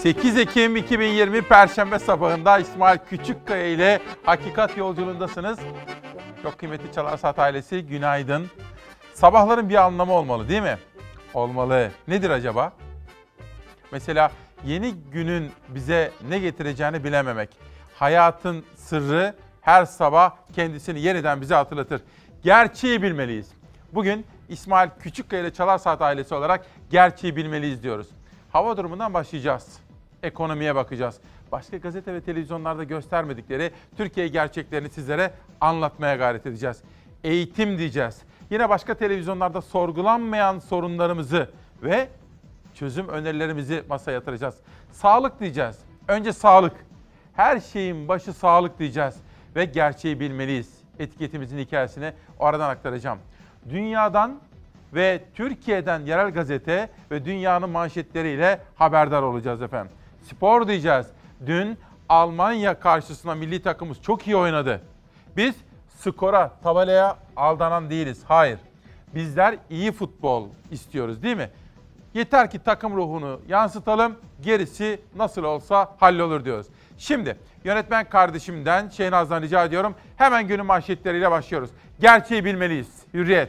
8 Ekim 2020 Perşembe sabahında İsmail Küçükkaya ile Hakikat Yolculuğundasınız. Çok kıymetli Çalar Saat ailesi, günaydın. Sabahların bir anlamı olmalı değil mi? Olmalı. Nedir acaba? Mesela yeni günün bize ne getireceğini bilememek. Hayatın sırrı her sabah kendisini yeniden bize hatırlatır. Gerçeği bilmeliyiz. Bugün İsmail Küçükkaya ile Çalar Saat ailesi olarak gerçeği bilmeliyiz diyoruz. Hava durumundan başlayacağız. Ekonomiye bakacağız. Başka gazete ve televizyonlarda göstermedikleri Türkiye gerçeklerini sizlere anlatmaya gayret edeceğiz. Eğitim diyeceğiz. Yine başka televizyonlarda sorgulanmayan sorunlarımızı ve çözüm önerilerimizi masaya yatıracağız. Sağlık diyeceğiz. Önce sağlık. Her şeyin başı sağlık diyeceğiz. Ve gerçeği bilmeliyiz. Etiketimizin hikayesini oradan aktaracağım. Dünyadan ve Türkiye'den yerel gazete ve dünyanın manşetleriyle haberdar olacağız efendim. Spor diyeceğiz. Dün Almanya karşısında milli takımımız çok iyi oynadı. Biz skora, tabelaya aldanan değiliz. Hayır. Bizler iyi futbol istiyoruz değil mi? Yeter ki takım ruhunu yansıtalım, gerisi nasıl olsa hallolur diyoruz. Şimdi yönetmen kardeşimden, Şehnaz'dan rica ediyorum. Hemen günün manşetleriyle başlıyoruz. Gerçeği bilmeliyiz. Hürriyet.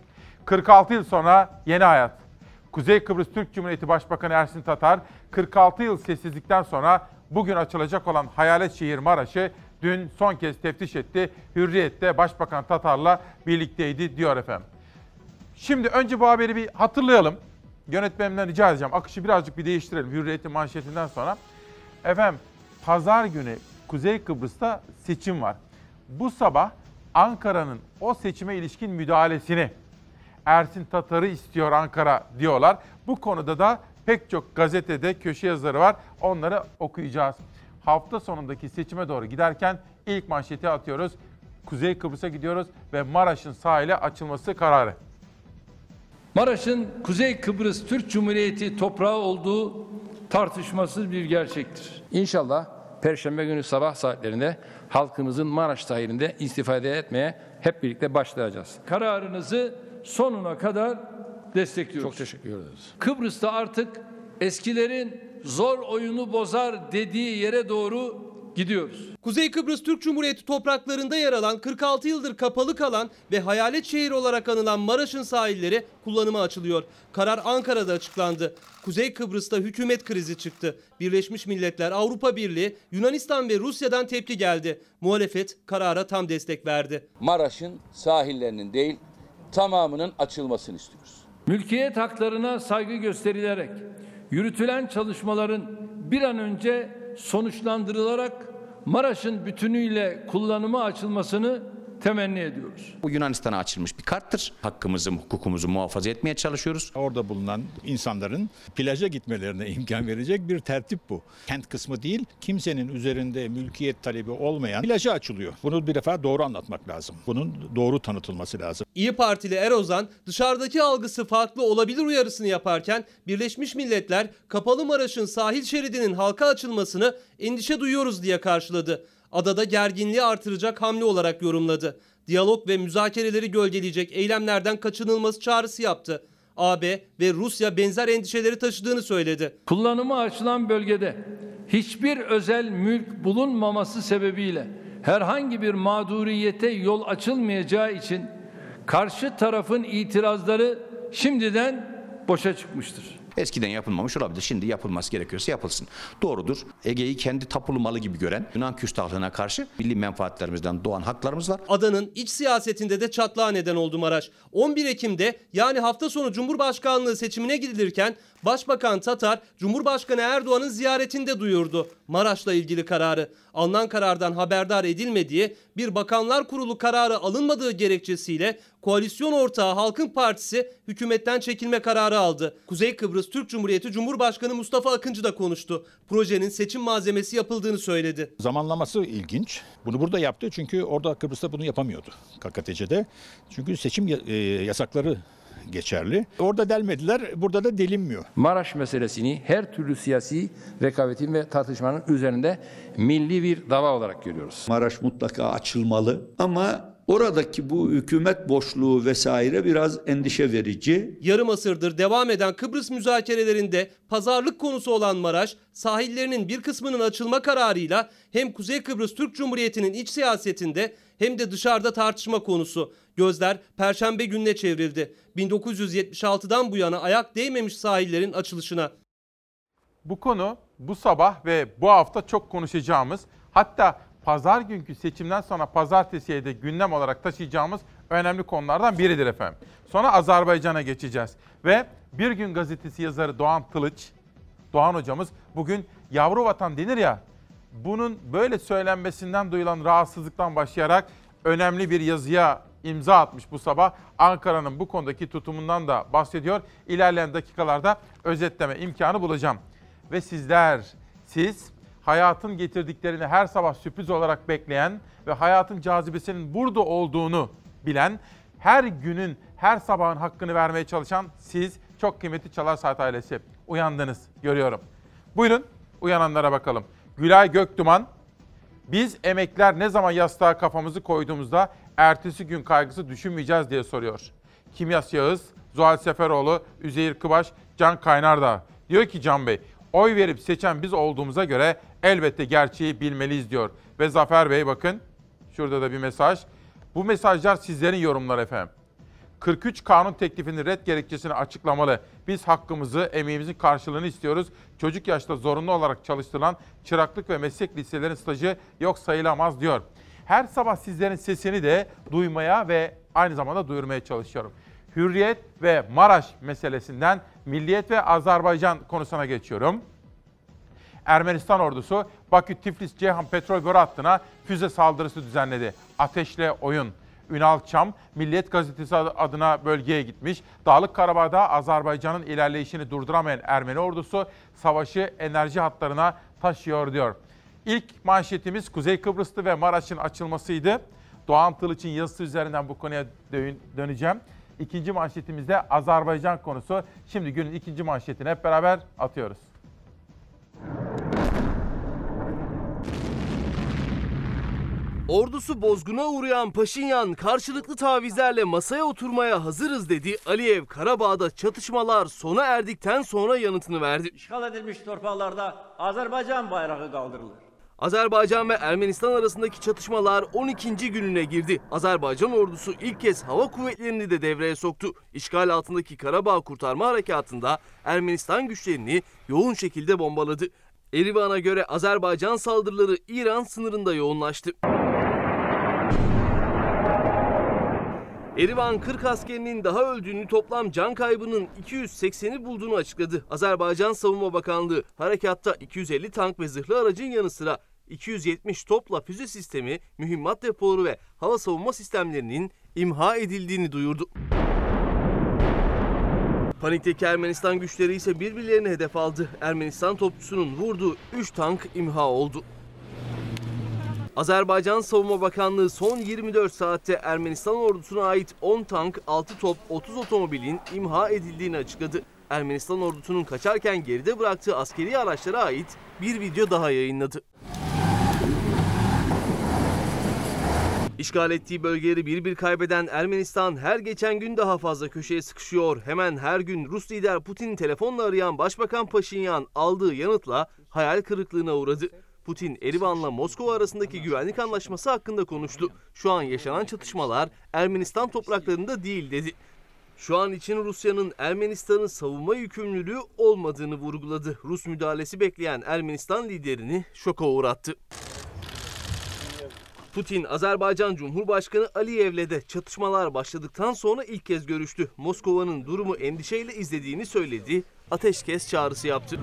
46 yıl sonra yeni hayat. Kuzey Kıbrıs Türk Cumhuriyeti Başbakanı Ersin Tatar, 46 yıl sessizlikten sonra bugün açılacak olan hayalet şehir Maraş'ı dün son kez teftiş etti. Hürriyet'te Başbakan Tatar'la birlikteydi diyor efendim. Şimdi önce bu haberi bir hatırlayalım. Yönetmenimden rica edeceğim. Akışı birazcık bir değiştirelim Hürriyet'in manşetinden sonra. Efendim, pazar günü Kuzey Kıbrıs'ta seçim var. Bu sabah Ankara'nın o seçime ilişkin müdahalesini Ersin Tatar'ı istiyor Ankara diyorlar. Bu konuda da pek çok gazetede köşe yazarı var. Onları okuyacağız. Hafta sonundaki seçime doğru giderken ilk manşeti atıyoruz. Kuzey Kıbrıs'a gidiyoruz ve Maraş'ın sahile açılması kararı. Maraş'ın Kuzey Kıbrıs Türk Cumhuriyeti toprağı olduğu tartışmasız bir gerçektir. İnşallah Perşembe günü sabah saatlerinde halkımızın Maraş sahilinde istifade etmeye hep birlikte başlayacağız. Kararınızı sonuna kadar destekliyoruz. Çok teşekkür ederiz. Kıbrıs'ta artık eskilerin zor oyunu bozar dediği yere doğru gidiyoruz. Kuzey Kıbrıs Türk Cumhuriyeti topraklarında yer alan, 46 yıldır kapalı kalan ve hayalet şehir olarak anılan Maraş'ın sahilleri kullanıma açılıyor. Karar Ankara'da açıklandı. Kuzey Kıbrıs'ta hükümet krizi çıktı. Birleşmiş Milletler, Avrupa Birliği, Yunanistan ve Rusya'dan tepki geldi. Muhalefet karara tam destek verdi. Maraş'ın sahillerinin değil, tamamının açılmasını istiyoruz. Mülkiyet haklarına saygı gösterilerek yürütülen çalışmaların bir an önce sonuçlandırılarak Maraş'ın bütünüyle kullanıma açılmasını temenni ediyoruz. Bu Yunanistan'a açılmış bir karttır. Hakkımızı, hukukumuzu muhafaza etmeye çalışıyoruz. Orada bulunan insanların plaja gitmelerine imkan verecek bir tertip bu. Kent kısmı değil, kimsenin üzerinde mülkiyet talebi olmayan plaja açılıyor. Bunu bir defa doğru anlatmak lazım. Bunun doğru tanıtılması lazım. İyi Partili Erozan dışarıdaki algısı farklı olabilir uyarısını yaparken Birleşmiş Milletler kapalı Maraş'ın sahil şeridinin halka açılmasını endişe duyuyoruz diye karşıladı. Adada gerginliği artıracak hamle olarak yorumladı. Diyalog ve müzakereleri gölgeleyecek eylemlerden kaçınılması çağrısı yaptı. AB ve Rusya benzer endişeleri taşıdığını söyledi. Kullanıma açılan bölgede hiçbir özel mülk bulunmaması sebebiyle herhangi bir mağduriyete yol açılmayacağı için karşı tarafın itirazları şimdiden boşa çıkmıştır. Eskiden yapılmamış olabilir. Şimdi yapılması gerekiyorsa yapılsın. Doğrudur. Ege'yi kendi tapulu malı gibi gören Yunan küstahlığına karşı milli menfaatlerimizden doğan haklarımız var. Adanın iç siyasetinde de çatlağa neden oldu Maraş. 11 Ekim'de yani hafta sonu Cumhurbaşkanlığı seçimine gidilirken Başbakan Tatar, Cumhurbaşkanı Erdoğan'ın ziyaretinde duyurdu Maraş'la ilgili kararı. Alınan karardan haberdar edilmediği, bir bakanlar kurulu kararı alınmadığı gerekçesiyle koalisyon ortağı Halkın Partisi hükümetten çekilme kararı aldı. Kuzey Kıbrıs Türk Cumhuriyeti Cumhurbaşkanı Mustafa Akıncı da konuştu. Projenin seçim malzemesi yapıldığını söyledi. Zamanlaması ilginç. Bunu burada yaptı çünkü orada Kıbrıs'ta bunu yapamıyordu KKTC'de. Çünkü seçim yasakları geçerli. Orada delmediler, burada da delinmiyor. Maraş meselesini her türlü siyasi rekabetin ve tartışmanın üzerinde milli bir dava olarak görüyoruz. Maraş mutlaka açılmalı ama oradaki bu hükümet boşluğu vesaire biraz endişe verici. Yarım asırdır devam eden Kıbrıs müzakerelerinde pazarlık konusu olan Maraş, sahillerinin bir kısmının açılma kararıyla hem Kuzey Kıbrıs Türk Cumhuriyeti'nin iç siyasetinde hem de dışarıda tartışma konusu. Gözler Perşembe gününe çevrildi. 1976'dan bu yana ayak değmemiş sahillerin açılışına. Bu konu bu sabah ve bu hafta çok konuşacağımız, hatta pazar günkü seçimden sonra pazartesiye de gündem olarak taşıyacağımız önemli konulardan biridir efendim. Sonra Azerbaycan'a geçeceğiz. Ve Bir Gün Gazetesi yazarı Doğan Tılıç, Doğan hocamız bugün yavru vatan denir ya, bunun böyle söylenmesinden duyulan rahatsızlıktan başlayarak önemli bir yazıya imza atmış bu sabah. Ankara'nın bu konudaki tutumundan da bahsediyor. İlerleyen dakikalarda özetleme imkanı bulacağım. Ve siz hayatın getirdiklerini her sabah sürpriz olarak bekleyen ve hayatın cazibesinin burada olduğunu bilen, her günün, her sabahın hakkını vermeye çalışan siz, çok kıymetli Çalar Saat ailesi, uyandınız görüyorum. Buyurun uyananlara bakalım. Gülay Göktuman, biz emekliler ne zaman yastığa kafamızı koyduğumuzda ertesi gün kaygısı düşünmeyeceğiz diye soruyor. Kimyas Yağız, Zuhal Seferoğlu, Üzeyir Kıbaş, Can Kaynardağ. Diyor ki Can Bey, oy verip seçen biz olduğumuza göre elbette gerçeği bilmeliyiz diyor. Ve Zafer Bey bakın, şurada da bir mesaj. Bu mesajlar sizlerin yorumları efendim. 43 kanun teklifinin red gerekçesini açıklamalı. Biz hakkımızı, emeğimizin karşılığını istiyoruz. Çocuk yaşta zorunlu olarak çalıştırılan çıraklık ve meslek liselerin stajı yok sayılamaz diyor. Her sabah sizlerin sesini de duymaya ve aynı zamanda duyurmaya çalışıyorum. Hürriyet ve Maraş meselesinden Milliyet ve Azerbaycan konusuna geçiyorum. Ermenistan ordusu Bakü-Tiflis-Ceyhan petrol boru hattına füze saldırısı düzenledi. Ateşle oyun. Ünal Çam, Milliyet Gazetesi adına bölgeye gitmiş. Dağlık Karabağ'da Azerbaycan'ın ilerleyişini durduramayan Ermeni ordusu savaşı enerji hatlarına taşıyor diyor. İlk manşetimiz Kuzey Kıbrıs'tı ve Maraş'ın açılmasıydı. Doğan Tılıç'ın yazısı üzerinden bu konuya döneceğim. İkinci manşetimizde Azerbaycan konusu. Şimdi günün ikinci manşetini hep beraber atıyoruz. Ordusu bozguna uğrayan Paşinyan karşılıklı tavizlerle masaya oturmaya hazırız dedi. Aliyev Karabağ'da çatışmalar sona erdikten sonra yanıtını verdi. İşgal edilmiş torpaklarda Azerbaycan bayrağı kaldırılır. Azerbaycan ve Ermenistan arasındaki çatışmalar 12. gününe girdi. Azerbaycan ordusu ilk kez hava kuvvetlerini de devreye soktu. İşgal altındaki Karabağ Kurtarma Harekatı'nda Ermenistan güçlerini yoğun şekilde bombaladı. Erivan'a göre Azerbaycan saldırıları İran sınırında yoğunlaştı. Erivan 40 askerinin daha öldüğünü, toplam can kaybının 280'i bulduğunu açıkladı. Azerbaycan Savunma Bakanlığı harekatta 250 tank ve zırhlı aracın yanı sıra 270 topla füze sistemi, mühimmat depoları ve hava savunma sistemlerinin imha edildiğini duyurdu. Panikteki Ermenistan güçleri ise birbirlerini hedef aldı. Ermenistan topçusunun vurduğu 3 tank imha oldu. Azerbaycan Savunma Bakanlığı son 24 saatte Ermenistan ordusuna ait 10 tank, 6 top, 30 otomobilin imha edildiğini açıkladı. Ermenistan ordusunun kaçarken geride bıraktığı askeri araçlara ait bir video daha yayınladı. İşgal ettiği bölgeleri bir kaybeden Ermenistan her geçen gün daha fazla köşeye sıkışıyor. Hemen her gün Rus lider Putin'i telefonla arayan Başbakan Paşinyan aldığı yanıtla hayal kırıklığına uğradı. Putin, Erivan'la Moskova arasındaki güvenlik anlaşması hakkında konuştu. Şu an yaşanan çatışmalar Ermenistan topraklarında değil dedi. Şu an için Rusya'nın Ermenistan'ı savunma yükümlülüğü olmadığını vurguladı. Rus müdahalesi bekleyen Ermenistan liderini şoka uğrattı. Putin, Azerbaycan Cumhurbaşkanı Aliyev'le de çatışmalar başladıktan sonra ilk kez görüştü. Moskova'nın durumu endişeyle izlediğini söyledi, ateşkes çağrısı yaptı.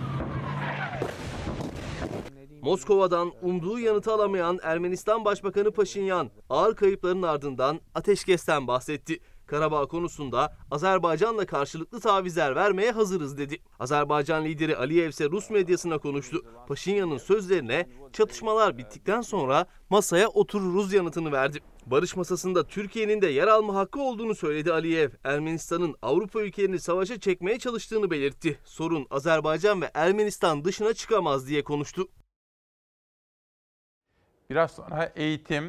Moskova'dan umduğu yanıtı alamayan Ermenistan Başbakanı Paşinyan, ağır kayıpların ardından ateşkesten bahsetti. Karabağ konusunda Azerbaycan'la karşılıklı tavizler vermeye hazırız dedi. Azerbaycan lideri Aliyev ise Rus medyasına konuştu. Paşinyan'ın sözlerine çatışmalar bittikten sonra masaya otururuz yanıtını verdi. Barış masasında Türkiye'nin de yer alma hakkı olduğunu söyledi Aliyev. Ermenistan'ın Avrupa ülkelerini savaşa çekmeye çalıştığını belirtti. Sorun Azerbaycan ve Ermenistan dışına çıkamaz diye konuştu. Biraz sonra eğitim,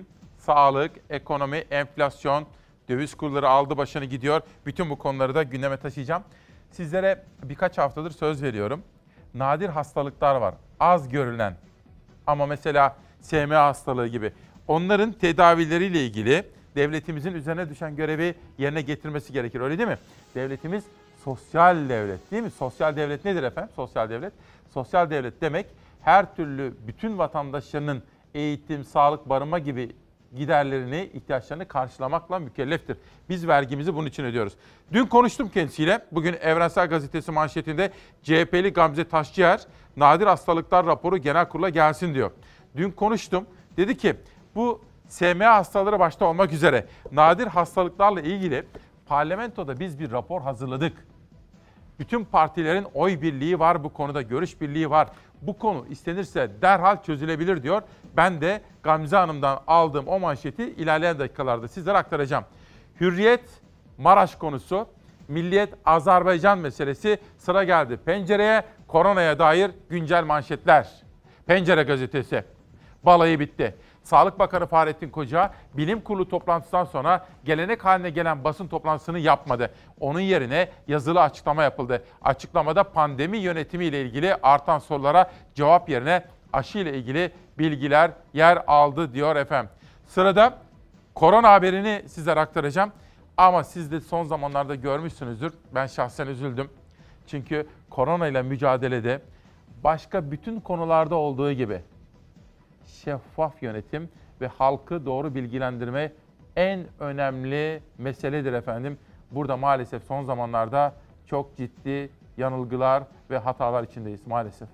sağlık, ekonomi, enflasyon, döviz kurları aldı başını gidiyor. Bütün bu konuları da gündeme taşıyacağım. Sizlere birkaç haftadır söz veriyorum. Nadir hastalıklar var. Az görülen ama mesela SMA hastalığı gibi. Onların tedavileriyle ilgili devletimizin üzerine düşen görevi yerine getirmesi gerekir. Öyle değil mi? Devletimiz sosyal devlet değil mi? Sosyal devlet nedir efendim? Sosyal devlet. Sosyal devlet demek her türlü bütün vatandaşlarının eğitim, sağlık, barınma gibi giderlerini, ihtiyaçlarını karşılamakla mükelleftir. Biz vergimizi bunun için ödüyoruz. Dün konuştum kendisiyle. Bugün Evrensel Gazetesi manşetinde CHP'li Gamze Taşçıyer, nadir hastalıklar raporu genel kurula gelsin diyor. Dün konuştum. Dedi ki bu SMA hastaları başta olmak üzere nadir hastalıklarla ilgili parlamentoda biz bir rapor hazırladık. Bütün partilerin oy birliği var bu konuda, görüş birliği var. Bu konu istenirse derhal çözülebilir diyor. Ben de Gamze Hanım'dan aldığım o manşeti ilerleyen dakikalarda sizlere aktaracağım. Hürriyet, Maraş konusu, Milliyet, Azerbaycan meselesi, sıra geldi pencereye, koronaya dair güncel manşetler. Pencere gazetesi, balayı bitti. Sağlık Bakanı Fahrettin Koca, bilim kurulu toplantısından sonra gelenek haline gelen basın toplantısını yapmadı. Onun yerine yazılı açıklama yapıldı. Açıklamada pandemi yönetimi ile ilgili artan sorulara cevap yerine aşı ile ilgili bilgiler yer aldı diyor efendim. Sırada korona haberini sizlere aktaracağım. Ama siz de son zamanlarda görmüşsünüzdür. Ben şahsen üzüldüm. Çünkü korona ile mücadelede başka bütün konularda olduğu gibi şeffaf yönetim ve halkı doğru bilgilendirme en önemli meseledir efendim. Burada maalesef son zamanlarda çok ciddi yanılgılar ve hatalar içindeyiz maalesef.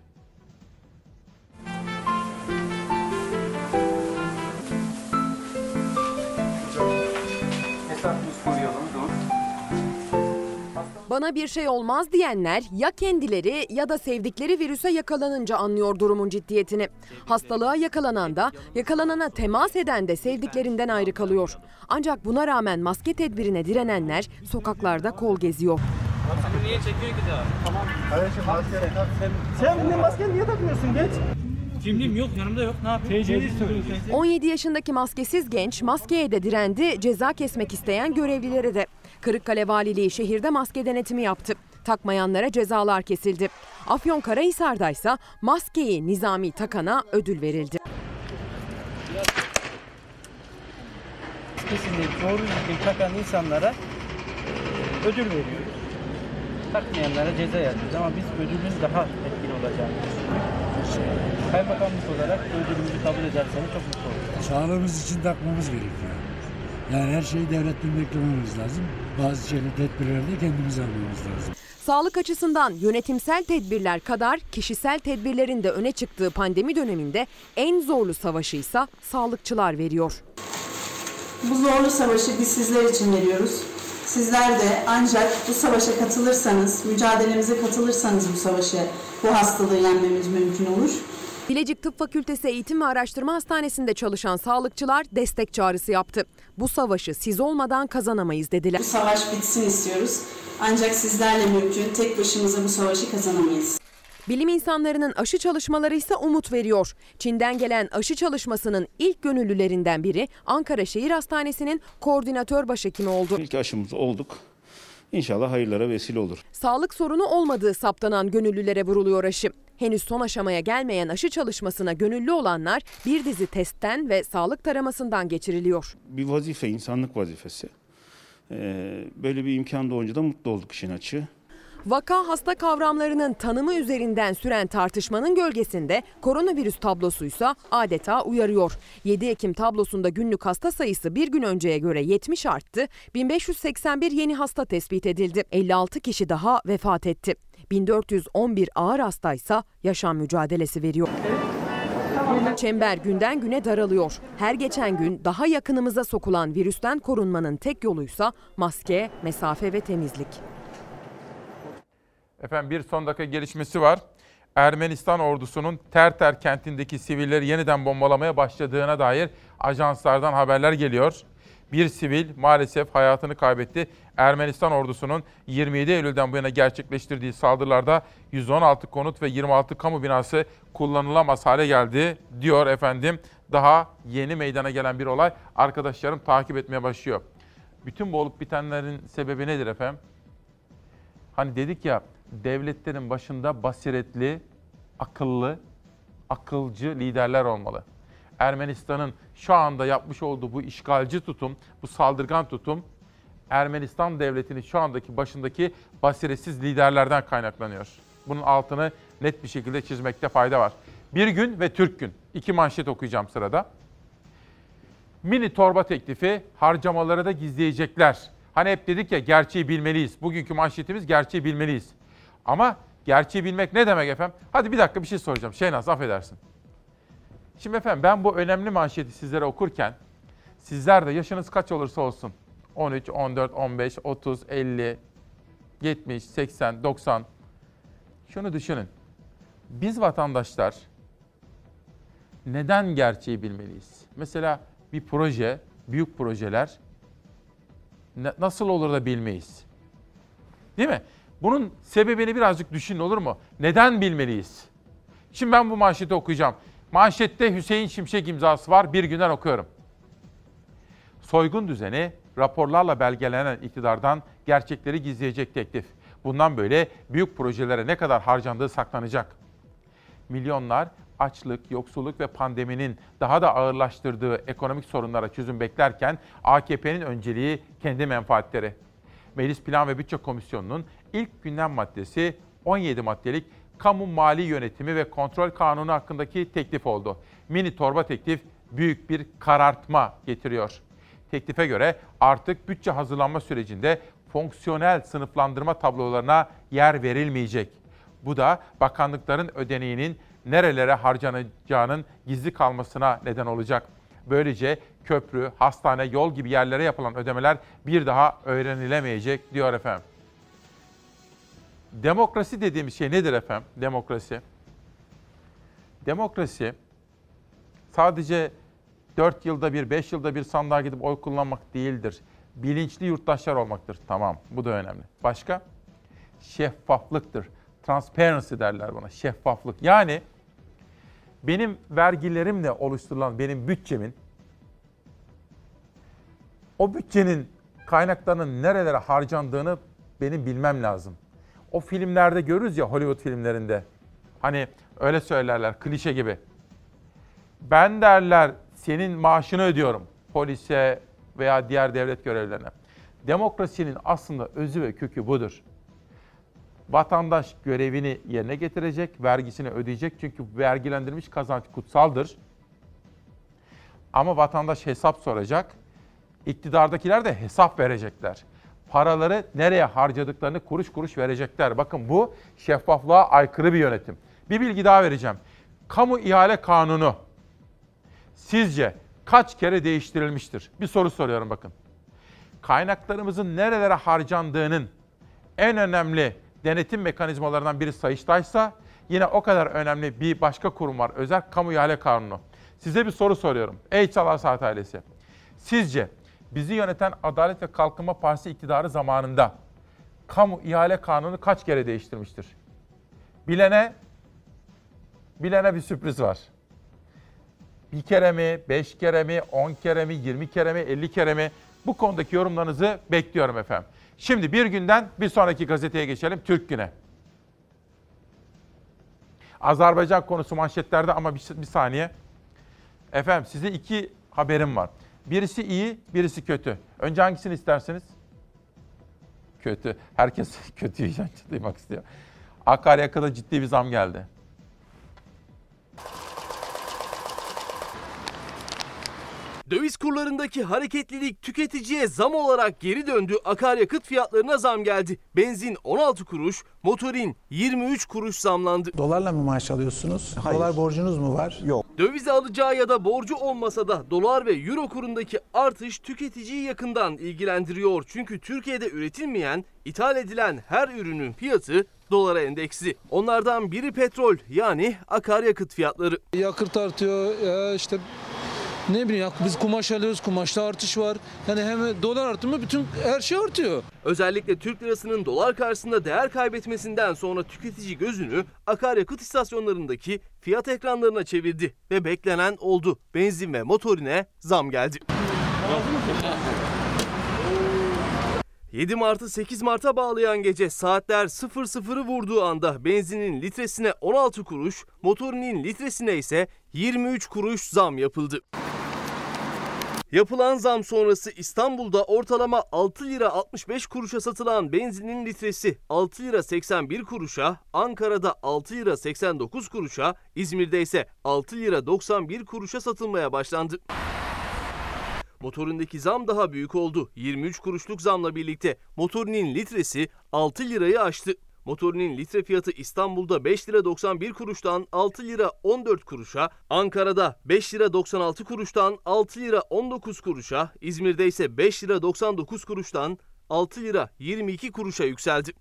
Bana bir şey olmaz diyenler ya kendileri ya da sevdikleri virüse yakalanınca anlıyor durumun ciddiyetini. Hastalığa yakalanan da, yakalanana temas eden de sevdiklerinden ayrı kalıyor. Ancak buna rağmen maske tedbirine direnenler sokaklarda kol geziyor. Seni niye çekiyor ki daha? Tamam. Kardeşim maske tak. Sen maskeni niye takmıyorsun genç? Kimliğim yok, yanımda yok. Ne yapayım? TC'yi söylüyorsun. 17 yaşındaki maskesiz genç maskeye de direndi, ceza kesmek isteyen görevlilere de. Kırıkkale Valiliği şehirde maske denetimi yaptı. Takmayanlara cezalar kesildi. Afyonkarahisar'da ise maskeyi nizami takana ödül verildi. Maskesini doğru düzgün takan insanlara ödül veriyoruz. Takmayanlara ceza yazıyoruz ama biz ödülün daha etkili olacağını düşünüyoruz. Kaymakamlık olarak ödülümüzü kabul ederseniz çok mutlu oluruz. Sağlığımız için takmamız gerekiyor. Yani her şeyi devletten beklememiz lazım. Bazı tedbirleri de kendimiz almamız lazım. Sağlık açısından yönetimsel tedbirler kadar kişisel tedbirlerin de öne çıktığı pandemi döneminde en zorlu savaşıysa sağlıkçılar veriyor. Bu zorlu savaşı biz sizler için veriyoruz. Sizler de ancak bu savaşa katılırsanız, mücadelemize katılırsanız bu savaşı, bu hastalığı yenmemiz mümkün olur. Bilecik Tıp Fakültesi Eğitim ve Araştırma Hastanesi'nde çalışan sağlıkçılar destek çağrısı yaptı. Bu savaşı siz olmadan kazanamayız dediler. Bu savaş bitsin istiyoruz. Ancak sizlerle mümkün, tek başımıza bu savaşı kazanamayız. Bilim insanlarının aşı çalışmaları ise umut veriyor. Çin'den gelen aşı çalışmasının ilk gönüllülerinden biri Ankara Şehir Hastanesi'nin koordinatör başhekimi oldu. İlk aşımız olduk. İnşallah hayırlara vesile olur. Sağlık sorunu olmadığı saptanan gönüllülere vuruluyor aşı. Henüz son aşamaya gelmeyen aşı çalışmasına gönüllü olanlar bir dizi testten ve sağlık taramasından geçiriliyor. Bir vazife, insanlık vazifesi. Böyle bir imkan doğunca da mutlu olduk işin açığı. Vaka hasta kavramlarının tanımı üzerinden süren tartışmanın gölgesinde koronavirüs tablosuysa adeta uyarıyor. 7 Ekim tablosunda günlük hasta sayısı bir gün önceye göre 70 arttı. 1581 yeni hasta tespit edildi. 56 kişi daha vefat etti. 1411 ağır hastaysa yaşam mücadelesi veriyor. Çember günden güne daralıyor. Her geçen gün daha yakınımıza sokulan virüsten korunmanın tek yoluysa maske, mesafe ve temizlik. Efendim bir son dakika gelişmesi var. Ermenistan ordusunun Terter kentindeki sivilleri yeniden bombalamaya başladığına dair ajanslardan haberler geliyor. Bir sivil maalesef hayatını kaybetti. Ermenistan ordusunun 27 Eylül'den bu yana gerçekleştirdiği saldırılarda 116 konut ve 26 kamu binası kullanılamaz hale geldi diyor efendim. Daha yeni meydana gelen bir olay. Arkadaşlarım takip etmeye başlıyor. Bütün bu olup bitenlerin sebebi nedir efendim? Hani dedik ya, devletlerin başında basiretli, akıllı, akılcı liderler olmalı. Ermenistan'ın şu anda yapmış olduğu bu işgalci tutum, bu saldırgan tutum, Ermenistan devletinin şu andaki başındaki basiretsiz liderlerden kaynaklanıyor. Bunun altını net bir şekilde çizmekte fayda var. Bir gün ve Türk gün. 2 manşet okuyacağım sırada. Mini torba teklifi, harcamaları da gizleyecekler. Hani hep dedik ya, gerçeği bilmeliyiz. Bugünkü manşetimiz gerçeği bilmeliyiz. Ama gerçeği bilmek ne demek efendim? Hadi bir dakika bir şey soracağım. Şehnaz affedersin. Şimdi efendim ben bu önemli manşeti sizlere okurken, sizler de yaşınız kaç olursa olsun, 13, 14, 15, 30, 50, 70, 80, 90, şunu düşünün. Biz vatandaşlar neden gerçeği bilmeliyiz? Mesela bir proje, büyük projeler nasıl olur da bilmeyiz? Değil mi? Bunun sebebini birazcık düşünün, olur mu? Neden bilmeliyiz? Şimdi ben bu manşeti okuyacağım. Manşette Hüseyin Şimşek imzası var. Bir günden okuyorum. Soygun düzeni, raporlarla belgelenen iktidardan gerçekleri gizleyecek teklif. Bundan böyle büyük projelere ne kadar harcandığı saklanacak. Milyonlar açlık, yoksulluk ve pandeminin daha da ağırlaştırdığı ekonomik sorunlara çözüm beklerken AKP'nin önceliği kendi menfaatleri. Meclis Plan ve Bütçe Komisyonu'nun ilk gündem maddesi 17 maddelik Kamu Mali Yönetimi ve Kontrol Kanunu hakkındaki teklif oldu. Mini torba teklif büyük bir karartma getiriyor. Teklife göre artık bütçe hazırlanma sürecinde fonksiyonel sınıflandırma tablolarına yer verilmeyecek. Bu da bakanlıkların ödeneğinin nerelere harcanacağının gizli kalmasına neden olacak. Böylece köprü, hastane, yol gibi yerlere yapılan ödemeler bir daha öğrenilemeyecek diyor efendim. Demokrasi dediğimiz şey nedir efendim? Demokrasi. Demokrasi sadece 4 yılda bir, 5 yılda bir sandığa gidip oy kullanmak değildir. Bilinçli yurttaşlar olmaktır. Tamam, bu da önemli. Başka? Şeffaflıktır. Transparency derler buna, şeffaflık. Yani benim vergilerimle oluşturulan benim bütçemin, o bütçenin kaynaklarının nerelere harcandığını benim bilmem lazım. O filmlerde görürüz ya, Hollywood filmlerinde. Hani öyle söylerler, klişe gibi. Ben derler senin maaşını ödüyorum polise veya diğer devlet görevlilerine. Demokrasinin aslında özü ve kökü budur. Vatandaş görevini yerine getirecek, vergisini ödeyecek. Çünkü vergilendirilmiş kazanç kutsaldır. Ama vatandaş hesap soracak. İktidardakiler de hesap verecekler. Paraları nereye harcadıklarını kuruş kuruş verecekler. Bakın bu şeffaflığa aykırı bir yönetim. Bir bilgi daha vereceğim. Kamu ihale kanunu sizce kaç kere değiştirilmiştir? Bir soru soruyorum bakın. Kaynaklarımızın nerelere harcandığının en önemli denetim mekanizmalarından biri Sayıştay'sa yine o kadar önemli bir başka kurum var. Özel Kamu İhale Kanunu. Size bir soru soruyorum. Ey Çalar Saat ailesi. Sizce bizi yöneten Adalet ve Kalkınma Partisi iktidarı zamanında Kamu İhale Kanunu kaç kere değiştirmiştir? Bilene bir sürpriz var. Bir kere mi, 5 kere mi, 10 kere mi, 20 kere mi, 50 kere mi? Bu konudaki yorumlarınızı bekliyorum efendim. Şimdi bir günden bir sonraki gazeteye geçelim, Türk Günü. Azerbaycan konusu manşetlerde ama bir saniye. Efendim size 2 haberim var. Birisi iyi, birisi kötü. Önce hangisini istersiniz? Kötü. Herkes kötüyü duymak istiyor. Akaryakıta ciddi bir zam geldi. Döviz kurlarındaki hareketlilik tüketiciye zam olarak geri döndü. Akaryakıt fiyatlarına zam geldi. Benzin 16 kuruş, motorin 23 kuruş zamlandı. Dolarla mı maaş alıyorsunuz? Hayır. Dolar borcunuz mu var? Yok. Dövize alacağı ya da borcu olmasa da dolar ve euro kurundaki artış tüketiciyi yakından ilgilendiriyor. Çünkü Türkiye'de üretilmeyen, ithal edilen her ürünün fiyatı dolara endeksli. Onlardan biri petrol, yani akaryakıt fiyatları. Yakıt artıyor, işte Ne bileyim ya, biz kumaş alıyoruz, kumaşta artış var. Yani hem dolar artımı bütün her şey artıyor. Özellikle Türk lirasının dolar karşısında değer kaybetmesinden sonra tüketici gözünü akaryakıt istasyonlarındaki fiyat ekranlarına çevirdi ve beklenen oldu. Benzin ve motorine zam geldi. 7 Mart'ı 8 Mart'a bağlayan gece saatler 00'ı vurduğu anda benzinin litresine 16 kuruş, motorinin litresine ise 23 kuruş zam yapıldı. Yapılan zam sonrası İstanbul'da ortalama 6 lira 65 kuruşa satılan benzinin litresi 6 lira 81 kuruşa, Ankara'da 6 lira 89 kuruşa, İzmir'de ise 6 lira 91 kuruşa satılmaya başlandı. Motorindeki zam daha büyük oldu. 23 kuruşluk zamla birlikte motorinin litresi 6 lirayı aştı. Motorinin litre fiyatı İstanbul'da 5 lira 91 kuruştan 6 lira 14 kuruşa, Ankara'da 5 lira 96 kuruştan 6 lira 19 kuruşa, İzmir'de ise 5 lira 99 kuruştan 6 lira 22 kuruşa yükseldi.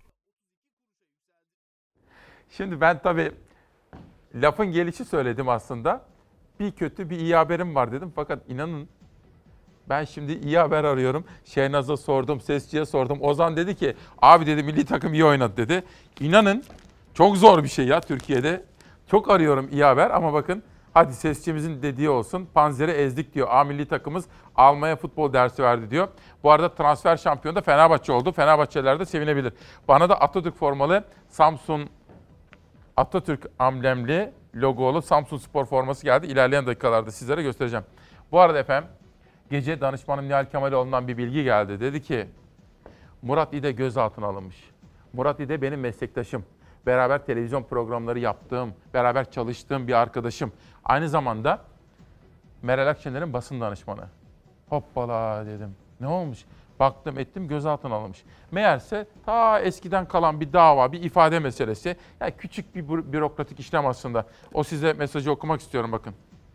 Şimdi ben tabii lafın gelişi söyledim aslında. Bir kötü bir iyi haberim var dedim. Fakat inanın ben şimdi iyi haber arıyorum. Şehnaz'a sordum, Sesçi'ye sordum. Ozan dedi ki abi dedi milli takım iyi oynadı dedi. İnanın çok zor bir şey ya Türkiye'de. Çok arıyorum iyi haber ama bakın hadi Sesçi'mizin dediği olsun. Panzer'i ezdik diyor. A milli takımımız Almanya futbol dersi verdi diyor. Bu arada transfer şampiyonu da Fenerbahçe oldu. Fenerbahçeliler de sevinebilir. Bana da Atatürk formalı Samsun Atatürk amblemli logolu Samsun Spor forması geldi. İlerleyen dakikalarda sizlere göstereceğim. Bu arada efendim gece danışmanım Nihal Kemaloğlu'ndan bir bilgi geldi. Dedi ki Murat İde gözaltına alınmış. Murat İde benim meslektaşım. Beraber televizyon programları yaptığım, beraber çalıştığım bir arkadaşım. Aynı zamanda Meral Akşener'in basın danışmanı. Hoppala dedim. Ne olmuş? Baktım ettim gözaltına alınmış. Meğerse ta eskiden kalan bir dava, bir ifade meselesi. Yani küçük bir bürokratik işlem aslında. O size mesajı okumak istiyorum bakın.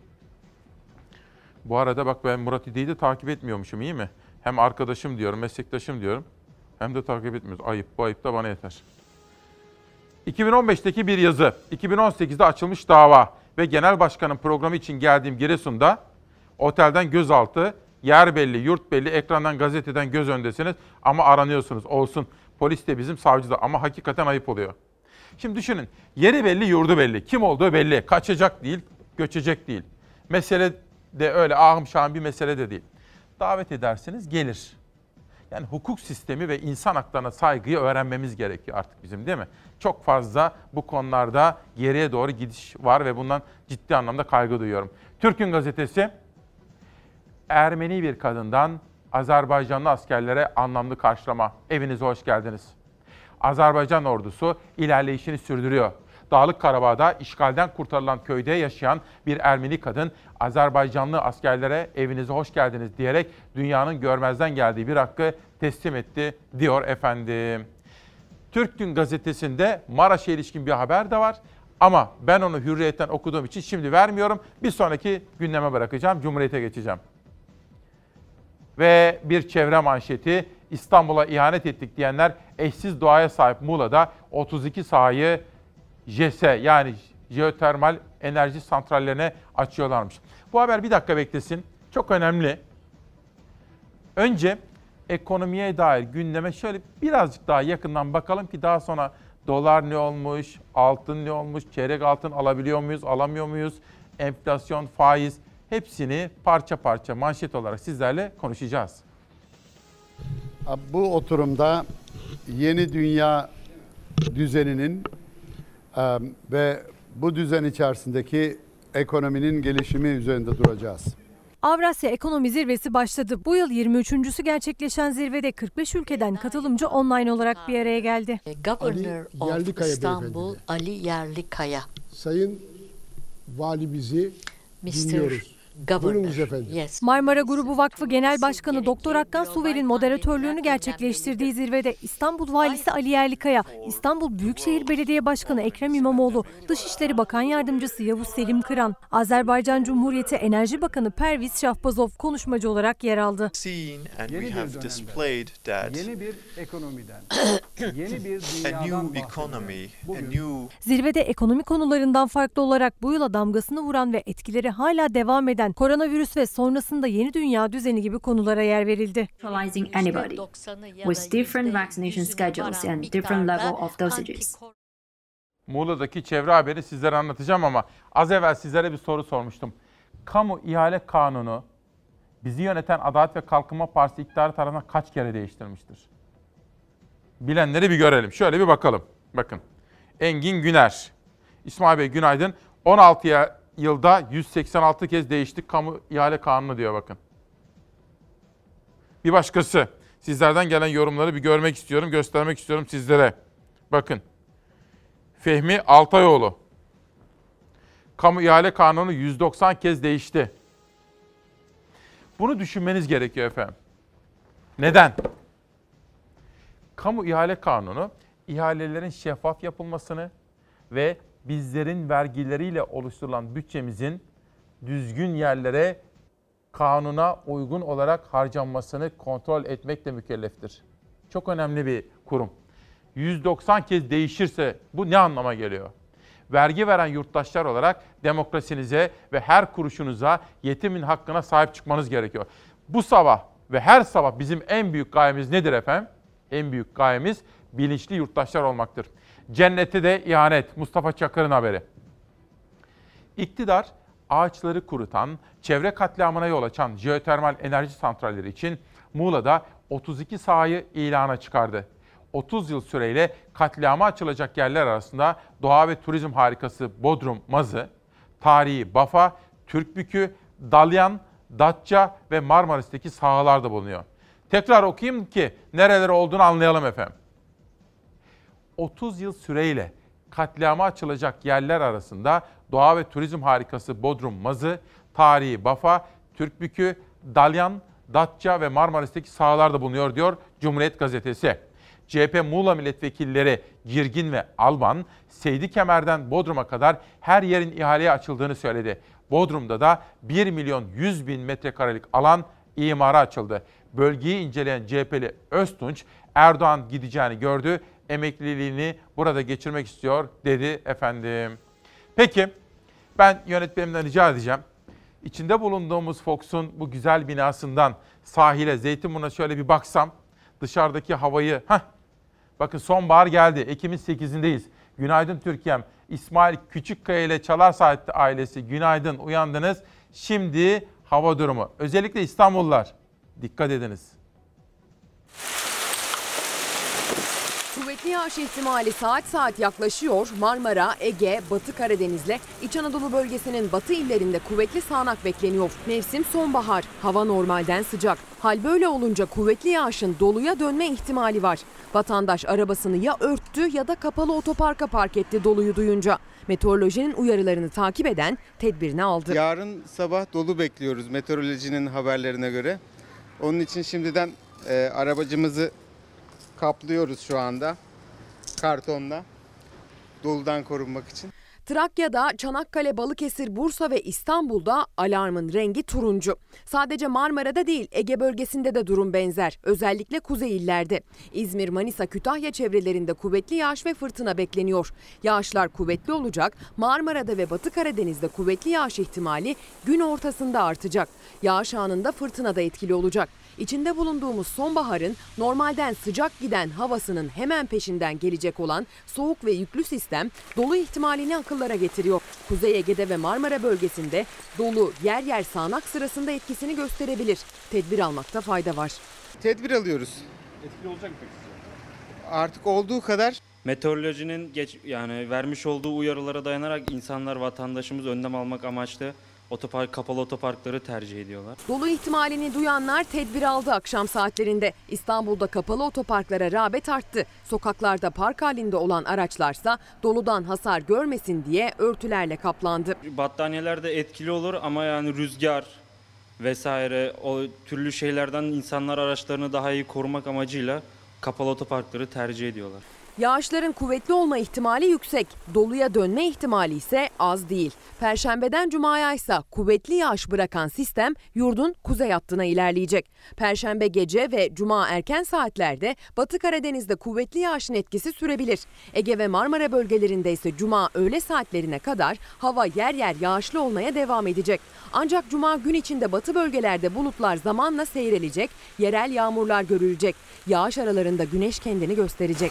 Bu arada bak ben Murat İde'yi de takip etmiyormuşum, iyi mi? Hem arkadaşım diyorum, meslektaşım diyorum. Hem de takip etmiyoruz. Ayıp, bu ayıp da bana yeter. 2015'teki bir yazı, 2018'de açılmış dava ve genel başkanın programı için geldiğim Giresun'da otelden gözaltı, yer belli, yurt belli, ekrandan, gazeteden göz öndesiniz ama aranıyorsunuz. Olsun, polis de bizim, savcı da ama hakikaten ayıp oluyor. Şimdi düşünün, yeri belli, yurdu belli, kim olduğu belli, kaçacak değil, göçecek değil. Mesele de öyle ahım şahım bir mesele de değil. Davet ederseniz gelir. Yani hukuk sistemi ve insan haklarına saygıyı öğrenmemiz gerekiyor artık bizim, değil mi? Çok fazla bu konularda geriye doğru gidiş var ve bundan ciddi anlamda kaygı duyuyorum. Türk'ün gazetesi Ermeni bir kadından Azerbaycanlı askerlere anlamlı karşılama. Evinize hoş geldiniz. Azerbaycan ordusu ilerleyişini sürdürüyor. Dağlık Karabağ'da işgalden kurtarılan köyde yaşayan bir Ermeni kadın Azerbaycanlı askerlere evinize hoş geldiniz diyerek dünyanın görmezden geldiği bir hakkı teslim etti diyor efendim. Türk Gün gazetesinde Maraş'a ilişkin bir haber de var ama ben onu Hürriyet'ten okuduğum için şimdi vermiyorum. Bir sonraki gündeme bırakacağım, Cumhuriyet'e geçeceğim. Ve bir çevre manşeti, İstanbul'a ihanet ettik diyenler eşsiz doğaya sahip Muğla'da 32 sahayı JES'e yani jeotermal enerji santrallerine açıyorlarmış. Bu haber bir dakika beklesin. Çok önemli. Önce ekonomiye dair gündeme şöyle birazcık daha yakından bakalım ki daha sonra dolar ne olmuş, altın ne olmuş, çeyrek altın alabiliyor muyuz, alamıyor muyuz, enflasyon, faiz hepsini parça parça manşet olarak sizlerle konuşacağız. Bu oturumda yeni dünya düzeninin ve bu düzen içerisindeki ekonominin gelişimi üzerinde duracağız. Avrasya Ekonomi Zirvesi başladı. Bu yıl 23.'sü gerçekleşen zirvede 45 ülkeden katılımcı online olarak bir araya geldi. Governor of İstanbul Ali Yerlikaya. Sayın Valimizi dinliyoruz. Buyurunuz efendim. Yes. Marmara Grubu Vakfı Genel Başkanı Doktor Hakkan Suver'in moderatörlüğünü gerçekleştirdiği zirvede İstanbul Valisi Ali Yerlikaya, İstanbul Büyükşehir Belediye Başkanı Ekrem İmamoğlu, Dışişleri Bakan Yardımcısı Yavuz Selim Kıran, Azerbaycan Cumhuriyeti Enerji Bakanı Perviz Şahbazov konuşmacı olarak yer aldı. Yeni bir ekonomiden, yeni bir dünyadan bahsediyoruz. Zirvede ekonomi konularından farklı olarak bu yıla damgasını vuran ve etkileri hala devam eden üzerinden koronavirüs ve sonrasında yeni dünya düzeni gibi konulara yer verildi. Anybody with different vaccination schedules and different level of dosages. Muğla'daki çevre haberi sizlere anlatacağım ama az evvel sizlere bir soru sormuştum. Kamu ihale kanunu bizi yöneten Adalet ve Kalkınma Partisi iktidarı tarafından kaç kere değiştirilmiştir? Bilenleri bir görelim. Şöyle bir bakalım. Bakın. Engin Güner. İsmail Bey günaydın. 16 yılda 186 kez değiştik kamu ihale kanunu diyor bakın. Bir başkası. Sizlerden gelen yorumları bir görmek istiyorum, göstermek istiyorum sizlere. Bakın. Fehmi Altayoğlu. Kamu ihale kanunu 190 kez değişti. Bunu düşünmeniz gerekiyor efendim. Neden? Kamu ihale kanunu ihalelerin şeffaf yapılmasını ve bizlerin vergileriyle oluşturulan bütçemizin düzgün yerlere kanuna uygun olarak harcanmasını kontrol etmekle mükelleftir. Çok önemli bir kurum. 190 kez değişirse bu ne anlama geliyor? Vergi veren yurttaşlar olarak demokrasinize ve her kuruşunuza, yetimin hakkına sahip çıkmanız gerekiyor. Bu sabah ve her sabah bizim en büyük gayemiz nedir efendim? En büyük gayemiz bilinçli yurttaşlar olmaktır. Cennete de ihanet. Mustafa Çakır'ın haberi. İktidar, ağaçları kurutan, çevre katliamına yol açan jeotermal enerji santralleri için Muğla'da 32 sahayı ilana çıkardı. 30 yıl süreyle katliama açılacak yerler arasında doğa ve turizm harikası Bodrum Mazı, tarihi Bafa, Türkbükü, Dalyan, Datça ve Marmaris'teki sahalar da bulunuyor. Tekrar okuyayım ki nereleri olduğunu anlayalım efendim. 30 yıl süreyle katliama açılacak yerler arasında doğa ve turizm harikası Bodrum Mazı, tarihi Bafa, Türkbükü, Dalyan, Datça ve Marmaris'teki sahalar da bulunuyor diyor Cumhuriyet Gazetesi. CHP Muğla milletvekilleri Girgin ve Alban, Seydi Kemer'den Bodrum'a kadar her yerin ihaleye açıldığını söyledi. Bodrum'da da 1 milyon 100 bin metrekarelik alan imara açıldı. Bölgeyi inceleyen CHP'li Öztunç, Erdoğan gideceğini gördü, emekliliğini burada geçirmek istiyor dedi efendim. Peki, ben yönetmenimden rica edeceğim. İçinde bulunduğumuz Fox'un bu güzel binasından sahile, Zeytinburnu'na şöyle bir baksam, dışarıdaki havayı, bakın sonbahar geldi, Ekim'in 8'indeyiz. Günaydın Türkiye'm. İsmail Küçükkaya ile Çalar Saat ailesi günaydın, uyandınız. Şimdi hava durumu. Özellikle İstanbullular, dikkat ediniz. Kuvvetli yağış ihtimali saat yaklaşıyor. Marmara, Ege, Batı Karadeniz'le İç Anadolu bölgesinin batı illerinde kuvvetli sağanak bekleniyor. Mevsim sonbahar, hava normalden sıcak. Hal böyle olunca kuvvetli yağışın doluya dönme ihtimali var. Vatandaş arabasını ya örttü ya da kapalı otoparka park etti doluyu duyunca. Meteorolojinin uyarılarını takip eden tedbirini aldı. Yarın sabah dolu bekliyoruz meteorolojinin haberlerine göre. Onun için şimdiden arabacımızı kaplıyoruz şu anda kartonla doludan korunmak için. Trakya'da, Çanakkale, Balıkesir, Bursa ve İstanbul'da alarmın rengi turuncu. Sadece Marmara'da değil, Ege bölgesinde de durum benzer. Özellikle kuzey illerde. İzmir, Manisa, Kütahya çevrelerinde kuvvetli yağış ve fırtına bekleniyor. Yağışlar kuvvetli olacak. Marmara'da ve Batı Karadeniz'de kuvvetli yağış ihtimali gün ortasında artacak. Yağış anında fırtına da etkili olacak. İçinde bulunduğumuz sonbaharın normalden sıcak giden havasının hemen peşinden gelecek olan soğuk ve yüklü sistem dolu ihtimalini akıllara getiriyor. Kuzey Ege'de ve Marmara bölgesinde dolu yer yer sağanak sırasında etkisini gösterebilir. Tedbir almakta fayda var. Tedbir alıyoruz. Etkili olacak mı peki? Artık olduğu kadar. Meteorolojinin vermiş olduğu uyarılara dayanarak insanlar, vatandaşımız önlem almak amaçlı kapalı otoparkları tercih ediyorlar. Dolu ihtimalini duyanlar tedbir aldı akşam saatlerinde. İstanbul'da kapalı otoparklara rağbet arttı. Sokaklarda park halinde olan araçlarsa doludan hasar görmesin diye örtülerle kaplandı. Battaniyeler de etkili olur ama rüzgar vesaire o türlü şeylerden insanlar araçlarını daha iyi korumak amacıyla kapalı otoparkları tercih ediyorlar. Yağışların kuvvetli olma ihtimali yüksek, doluya dönme ihtimali ise az değil. Perşembeden Cuma'ya ise kuvvetli yağış bırakan sistem yurdun kuzey hattına ilerleyecek. Perşembe gece ve Cuma erken saatlerde Batı Karadeniz'de kuvvetli yağışın etkisi sürebilir. Ege ve Marmara bölgelerinde ise Cuma öğle saatlerine kadar hava yer yer yağışlı olmaya devam edecek. Ancak Cuma gün içinde batı bölgelerde bulutlar zamanla seyrelecek, yerel yağmurlar görülecek. Yağış aralarında güneş kendini gösterecek.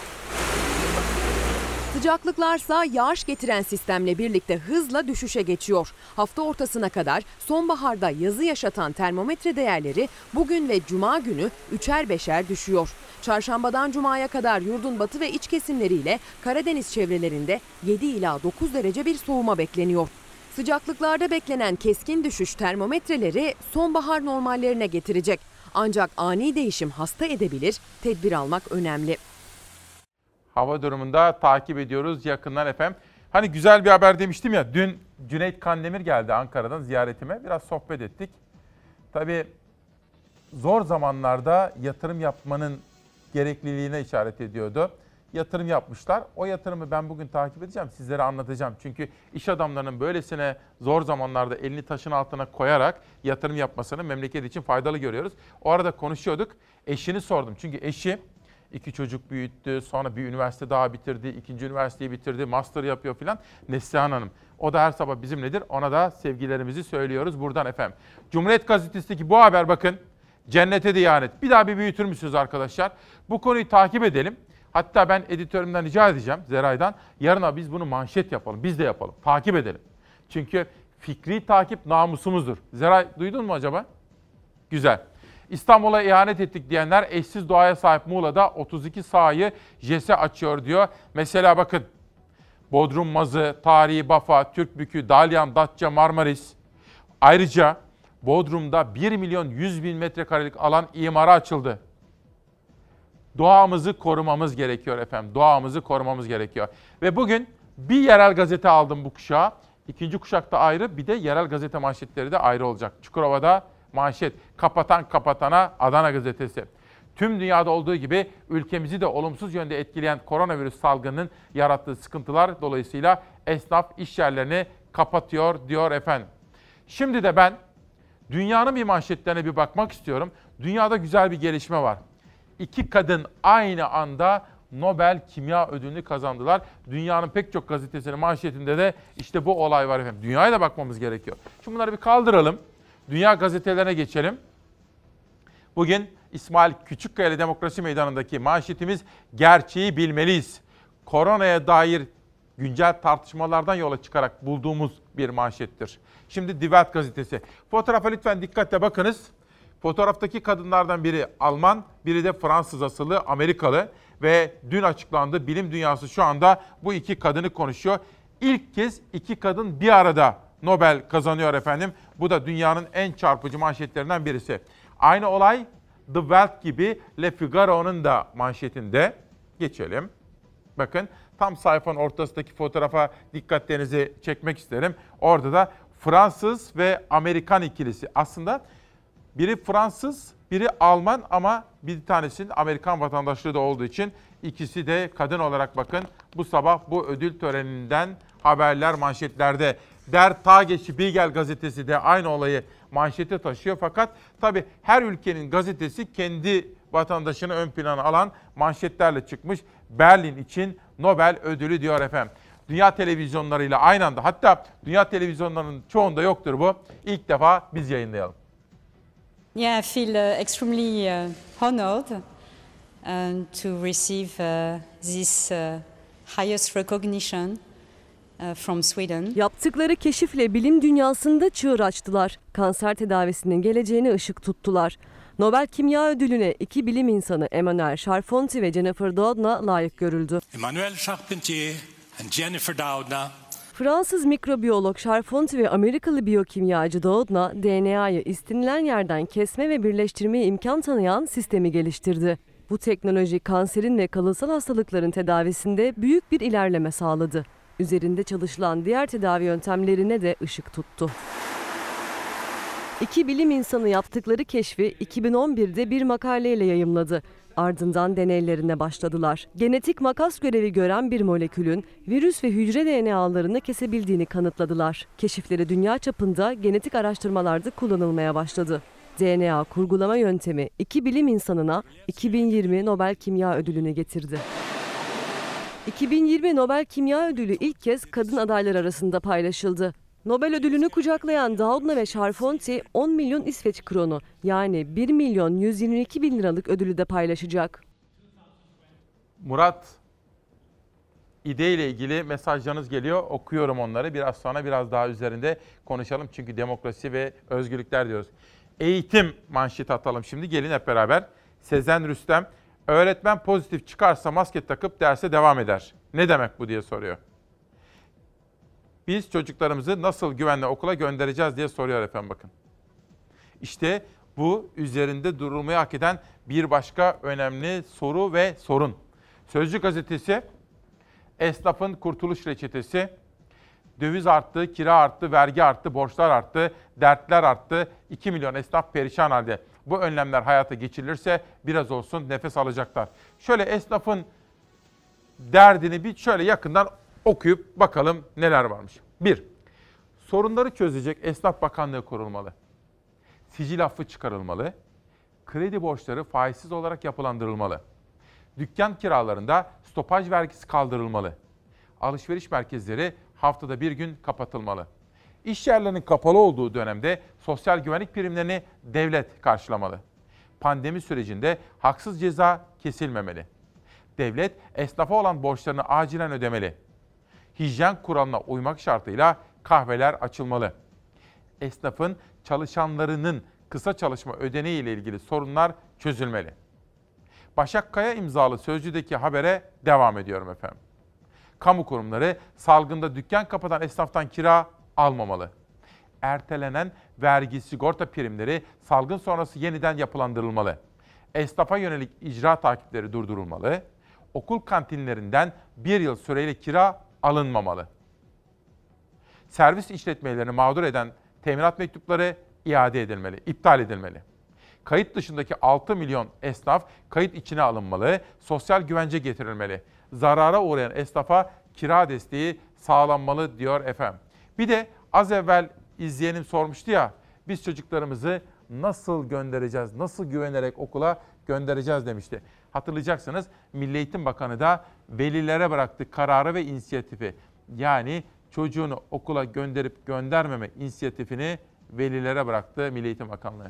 Sıcaklıklarsa yağış getiren sistemle birlikte hızla düşüşe geçiyor. Hafta ortasına kadar sonbaharda yazı yaşatan termometre değerleri bugün ve Cuma günü 3'er 5'er düşüyor. Çarşambadan Cuma'ya kadar yurdun batı ve iç kesimleriyle Karadeniz çevrelerinde 7 ila 9 derece bir soğuma bekleniyor. Sıcaklıklarda beklenen keskin düşüş termometreleri sonbahar normallerine getirecek. Ancak ani değişim hasta edebilir, tedbir almak önemli. Hava durumunda takip ediyoruz yakından efendim. Hani güzel bir haber demiştim ya, dün Cüneyt Kandemir geldi Ankara'dan ziyaretime. Biraz sohbet ettik. Tabii zor zamanlarda yatırım yapmanın gerekliliğine işaret ediyordu. Yatırım yapmışlar. O yatırımı ben bugün takip edeceğim, sizlere anlatacağım. Çünkü iş adamlarının böylesine zor zamanlarda elini taşın altına koyarak yatırım yapmasını memleket için faydalı görüyoruz. O arada konuşuyorduk. Eşini sordum. Çünkü eşi 2 çocuk büyüttü, sonra bir üniversite daha bitirdi, 2. üniversiteyi bitirdi, master yapıyor filan. Neslihan Hanım. O da her sabah bizimledir. Ona da sevgilerimizi söylüyoruz buradan efendim. Cumhuriyet Gazetesi'ndeki bu haber bakın. Cennete de ihanet. Bir daha bir büyütür müsünüz arkadaşlar? Bu konuyu takip edelim. Hatta ben editörümden rica edeceğim, Zeray'dan. Yarına biz bunu manşet yapalım, biz de yapalım. Takip edelim. Çünkü fikri takip namusumuzdur. Zeray duydun mu acaba? Güzel. İstanbul'a ihanet ettik diyenler eşsiz doğaya sahip Muğla'da 32 sahayı JES'e açıyor diyor. Mesela bakın Bodrum Mazı, Tarihi Bafa, Türkbükü, Dalyan, Datça, Marmaris. Ayrıca Bodrum'da 1 milyon 100 bin metrekarelik alan imara açıldı. Doğamızı korumamız gerekiyor efendim. Doğamızı korumamız gerekiyor. Ve bugün bir yerel gazete aldım bu kuşağa. İkinci kuşakta ayrı, bir de yerel gazete manşetleri de ayrı olacak. Çukurova'da manşet, kapatan kapatana Adana gazetesi. Tüm dünyada olduğu gibi ülkemizi de olumsuz yönde etkileyen koronavirüs salgınının yarattığı sıkıntılar dolayısıyla esnaf iş yerlerini kapatıyor diyor efendim. Şimdi de ben dünyanın bir manşetlerine bir bakmak istiyorum. Dünyada güzel bir gelişme var. 2 kadın aynı anda Nobel Kimya Ödülünü kazandılar. Dünyanın pek çok gazetesinin manşetinde de işte bu olay var efendim. Dünyaya da bakmamız gerekiyor. Şimdi bunları bir kaldıralım. Dünya gazetelerine geçelim. Bugün İsmail Küçükkaya Demokrasi Meydanı'ndaki manşetimiz gerçeği bilmeliyiz. Koronaya dair güncel tartışmalardan yola çıkarak bulduğumuz bir manşettir. Şimdi Die Welt gazetesi. Fotoğrafa lütfen dikkatle bakınız. Fotoğraftaki kadınlardan biri Alman, biri de Fransız asıllı, Amerikalı ve dün açıklandı. Bilim dünyası şu anda bu 2 kadını konuşuyor. İlk kez 2 kadın bir arada Nobel kazanıyor efendim. Bu da dünyanın en çarpıcı manşetlerinden birisi. Aynı olay The Welt gibi Le Figaro'nun da manşetinde. Geçelim. Bakın tam sayfanın ortasındaki fotoğrafa dikkatlerinizi çekmek isterim. Orada da Fransız ve Amerikan ikilisi. Aslında biri Fransız, biri Alman ama bir tanesinin Amerikan vatandaşlığı da olduğu için ikisi de kadın olarak bakın bu sabah bu ödül töreninden haberler manşetlerde. Der Tagesspiegel gazetesi de aynı olayı manşete taşıyor. Fakat tabii her ülkenin gazetesi kendi vatandaşını ön plana alan manşetlerle çıkmış. Berlin için Nobel ödülü diyor efendim. Dünya televizyonlarıyla aynı anda, hatta dünya televizyonlarının çoğunda yoktur bu. İlk defa biz yayınlayalım. Yeah, I feel extremely honored to receive this highest recognition from Sweden. Yaptıkları keşifle bilim dünyasında çığır açtılar. Kanser tedavisinin geleceğine ışık tuttular. Nobel Kimya Ödülü'ne 2 bilim insanı Emmanuel Charpentier ve Jennifer Doudna layık görüldü. Emmanuel Charpentier and Jennifer Doudna. Fransız mikrobiyolog Charpentier ve Amerikalı biyokimyacı Doudna, DNA'yı istenilen yerden kesme ve birleştirmeye imkan tanıyan sistemi geliştirdi. Bu teknoloji kanserin ve kalıtsal hastalıkların tedavisinde büyük bir ilerleme sağladı. Üzerinde çalışılan diğer tedavi yöntemlerine de ışık tuttu. 2 bilim insanı yaptıkları keşfi 2011'de bir makaleyle yayımladı. Ardından deneylerine başladılar. Genetik makas görevi gören bir molekülün virüs ve hücre DNA'larını kesebildiğini kanıtladılar. Keşifleri dünya çapında genetik araştırmalarda kullanılmaya başladı. DNA kurgulama yöntemi 2 bilim insanına 2020 Nobel Kimya Ödülünü getirdi. 2020 Nobel Kimya Ödülü ilk kez kadın adaylar arasında paylaşıldı. Nobel ödülünü kucaklayan Doudna ve Sharfonti 10 milyon İsveç kronu yani 1 milyon 122 bin liralık ödülü de paylaşacak. Murat, ideyle ilgili mesajlarınız geliyor. Okuyorum onları. Biraz sonra biraz daha üzerinde konuşalım. Çünkü demokrasi ve özgürlükler diyoruz. Eğitim manşeti atalım şimdi. Gelin hep beraber. Sezen Rüstem, öğretmen pozitif çıkarsa maske takıp derse devam eder. Ne demek bu diye soruyor. Biz çocuklarımızı nasıl güvenle okula göndereceğiz diye soruyor efendim bakın. İşte bu üzerinde durulmayı hak eden bir başka önemli soru ve sorun. Sözcü gazetesi, esnafın kurtuluş reçetesi, döviz arttı, kira arttı, vergi arttı, borçlar arttı, dertler arttı, 2 milyon esnaf perişan halde. Bu önlemler hayata geçirilirse biraz olsun nefes alacaklar. Şöyle esnafın derdini bir şöyle yakından okuyup bakalım neler varmış. 1. Sorunları çözecek Esnaf Bakanlığı kurulmalı. Sicil affı çıkarılmalı. Kredi borçları faizsiz olarak yapılandırılmalı. Dükkan kiralarında stopaj vergisi kaldırılmalı. Alışveriş merkezleri haftada bir gün kapatılmalı. İş yerlerinin kapalı olduğu dönemde sosyal güvenlik primlerini devlet karşılamalı. Pandemi sürecinde haksız ceza kesilmemeli. Devlet esnafa olan borçlarını acilen ödemeli. Hijyen kuralına uymak şartıyla kahveler açılmalı. Esnafın çalışanlarının kısa çalışma ödeneği ile ilgili sorunlar çözülmeli. Başak Kaya imzalı Sözcü'deki habere devam ediyorum efendim. Kamu kurumları salgında dükkan kapatan esnaftan kira almamalı. Ertelenen vergi sigorta primleri salgın sonrası yeniden yapılandırılmalı. Esnafa yönelik icra takipleri durdurulmalı. Okul kantinlerinden 1 yıl süreyle kira alınmamalı. Servis işletmelerini mağdur eden teminat mektupları iade edilmeli, iptal edilmeli. Kayıt dışındaki 6 milyon esnaf kayıt içine alınmalı, sosyal güvence getirilmeli. Zarara uğrayan esnafa kira desteği sağlanmalı diyor efendim. Bir de az evvel izleyenim sormuştu ya, biz çocuklarımızı nasıl göndereceğiz, nasıl güvenerek okula göndereceğiz demişti. Hatırlayacaksınız Milli Eğitim Bakanı da velilere bıraktı kararı ve inisiyatifi. Yani çocuğunu okula gönderip göndermeme inisiyatifini velilere bıraktı Milli Eğitim Bakanlığı.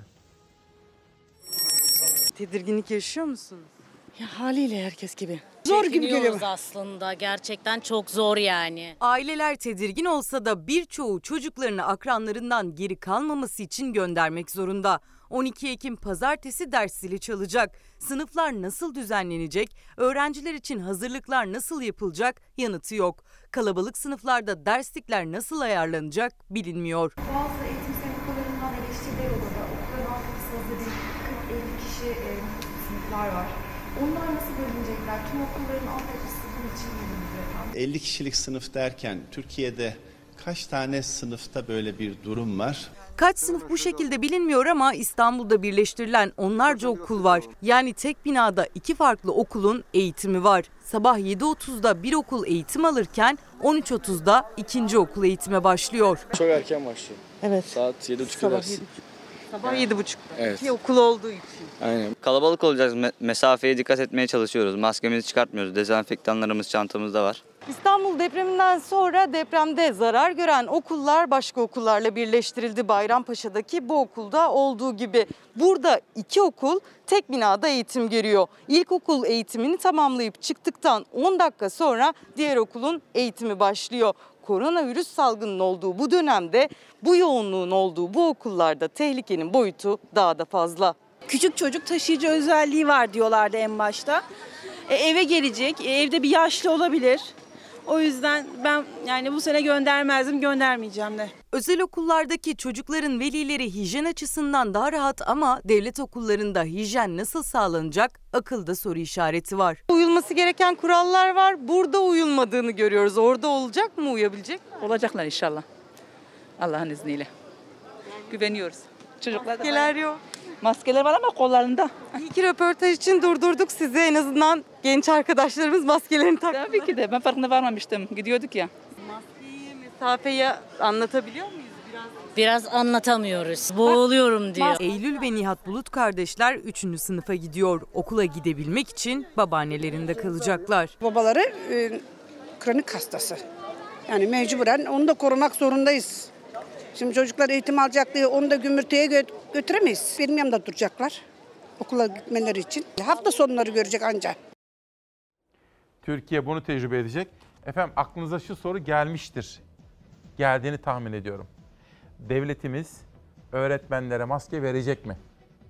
Tedirginlik yaşıyor musunuz? Ya haliyle herkes gibi. Zor gibi geliyor aslında. Gerçekten çok zor yani. Aileler tedirgin olsa da birçoğu çocuklarını akranlarından geri kalmaması için göndermek zorunda. 12 Ekim pazartesi ders zili çalacak. Sınıflar nasıl düzenlenecek? Öğrenciler için hazırlıklar nasıl yapılacak? Yanıtı yok. Kalabalık sınıflarda derslikler nasıl ayarlanacak bilinmiyor. Bazı eğitim sendikalarından eleştiriler olur. Okulların arkasında bir 40-50 kişi sınıflar var. Onlar nasıl bölünecekler? Tüm okulların alt yapısı bunun için bölünüyor efendim. 50 kişilik sınıf derken Türkiye'de kaç tane sınıfta böyle bir durum var? Kaç sınıf bu şekilde bilinmiyor ama İstanbul'da birleştirilen onlarca okul var. Yani tek binada 2 farklı okulun eğitimi var. Sabah 7.30'da bir okul eğitim alırken 13.30'da ikinci okul eğitime başlıyor. Çok erken başlıyor. Evet. Saat 7.30'da ders. Sabah 7.30. Evet. İki okul olduğu için. Aynen. Kalabalık olacağız. Mesafeye dikkat etmeye çalışıyoruz. Maskemizi çıkartmıyoruz. Dezenfektanlarımız çantamızda var. İstanbul depreminden sonra depremde zarar gören okullar başka okullarla birleştirildi. Bayrampaşa'daki bu okulda olduğu gibi. Burada 2 okul tek binada eğitim görüyor. İlkokul eğitimini tamamlayıp çıktıktan 10 dakika sonra diğer okulun eğitimi başlıyor. Koronavirüs salgının olduğu bu dönemde bu yoğunluğun olduğu bu okullarda tehlikenin boyutu daha da fazla. Küçük çocuk taşıyıcı özelliği var diyorlardı en başta. Eve gelecek, evde bir yaşlı olabilir. O yüzden ben yani bu sene göndermezdim, göndermeyeceğim de. Özel okullardaki çocukların velileri hijyen açısından daha rahat ama devlet okullarında hijyen nasıl sağlanacak? Akılda soru işareti var. Uyulması gereken kurallar var. Burada uyulmadığını görüyoruz. Orada olacak mı, uyabilecek mi? Olacaklar inşallah. Allah'ın izniyle. Güveniyoruz. Çocuklar da maskeler yok. Maskeler var ama kollarında. İyi ki röportaj için durdurduk sizi. En azından genç arkadaşlarımız maskelerini taktılar. Tabii ki de ben farkına varmamıştım. Gidiyorduk ya. Maskeyi, mesafeyi anlatabiliyor muyuz biraz? Biraz anlatamıyoruz. Boğuluyorum diyor. Eylül ve Nihat Bulut kardeşler 3. sınıfa gidiyor. Okula gidebilmek için babaannelerinde kalacaklar. Babaları kronik hastası. Yani mecburen onu da korumak zorundayız. Şimdi çocuklar eğitim alacak diye onu da gümürteye götüremeyiz. Benim yanımda duracaklar okula gitmeleri için. Hafta sonları görecek ancak. Türkiye bunu tecrübe edecek. Efendim aklınıza şu soru gelmiştir. Geldiğini tahmin ediyorum. Devletimiz öğretmenlere maske verecek mi?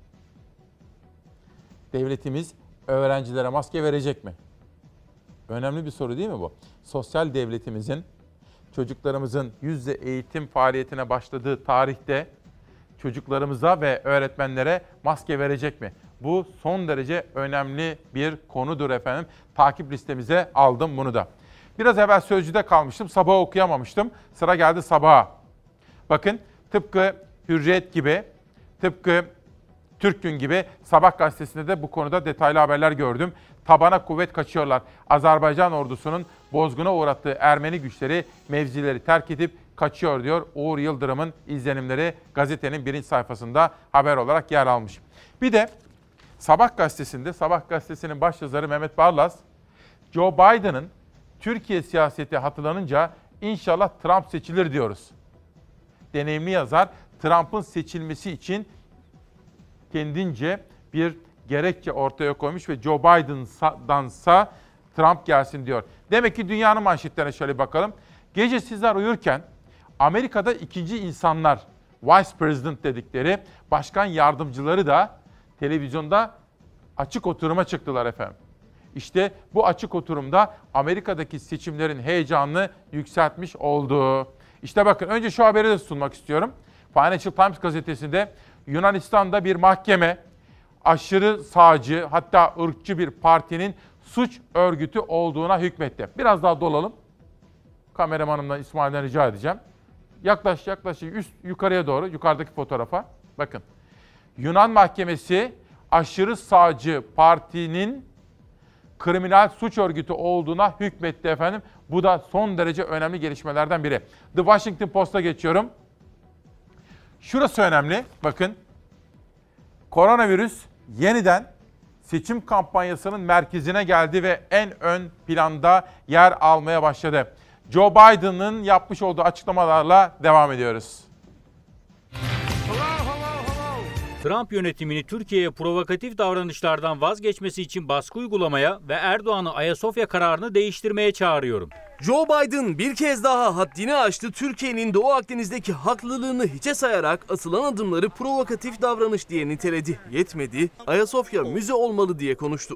Devletimiz öğrencilere maske verecek mi? Önemli bir soru değil mi bu? Sosyal devletimizin çocuklarımızın yüz yüze eğitim faaliyetine başladığı tarihte çocuklarımıza ve öğretmenlere maske verecek mi? Bu son derece önemli bir konudur efendim. Takip listemize aldım bunu da. Biraz evvel Sözcü'de kalmıştım. Sabahı okuyamamıştım. Sıra geldi sabaha. Bakın tıpkı Hürriyet gibi, tıpkı Türk Gün gibi Sabah gazetesinde de bu konuda detaylı haberler gördüm. Tabana kuvvet kaçıyorlar. Azerbaycan ordusunun bozguna uğrattığı Ermeni güçleri mevzileri terk edip kaçıyor diyor. Uğur Yıldırım'ın izlenimleri gazetenin birinci sayfasında haber olarak yer almış. Bir de Sabah gazetesinde, Sabah gazetesinin başyazarı Mehmet Barlas, Joe Biden'ın Türkiye siyaseti hatırlanınca inşallah Trump seçilir diyoruz. Deneyimli yazar Trump'ın seçilmesi için kendince bir gerekçe ortaya koymuş ve Joe Biden'dansa Trump gelsin diyor. Demek ki dünyanın manşetlerine şöyle bakalım. Gece sizler uyurken Amerika'da ikinci insanlar, Vice President dedikleri başkan yardımcıları da televizyonda açık oturuma çıktılar efendim. İşte bu açık oturumda Amerika'daki seçimlerin heyecanını yükseltmiş oldu. İşte bakın önce şu haberi de sunmak istiyorum. Financial Times gazetesinde Yunanistan'da bir mahkeme aşırı sağcı hatta ırkçı bir partinin suç örgütü olduğuna hükmetti. Biraz daha dolalım. Kameramanımdan İsmail'den rica edeceğim. Yaklaşık yukarıya doğru, yukarıdaki fotoğrafa bakın. Yunan mahkemesi aşırı sağcı partinin kriminal suç örgütü olduğuna hükmetti efendim. Bu da son derece önemli gelişmelerden biri. The Washington Post'a geçiyorum. Şurası önemli. Bakın. Koronavirüs yeniden seçim kampanyasının merkezine geldi ve en ön planda yer almaya başladı. Joe Biden'ın yapmış olduğu açıklamalarla devam ediyoruz. Trump yönetimini Türkiye'ye provokatif davranışlardan vazgeçmesi için baskı uygulamaya ve Erdoğan'ı Ayasofya kararını değiştirmeye çağırıyorum. Joe Biden bir kez daha haddini aştı. Türkiye'nin Doğu Akdeniz'deki haklılığını hiçe sayarak atılan adımları provokatif davranış diye niteledi. Yetmedi, Ayasofya müze olmalı diye konuştu.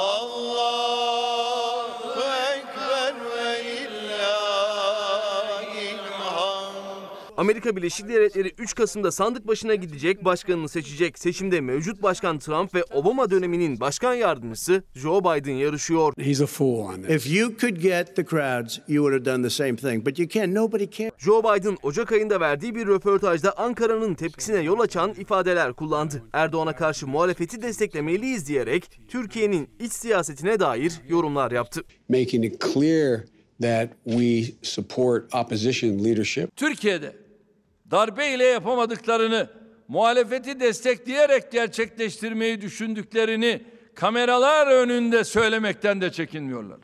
Amerika Birleşik Devletleri 3 Kasım'da sandık başına gidecek, başkanını seçecek. Seçimde mevcut başkan Trump ve Obama döneminin başkan yardımcısı Joe Biden yarışıyor. He's a fool on this. If you could get the crowds, you would have done the same thing, but you can't. Nobody cares. Joe Biden Ocak ayında verdiği bir röportajda Ankara'nın tepkisine yol açan ifadeler kullandı. Erdoğan'a karşı muhalefeti desteklemeliyiz diyerek Türkiye'nin iç siyasetine dair yorumlar yaptı. Making it clear that we support opposition leadership. Türkiye'de darbe ile yapamadıklarını, muhalefeti destekleyerek gerçekleştirmeyi düşündüklerini kameralar önünde söylemekten de çekinmiyorlar.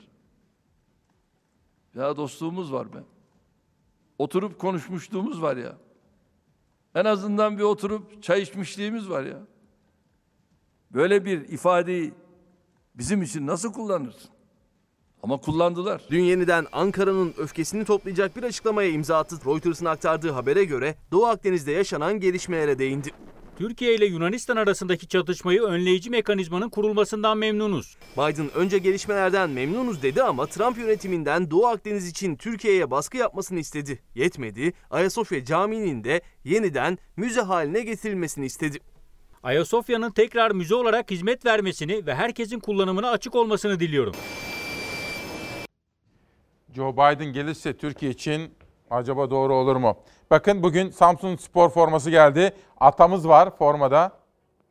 Ya dostluğumuz var be. Oturup konuşmuşluğumuz var ya. En azından bir oturup çay içmişliğimiz var ya. Böyle bir ifadeyi bizim için nasıl kullanırsın? Ama kullandılar. Dün yeniden Ankara'nın öfkesini toplayacak bir açıklamaya imza attı. Reuters'ın aktardığı habere göre Doğu Akdeniz'de yaşanan gelişmelere değindi. Türkiye ile Yunanistan arasındaki çatışmayı önleyici mekanizmanın kurulmasından memnunuz. Biden önce gelişmelerden memnunuz dedi ama Trump yönetiminden Doğu Akdeniz için Türkiye'ye baskı yapmasını istedi. Yetmedi, Ayasofya Camii'nin de yeniden müze haline getirilmesini istedi. Ayasofya'nın tekrar müze olarak hizmet vermesini ve herkesin kullanımına açık olmasını diliyorum. Joe Biden gelirse Türkiye için acaba doğru olur mu? Bakın bugün Samsun Spor forması geldi. Atamız var formada.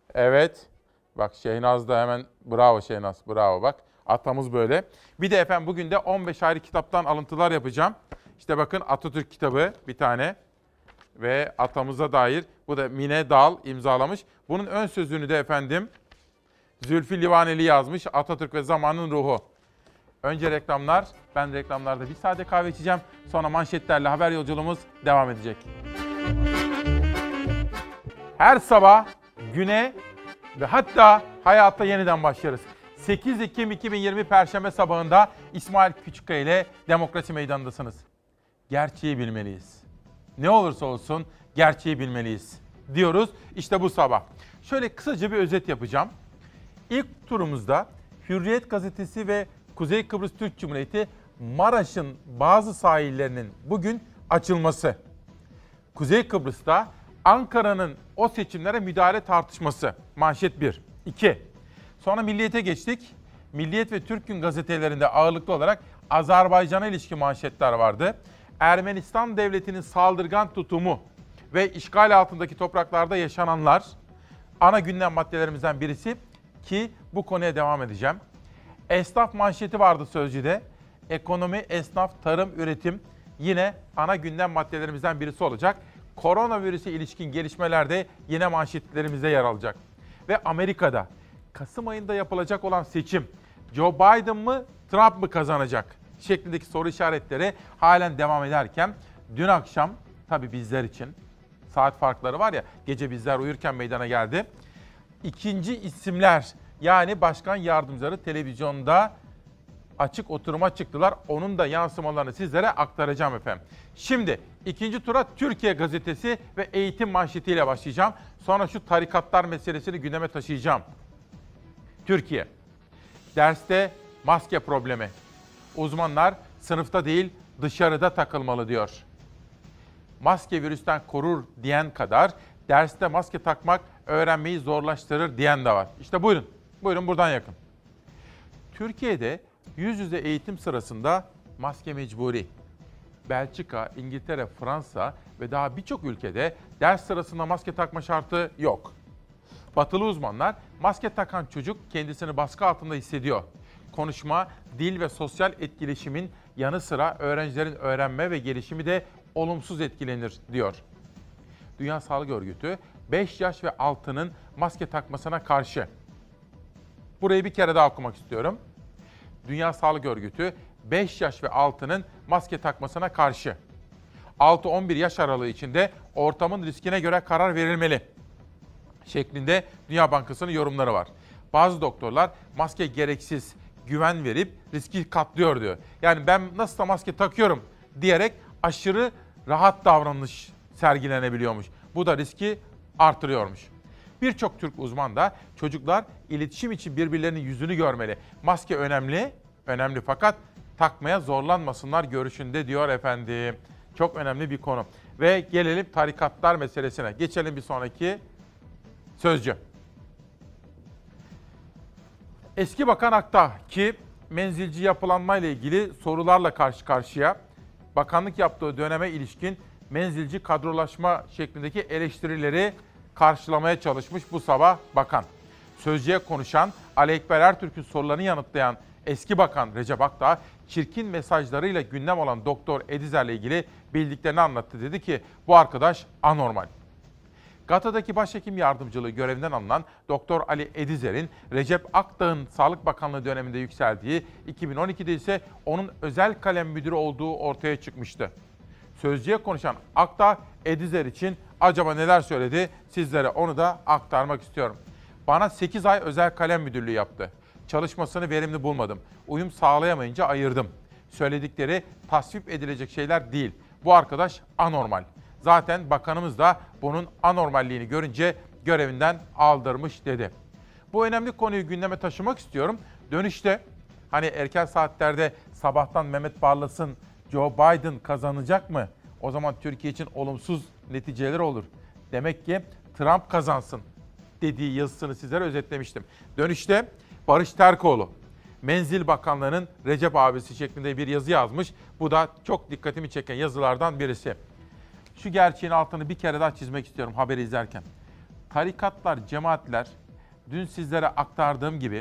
Evet. Bak Şehnaz da hemen bravo Şehnaz, bravo bak. Atamız böyle. Bir de efendim bugün de 15 ayrı kitaptan alıntılar yapacağım. İşte bakın Atatürk kitabı bir tane ve atamıza dair. Bu da Mine Dal imzalamış. Bunun ön sözünü de efendim Zülfü Livaneli yazmış. Atatürk ve Zamanın Ruhu. Önce reklamlar. Ben reklamlarda bir sade kahve içeceğim. Sonra manşetlerle haber yolculuğumuz devam edecek. Her sabah güne ve hatta hayata yeniden başlarız. 8 Ekim 2020 Perşembe sabahında İsmail Küçükkaya ile Demokrasi Meydanı'ndasınız. Gerçeği bilmeliyiz. Ne olursa olsun gerçeği bilmeliyiz diyoruz işte bu sabah. Şöyle kısaca bir özet yapacağım. İlk turumuzda Hürriyet Gazetesi ve Kuzey Kıbrıs Türk Cumhuriyeti Maraş'ın bazı sahillerinin bugün açılması. Kuzey Kıbrıs'ta Ankara'nın o seçimlere müdahale tartışması. Manşet 1. 2. Sonra Milliyet'e geçtik. Milliyet ve Türk Gün gazetelerinde ağırlıklı olarak Azerbaycan'a ilişkin manşetler vardı. Ermenistan devletinin saldırgan tutumu ve işgal altındaki topraklarda yaşananlar ana gündem maddelerimizden birisi ki bu konuya devam edeceğim. Esnaf manşeti vardı Sözcü'de. Ekonomi, esnaf, tarım, üretim yine ana gündem maddelerimizden birisi olacak. Koronavirüse ilişkin gelişmeler de yine manşetlerimizde yer alacak. Ve Amerika'da Kasım ayında yapılacak olan seçim Joe Biden mı Trump mı kazanacak şeklindeki soru işaretleri halen devam ederken dün akşam tabii bizler için saat farkları var ya, gece bizler uyurken meydana geldi. İkinci isimler yani başkan yardımcıları televizyonda açık oturuma çıktılar. Onun da yansımalarını sizlere aktaracağım efendim. Şimdi ikinci tura Türkiye Gazetesi ve eğitim manşetiyle başlayacağım. Sonra şu tarikatlar meselesini gündeme taşıyacağım. Türkiye. Derste maske problemi. Uzmanlar sınıfta değil dışarıda takılmalı diyor. Maske virüsten korur diyen kadar derste maske takmak öğrenmeyi zorlaştırır diyen de var. İşte buyurun. Buyurun buradan yakın. Türkiye'de yüz yüze eğitim sırasında maske mecburi. Belçika, İngiltere, Fransa ve daha birçok ülkede ders sırasında maske takma şartı yok. Batılı uzmanlar maske takan çocuk kendisini baskı altında hissediyor. Konuşma, dil ve sosyal etkileşimin yanı sıra öğrencilerin öğrenme ve gelişimi de olumsuz etkilenir diyor. Dünya Sağlık Örgütü 5 yaş ve altının maske takmasına karşı. Burayı bir kere daha okumak istiyorum. Dünya Sağlık Örgütü 5 yaş ve altının maske takmasına karşı. 6-11 yaş aralığı içinde ortamın riskine göre karar verilmeli şeklinde Dünya Bankası'nın yorumları var. Bazı doktorlar maske gereksiz, güven verip riski katlıyor diyor. Yani ben nasıl da maske takıyorum diyerek aşırı rahat davranış sergilenebiliyormuş. Bu da riski artırıyormuş. Birçok Türk uzman da çocuklar iletişim için birbirlerinin yüzünü görmeli. Maske önemli fakat takmaya zorlanmasınlar görüşünde diyor efendim. Çok önemli bir konu. Ve gelelim tarikatlar meselesine. Geçelim bir sonraki Sözcü. Eski Bakan Akta ki menzilci yapılanmayla ilgili sorularla karşı karşıya, bakanlık yaptığı döneme ilişkin menzilci kadrolaşma şeklindeki eleştirileri karşılamaya çalışmış bu sabah bakan. Sözcüye konuşan Ali Ekber Ertürk'ün sorularını yanıtlayan eski bakan Recep Akdağ, çirkin mesajlarıyla gündem olan Doktor Edizer'le ilgili bildiklerini anlattı. Dedi ki bu arkadaş anormal. GATA'daki başhekim yardımcılığı görevinden alınan Doktor Ali Edizer'in Recep Akdağ'ın Sağlık Bakanlığı döneminde yükseldiği, 2012'de ise onun özel kalem müdürü olduğu ortaya çıkmıştı. Sözcüye konuşan Akdağ, Edizer için acaba neler söyledi? Sizlere onu da aktarmak istiyorum. Bana 8 ay özel kalem müdürlüğü yaptı. Çalışmasını verimli bulmadım. Uyum sağlayamayınca ayırdım. Söyledikleri tasvip edilecek şeyler değil. Bu arkadaş anormal. Zaten bakanımız da bunun anormalliğini görünce görevinden aldırmış dedi. Bu önemli konuyu gündeme taşımak istiyorum. Dönüşte hani erken saatlerde sabahtan Mehmet Barlas'ın Joe Biden kazanacak mı? O zaman Türkiye için olumsuz neticeler olur. Demek ki Trump kazansın dediği yazısını sizlere özetlemiştim. Dönüşte Barış Terkoğlu, Menzil Bakanlığı'nın Recep abisi şeklinde bir yazı yazmış. Bu da çok dikkatimi çeken yazılardan birisi. Şu gerçeğin altını bir kere daha çizmek istiyorum haberi izlerken. tarikatlar, cemaatler dün sizlere aktardığım gibi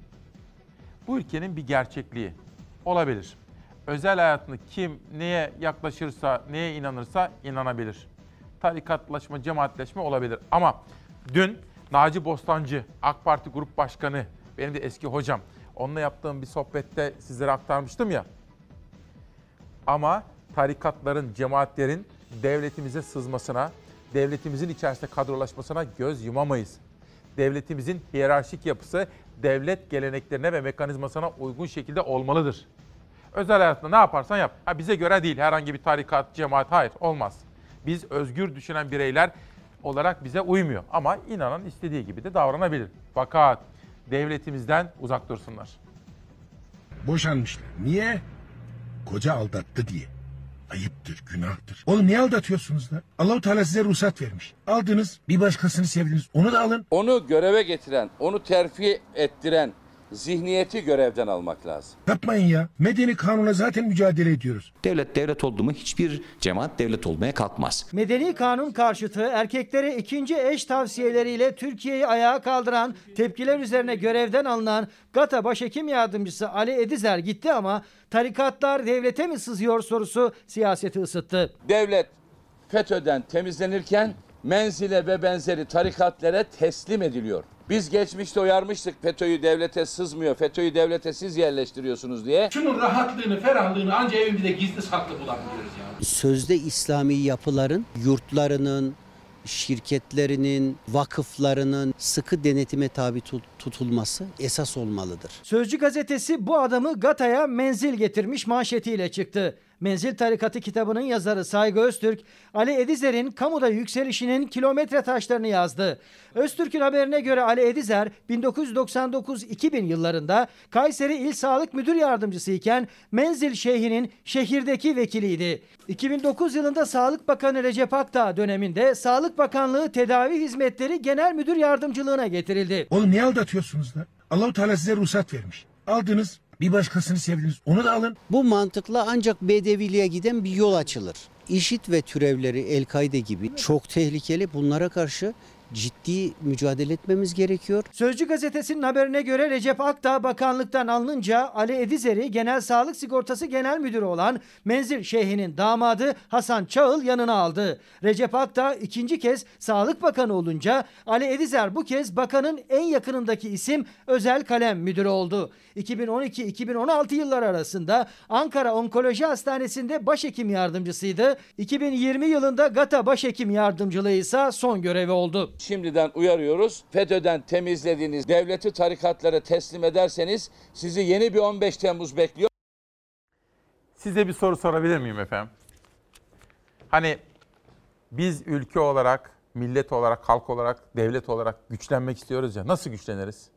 bu ülkenin bir gerçekliği olabilir. Özel hayatını kim neye yaklaşırsa, neye inanırsa inanabilir. Tarikatlaşma, cemaatleşme olabilir. Ama dün Naci Bostancı, AK Parti Grup Başkanı, benim de eski hocam, onunla yaptığım bir sohbette sizlere aktarmıştım ya. Ama tarikatların, cemaatlerin devletimize sızmasına, devletimizin içerisinde kadrolaşmasına göz yumamayız. Devletimizin hiyerarşik yapısı devlet geleneklerine ve mekanizmasına uygun şekilde olmalıdır. Özel hayatında ne yaparsan yap. Bize göre değil herhangi bir tarikat, cemaat, hayır olmaz. Biz özgür düşünen bireyler olarak bize uymuyor. Ama inanan istediği gibi de davranabilir. Fakat devletimizden uzak dursunlar. Boşanmışlar. Niye? Koca aldattı diye. Ayıptır, günahtır. Oğlum niye aldatıyorsunuz da? Allah-u Teala size ruhsat vermiş. Aldınız, bir başkasını sevdiniz. Onu da alın. Onu göreve getiren, onu terfi ettiren zihniyeti görevden almak lazım. Yapmayın ya. Medeni kanuna zaten mücadele ediyoruz. Devlet oldu mu hiçbir cemaat devlet olmaya kalkmaz. Medeni kanun karşıtı erkeklere ikinci eş tavsiyeleriyle Türkiye'yi ayağa kaldıran, tepkiler üzerine görevden alınan GATA Başhekim Yardımcısı Ali Edizer gitti ama tarikatlar devlete mi sızıyor sorusu siyaseti ısıttı. Devlet FETÖ'den temizlenirken menzile ve benzeri tarikatlara teslim ediliyor. Biz geçmişte uyarmıştık FETÖ'yü devlete sızmıyor, FETÖ'yü devlete siz yerleştiriyorsunuz diye. Şunun rahatlığını, ferahlığını ancak evimizde gizli saklı bulabiliyoruz yani. Sözde İslami yapıların, yurtlarının, şirketlerinin, vakıflarının sıkı denetime tabi tutulması esas olmalıdır. Sözcü gazetesi bu adamı GATA'ya menzil getirmiş manşetiyle çıktı. Menzil Tarikatı kitabının yazarı Saygı Öztürk, Ali Edizer'in kamuda yükselişinin kilometre taşlarını yazdı. Öztürk'ün haberine göre Ali Edizer 1999-2000 yıllarında Kayseri İl Sağlık Müdür Yardımcısı iken Menzil Şeyhi'nin şehirdeki vekiliydi. 2009 yılında Sağlık Bakanı Recep Akdağ döneminde Sağlık Bakanlığı Tedavi Hizmetleri Genel Müdür Yardımcılığına getirildi. Oğlum niye aldatıyorsunuz da? Allah-u Teala size ruhsat vermiş. Aldınız, bir başkasını sevdiniz. Onu da alın. Bu mantıkla ancak Bedeviliğe giden bir yol açılır. IŞİD ve türevleri El-Kaide gibi çok tehlikeli. Bunlara karşı ciddi mücadele etmemiz gerekiyor. Sözcü gazetesinin haberine göre Recep Akdağ bakanlıktan alınınca Ali Edizer'i Genel Sağlık Sigortası Genel Müdürü olan Menzil Şeyhi'nin damadı Hasan Çağıl yanına aldı. Recep Akdağ ikinci kez Sağlık Bakanı olunca Ali Edizer bu kez bakanın en yakınındaki isim Özel Kalem Müdürü oldu. 2012-2016 yılları arasında Ankara Onkoloji Hastanesi'nde başhekim yardımcısıydı. 2020 yılında GATA Başhekim Yardımcılığı ise son görevi oldu. Şimdiden uyarıyoruz. FETÖ'den temizlediğiniz devleti tarikatlara teslim ederseniz sizi yeni bir 15 Temmuz bekliyor. Size bir soru sorabilir miyim efendim? Hani biz ülke olarak, millet olarak, halk olarak, devlet olarak güçlenmek istiyoruz ya. Nasıl güçleniriz?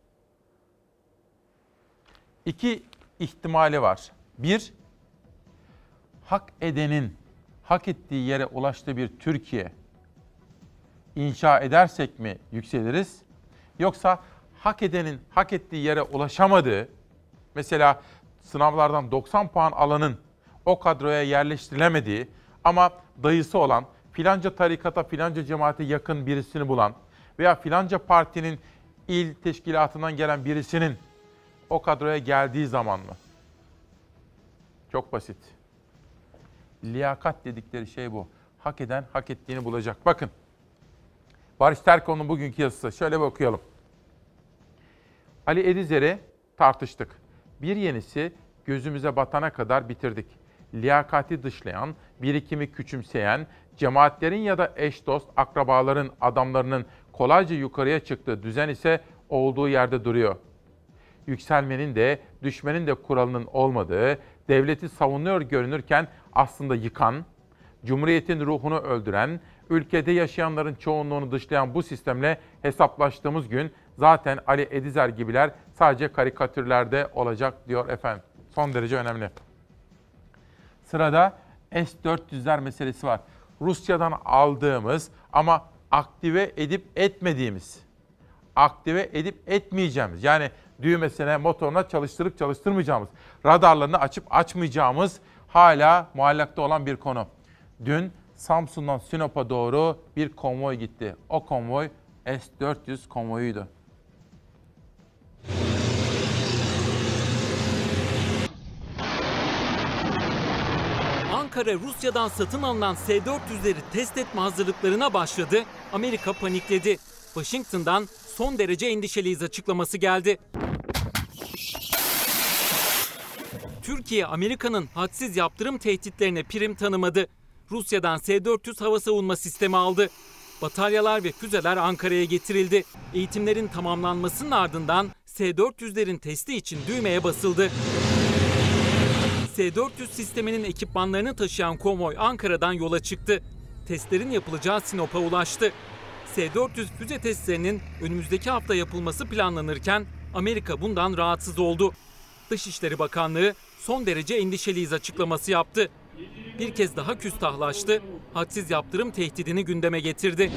İki ihtimali var. Bir, hak edenin hak ettiği yere ulaştığı bir Türkiye inşa edersek mi yükseliriz? Yoksa hak edenin hak ettiği yere ulaşamadığı, mesela sınavlardan 90 puan alanın o kadroya yerleştirilemediği ama dayısı olan, filanca tarikata, filanca cemaate yakın birisini bulan veya filanca partinin il teşkilatından gelen birisinin o kadroya geldiği zaman mı? Çok basit. Liyakat dedikleri şey bu. Hak eden hak ettiğini bulacak. Bakın. Barış Terkoğlu'nun bugünkü yazısı. Şöyle bir okuyalım. Ali Edizer'i tartıştık. Bir yenisi gözümüze batana kadar bitirdik. Liyakati dışlayan, birikimi küçümseyen, cemaatlerin ya da eş dost, akrabaların, adamlarının kolayca yukarıya çıktığı düzen ise olduğu yerde duruyor. Yükselmenin de, düşmenin de kuralının olmadığı, devleti savunuyor görünürken aslında yıkan, Cumhuriyetin ruhunu öldüren, ülkede yaşayanların çoğunluğunu dışlayan bu sistemle hesaplaştığımız gün zaten Ali Edizer gibiler sadece karikatürlerde olacak diyor efendim. Son derece önemli. Sırada S-400'ler meselesi var. Rusya'dan aldığımız ama aktive edip etmediğimiz, aktive edip etmeyeceğimiz, yani düğmesine, motoruna çalıştırıp çalıştırmayacağımız, radarlarını açıp açmayacağımız hala muallakta olan bir konu. Dün Samsun'dan Sinop'a doğru bir konvoy gitti. O konvoy S-400 konvoyuydu. Ankara Rusya'dan satın alınan S-400'leri test etme hazırlıklarına başladı. Amerika panikledi. Washington'dan son derece endişeliyiz açıklaması geldi. Türkiye, Amerika'nın hadsiz yaptırım tehditlerine prim tanımadı. Rusya'dan S-400 hava savunma sistemi aldı. Bataryalar ve füzeler Ankara'ya getirildi. Eğitimlerin tamamlanmasının ardından S-400'lerin testi için düğmeye basıldı. S-400 sisteminin ekipmanlarını taşıyan konvoy Ankara'dan yola çıktı. Testlerin yapılacağı Sinop'a ulaştı. S-400 füze testlerinin önümüzdeki hafta yapılması planlanırken Amerika bundan rahatsız oldu. Dışişleri Bakanlığı son derece endişeliyiz açıklaması yaptı. Bir kez daha küstahlaştı, hadsiz yaptırım tehdidini gündeme getirdi.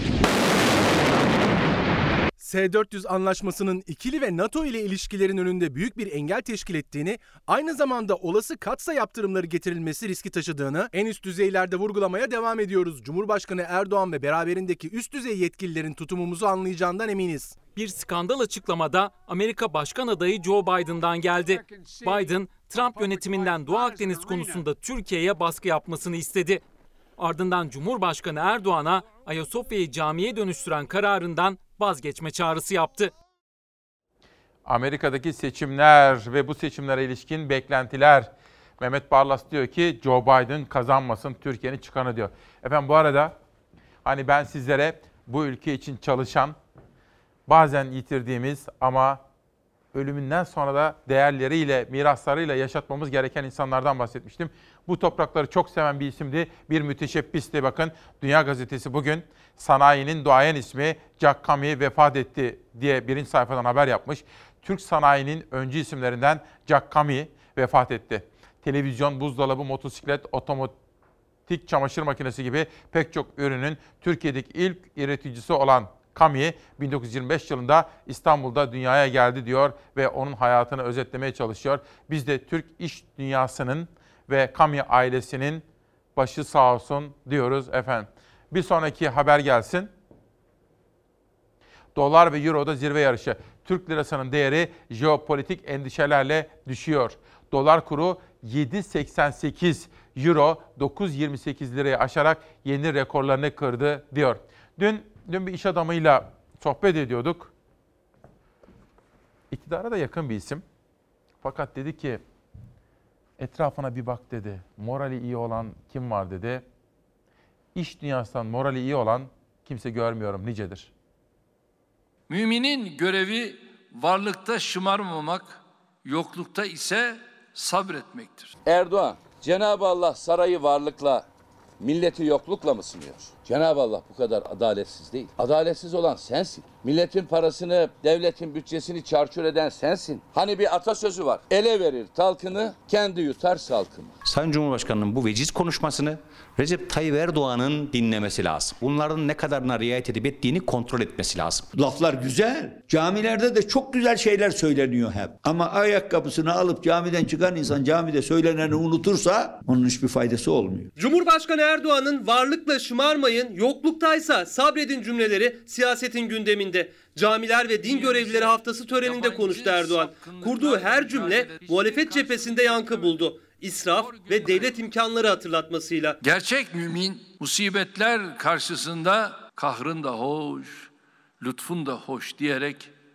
S-400 anlaşmasının ikili ve NATO ile ilişkilerin önünde büyük bir engel teşkil ettiğini, aynı zamanda olası katsayı yaptırımları getirilmesi riski taşıdığını en üst düzeylerde vurgulamaya devam ediyoruz. Cumhurbaşkanı Erdoğan ve beraberindeki üst düzey yetkililerin tutumumuzu anlayacağından eminiz. Bir skandal açıklamada Amerika Başkan adayı Joe Biden'dan geldi. Biden, Trump yönetiminden Doğu Akdeniz konusunda Türkiye'ye baskı yapmasını istedi. Ardından Cumhurbaşkanı Erdoğan'a Ayasofya'yı camiye dönüştüren kararından vazgeçme çağrısı yaptı. Amerika'daki seçimler ve bu seçimlere ilişkin beklentiler. Mehmet Barlas diyor ki Joe Biden kazanmasın, Türkiye'nin çıkanı diyor. Efendim bu arada hani ben sizlere bu ülke için çalışan, bazen yitirdiğimiz ama ölümünden sonra da değerleriyle, miraslarıyla yaşatmamız gereken insanlardan bahsetmiştim. Bu toprakları çok seven bir isimdi, bir müteşebbisti. Bakın Dünya Gazetesi bugün sanayinin duayen ismi Jack Kami vefat etti diye birinci sayfadan haber yapmış. Türk sanayinin öncü isimlerinden Jack Kami vefat etti. Televizyon, buzdolabı, motosiklet, otomatik çamaşır makinesi gibi pek çok ürünün Türkiye'deki ilk üreticisi olan Kami 1925 yılında İstanbul'da dünyaya geldi diyor ve onun hayatını özetlemeye çalışıyor. Biz de Türk iş dünyasının ve Kami ailesinin başı sağ olsun diyoruz efendim. Bir sonraki haber gelsin. Dolar ve Euro'da zirve yarışı. Türk lirasının değeri jeopolitik endişelerle düşüyor. Dolar kuru 7.88, Euro 9.28 lirayı aşarak yeni rekorlarını kırdı diyor. Dün bir iş adamıyla sohbet ediyorduk. İktidara da yakın bir isim. Fakat dedi ki etrafına bir bak dedi. Morali iyi olan kim var dedi. İş dünyasından morali iyi olan kimse görmüyorum nicedir. Müminin görevi varlıkta şımarmamak, yoklukta ise sabretmektir. Erdoğan, Cenab-ı Allah sarayı varlıkla, milleti yoklukla mı sınıyor? Cenab-ı Allah bu kadar adaletsiz değil. Adaletsiz olan sensin. Milletin parasını, devletin bütçesini çarçur eden sensin. Hani bir atasözü var. Ele verir talkını, kendi yutar salkını. Sayın Cumhurbaşkanı'nın bu veciz konuşmasını Recep Tayyip Erdoğan'ın dinlemesi lazım. Bunların ne kadarına riayet edip ettiğini kontrol etmesi lazım. Laflar güzel. Camilerde de çok güzel şeyler söyleniyor hep. Ama ayakkabısını alıp camiden çıkan insan camide söyleneni unutursa onun hiçbir faydası olmuyor. Cumhurbaşkanı Erdoğan'ın varlıkla şımarmayın, yokluktaysa sabredin cümleleri siyasetin gündeminde. Camiler ve din görevlileri haftası töreninde konuştu Erdoğan. Kurduğu her cümle muhalefet cephesinde yankı buldu. İsraf ve devlet imkanları hatırlatmasıyla. Gerçek mümin musibetler karşısında kahrın da hoş, lütfun da hoş diyerek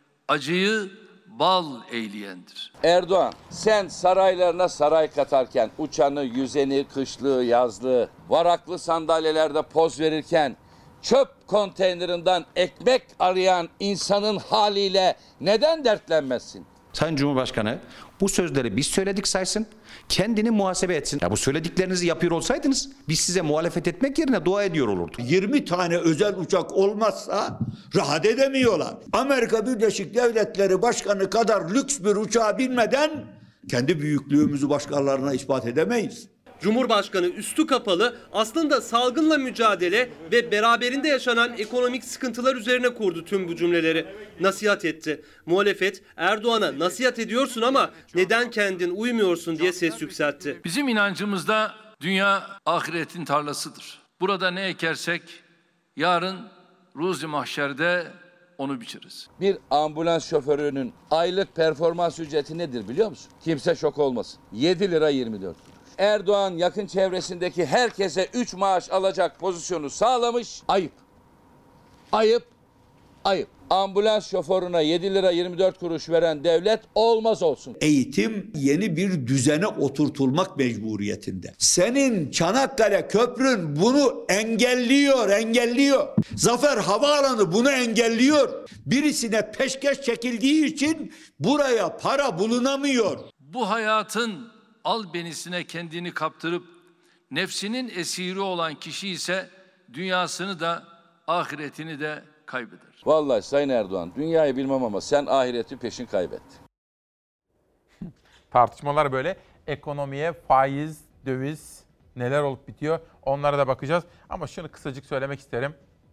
acıyı bal eyleyendir. Erdoğan, sen saraylarına saray katarken, uçanı, yüzeni, kışlığı, yazlığı, varaklı sandalyelerde poz verirken, çöp konteynerinden ekmek arayan insanın haliyle neden dertlenmezsin? Sayın Cumhurbaşkanı bu sözleri biz söyledik saysın, kendini muhasebe etsin. Ya bu söylediklerinizi yapıyor olsaydınız biz size muhalefet etmek yerine dua ediyor olurduk. 20 tane özel uçak olmazsa rahat edemiyorlar. Amerika Birleşik Devletleri Başkanı kadar lüks bir uçağa binmeden kendi büyüklüğümüzü başkalarına ispat edemeyiz. Cumhurbaşkanı üstü kapalı aslında salgınla mücadele ve beraberinde yaşanan ekonomik sıkıntılar üzerine kurdu tüm bu cümleleri. Nasihat etti. Muhalefet Erdoğan'a nasihat ediyorsun ama neden kendin uymuyorsun diye ses yükseltti. Bizim inancımızda dünya ahiretin tarlasıdır. Burada ne ekersek yarın ruzi mahşerde onu biçeriz. Bir ambulans şoförünün aylık performans ücreti nedir biliyor musun? Kimse şok olmasın. 7 lira 24 kuruş. Erdoğan yakın çevresindeki herkese 3 maaş alacak pozisyonu sağlamış. Ayıp. Ayıp. Ayıp. Ambulans şoförüne 7 lira 24 kuruş veren devlet olmaz olsun. Eğitim yeni bir düzene oturtulmak mecburiyetinde. Senin Çanakkale Köprün bunu engelliyor. Zafer Havaalanı bunu engelliyor. Birisine peşkeş çekildiği için buraya para bulunamıyor. Bu hayatın albenisine kendini kaptırıp nefsinin esiri olan kişi ise dünyasını da ahiretini de kaybeder. Vallahi Sayın Erdoğan, dünyayı bilmem ama sen ahireti peşin kaybettin. Tartışmalar böyle. Ekonomiye, faiz, döviz, neler olup bitiyor onlara da bakacağız. Ama şunu kısacık söylemek isterim.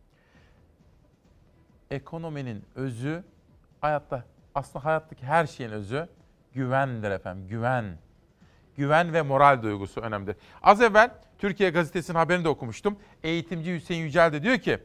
Ekonominin özü, aslında hayattaki her şeyin özü güvendir efendim, güven. Güven ve moral duygusu önemlidir. Az evvel Türkiye Gazetesi'nin haberini de okumuştum. Eğitimci Hüseyin Yücel de diyor ki,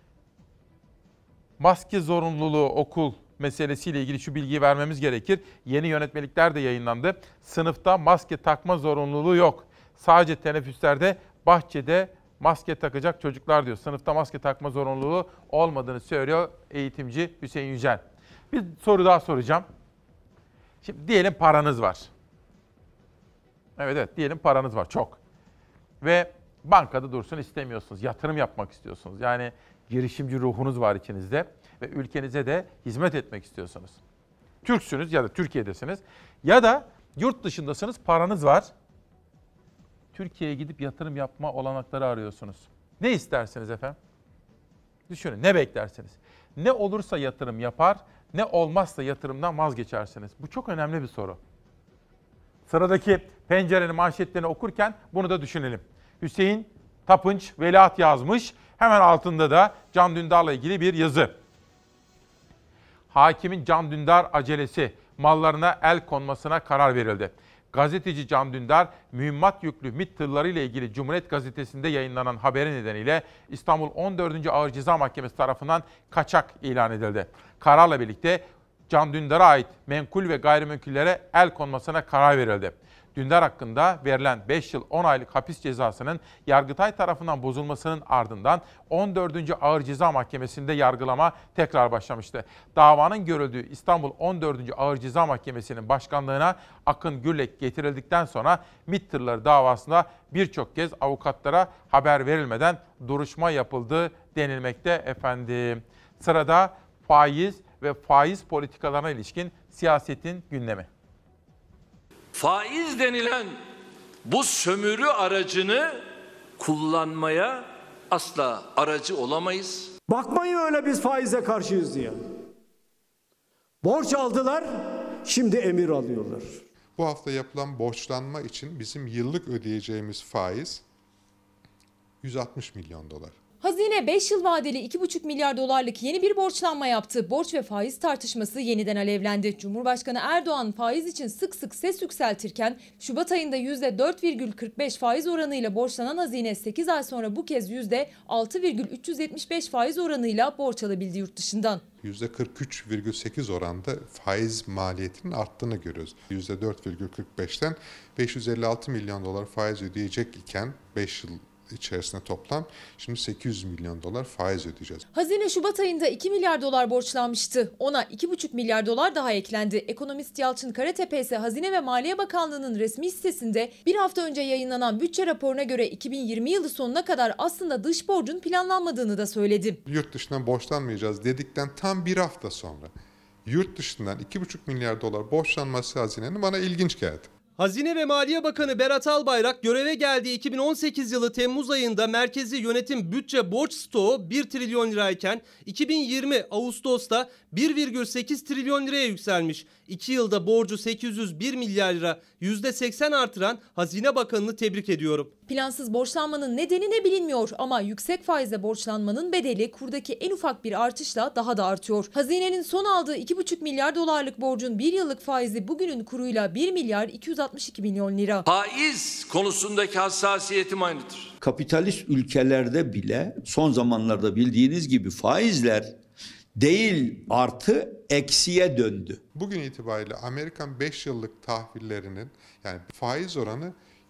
maske zorunluluğu okul meselesiyle ilgili şu bilgiyi vermemiz gerekir. Yeni yönetmelikler de yayınlandı. Sınıfta maske takma zorunluluğu yok. Sadece teneffüslerde, bahçede maske takacak çocuklar diyor. Sınıfta maske takma zorunluluğu olmadığını söylüyor eğitimci Hüseyin Yücel. Bir soru daha soracağım. Şimdi diyelim paranız var. Evet diyelim paranız var çok. Ve bankada dursun istemiyorsunuz. Yatırım yapmak istiyorsunuz. Yani girişimci ruhunuz var içinizde ve ülkenize de hizmet etmek istiyorsunuz. Türksünüz ya da Türkiye'desiniz ya da yurt dışındasınız, paranız var. Türkiye'ye gidip yatırım yapma olanakları arıyorsunuz. Ne istersiniz efendim? Düşünün, ne beklersiniz? Ne olursa yatırım yapar, ne olmazsa yatırımdan vazgeçersiniz. Bu çok önemli bir soru. Sıradaki pencerenin manşetlerini okurken bunu da düşünelim. Hüseyin Tapınç veliaht yazmış. Hemen altında da Can Dündar'la ilgili bir yazı. Hakimin Can Dündar acelesi, mallarına el konmasına karar verildi. Gazeteci Can Dündar, mühimmat yüklü MİT tırları ile ilgili Cumhuriyet Gazetesi'nde yayınlanan haberi nedeniyle İstanbul 14. Ağır Ceza Mahkemesi tarafından kaçak ilan edildi. Kararla birlikte Can Dündar'a ait menkul ve gayrimenkullere el konmasına karar verildi. Dündar hakkında verilen 5 yıl 10 aylık hapis cezasının Yargıtay tarafından bozulmasının ardından 14. Ağır Ceza Mahkemesi'nde yargılama tekrar başlamıştı. Davanın görüldüğü İstanbul 14. Ağır Ceza Mahkemesi'nin başkanlığına Akın Gürlek getirildikten sonra MİT tırları davasında birçok kez avukatlara haber verilmeden duruşma yapıldı denilmekte efendim. Sırada faiz ve faiz politikalarına ilişkin siyasetin gündemi. Faiz denilen bu sömürü aracını kullanmaya asla aracı olamayız. Bakmayın öyle biz faize karşıyız diye. Borç aldılar, şimdi emir alıyorlar. Bu hafta yapılan borçlanma için bizim yıllık ödeyeceğimiz faiz 160 milyon dolar. Hazine 5 yıl vadeli 2,5 milyar dolarlık yeni bir borçlanma yaptı. Borç ve faiz tartışması yeniden alevlendi. Cumhurbaşkanı Erdoğan faiz için sık sık ses yükseltirken Şubat ayında %4,45 faiz oranıyla borçlanan hazine 8 ay sonra bu kez %6,375 faiz oranıyla borç alabildi yurt dışından. %43,8 oranda faiz maliyetinin arttığını görüyoruz. %4,45'ten 556 milyon dolar faiz ödeyecek iken 5 yıl içerisinde toplam şimdi 800 milyon dolar faiz ödeyeceğiz. Hazine Şubat ayında 2 milyar dolar borçlanmıştı. Ona 2,5 milyar dolar daha eklendi. Ekonomist Yalçın Karatepe ise Hazine ve Maliye Bakanlığı'nın resmi sitesinde bir hafta önce yayınlanan bütçe raporuna göre 2020 yılı sonuna kadar aslında dış borcun planlanmadığını da söyledi. Yurt dışından borçlanmayacağız dedikten tam bir hafta sonra yurt dışından 2,5 milyar dolar borçlanması hazinenin bana ilginç geldi. Hazine ve Maliye Bakanı Berat Albayrak göreve geldiği 2018 yılı Temmuz ayında merkezi yönetim bütçe borç stoğu 1 trilyon lirayken 2020 Ağustos'ta 1,8 trilyon liraya yükselmiş. 2 yılda borcu 801 milyar lira, %80 artıran Hazine Bakanı'nı tebrik ediyorum. Plansız borçlanmanın nedeni ne bilinmiyor ama yüksek faizle borçlanmanın bedeli kurdaki en ufak bir artışla daha da artıyor. Hazinenin son aldığı 2,5 milyar dolarlık borcun bir yıllık faizi bugünün kuruyla 1 milyar 262 milyon lira. Faiz konusundaki hassasiyetim aynıdır. Kapitalist ülkelerde bile son zamanlarda bildiğiniz gibi faizler değil artı eksiye döndü. Bugün itibariyle Amerikan 5 yıllık tahvillerinin yani faiz oranı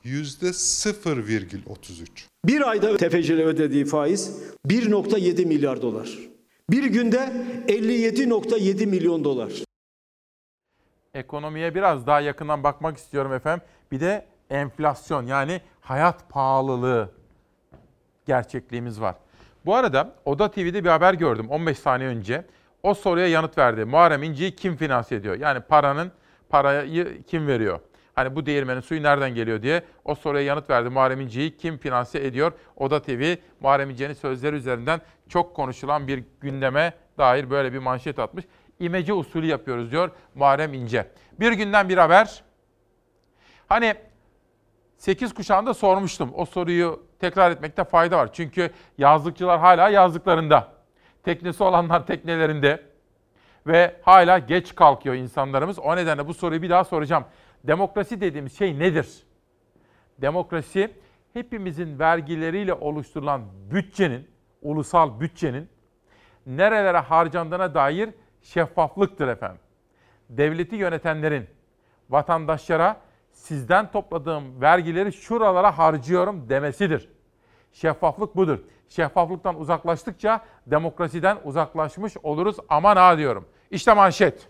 %0,33. Bir ayda tefecilere ödediği faiz 1,7 milyar dolar. Bir günde 57,7 milyon dolar. Ekonomiye biraz daha yakından bakmak istiyorum efendim. Bir de enflasyon yani hayat pahalılığı gerçekliğimiz var. Bu arada Oda TV'de bir haber gördüm 15 saniye önce. O soruya yanıt verdi. Muharrem İnce'yi kim finanse ediyor? Yani parayı kim veriyor? Hani bu değirmenin suyu nereden geliyor diye o soruya yanıt verdi. Muharrem İnce'yi kim finanse ediyor? Oda TV Muharrem İnce'nin sözleri üzerinden çok konuşulan bir gündeme dair böyle bir manşet atmış. İmece usulü yapıyoruz diyor Muharrem İnce. Bir günden bir haber. Hani 8 kuşağında sormuştum. O soruyu tekrar etmekte fayda var. Çünkü yazlıkçılar hala yazlıklarında. Teknesi olanlar teknelerinde. Ve hala geç kalkıyor insanlarımız. O nedenle bu soruyu bir daha soracağım. Demokrasi dediğimiz şey nedir? Demokrasi hepimizin vergileriyle oluşturulan bütçenin, ulusal bütçenin nerelere harcandığına dair şeffaflıktır efendim. Devleti yönetenlerin vatandaşlara sizden topladığım vergileri şuralara harcıyorum demesidir. Şeffaflık budur. Şeffaflıktan uzaklaştıkça demokrasiden uzaklaşmış oluruz. Aman ha diyorum. İşte manşet.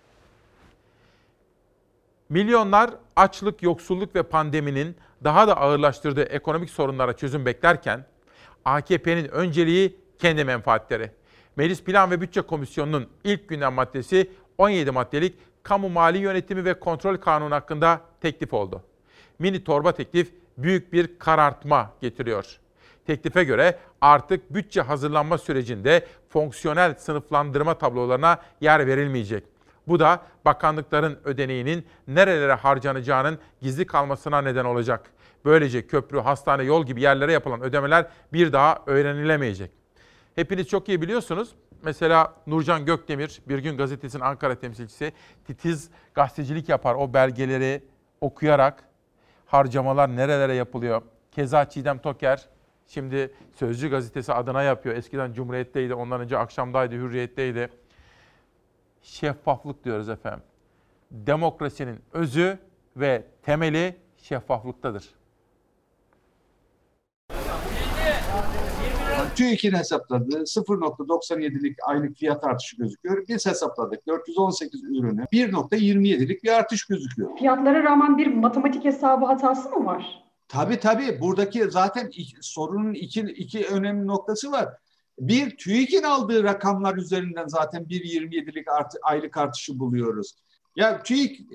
Milyonlar açlık, yoksulluk ve pandeminin daha da ağırlaştırdığı ekonomik sorunlara çözüm beklerken AKP'nin önceliği kendi menfaatleri. Meclis Plan ve Bütçe Komisyonu'nun ilk gündem maddesi 17 maddelik Kamu Mali Yönetimi ve Kontrol Kanunu hakkında teklif oldu. Mini torba teklif büyük bir karartma getiriyor. Teklife göre artık bütçe hazırlanma sürecinde fonksiyonel sınıflandırma tablolarına yer verilmeyecek. Bu da bakanlıkların ödeneğinin nerelere harcanacağının gizli kalmasına neden olacak. Böylece köprü, hastane, yol gibi yerlere yapılan ödemeler bir daha öğrenilemeyecek. Hepiniz çok iyi biliyorsunuz. Mesela Nurcan Gökdemir, Bir Gün Gazetesi'nin Ankara temsilcisi, titiz gazetecilik yapar. O belgeleri okuyarak harcamalar nerelere yapılıyor. Keza Çiğdem Toker, şimdi Sözcü Gazetesi adına yapıyor. Eskiden Cumhuriyet'teydi, ondan önce Akşam'daydı, Hürriyet'teydi. Şeffaflık diyoruz efendim. Demokrasinin özü ve temeli şeffaflıktadır. TÜİK'in hesapladığı 0,97'lik aylık fiyat artışı gözüküyor. Biz hesapladık 418 ürünü 1,27'lik bir artış gözüküyor. Fiyatlara rağmen bir matematik hesabı hatası mı var? Tabii. Buradaki zaten sorunun iki önemli noktası var. Bir, TÜİK'in aldığı rakamlar üzerinden zaten 1,27'lik aylık artışı buluyoruz. Ya TÜİK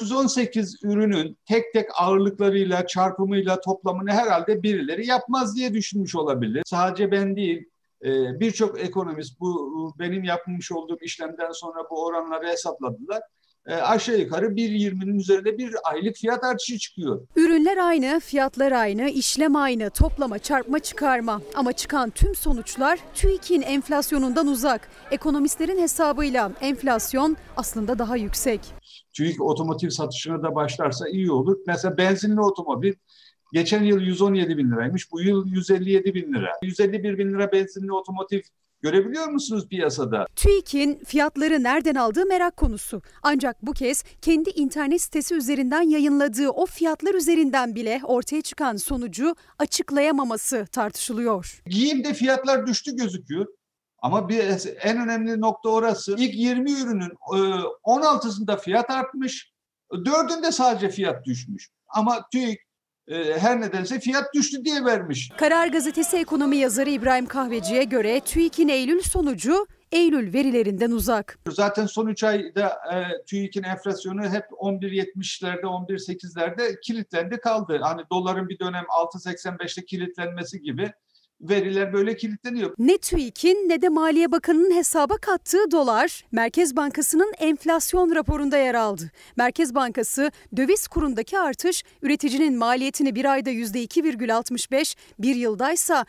418 ürünün tek tek ağırlıklarıyla, çarpımıyla toplamını herhalde birileri yapmaz diye düşünmüş olabilir. Sadece ben değil, birçok ekonomist bu benim yapmış olduğum işlemden sonra bu oranları hesapladılar. Aşağı yukarı 1,20'nin üzerinde bir aylık fiyat artışı çıkıyor. Ürünler aynı, fiyatlar aynı, işlem aynı, toplama, çarpma, çıkarma. Ama çıkan tüm sonuçlar TÜİK'in enflasyonundan uzak. Ekonomistlerin hesabıyla enflasyon aslında daha yüksek. TÜİK otomotiv satışına da başlarsa iyi olur. Mesela benzinli otomobil geçen yıl 117 bin liraymış, bu yıl 157 bin lira. 151 bin lira benzinli otomotiv görebiliyor musunuz piyasada? TÜİK'in fiyatları nereden aldığı merak konusu. Ancak bu kez kendi internet sitesi üzerinden yayınladığı o fiyatlar üzerinden bile ortaya çıkan sonucu açıklayamaması tartışılıyor. Giyimde fiyatlar düştü gözüküyor. Ama en önemli nokta orası. İlk 20 ürünün 16'sında fiyat artmış, 4'ünde sadece fiyat düşmüş. Ama TÜİK her nedense fiyat düştü diye vermiş. Karar Gazetesi ekonomi yazarı İbrahim Kahveci'ye göre TÜİK'in Eylül sonucu Eylül verilerinden uzak. Zaten son 3 ayda TÜİK'in enflasyonu hep 11.70'lerde, 11.8'lerde kilitlendi kaldı. Hani doların bir dönem 6.85'te kilitlenmesi gibi veriler böyle kilitleniyor. Ne TÜİK'in ne de Maliye Bakanı'nın hesaba kattığı dolar, Merkez Bankası'nın enflasyon raporunda yer aldı. Merkez Bankası döviz kurundaki artış üreticinin maliyetini bir ayda %2,65, bir yıldaysa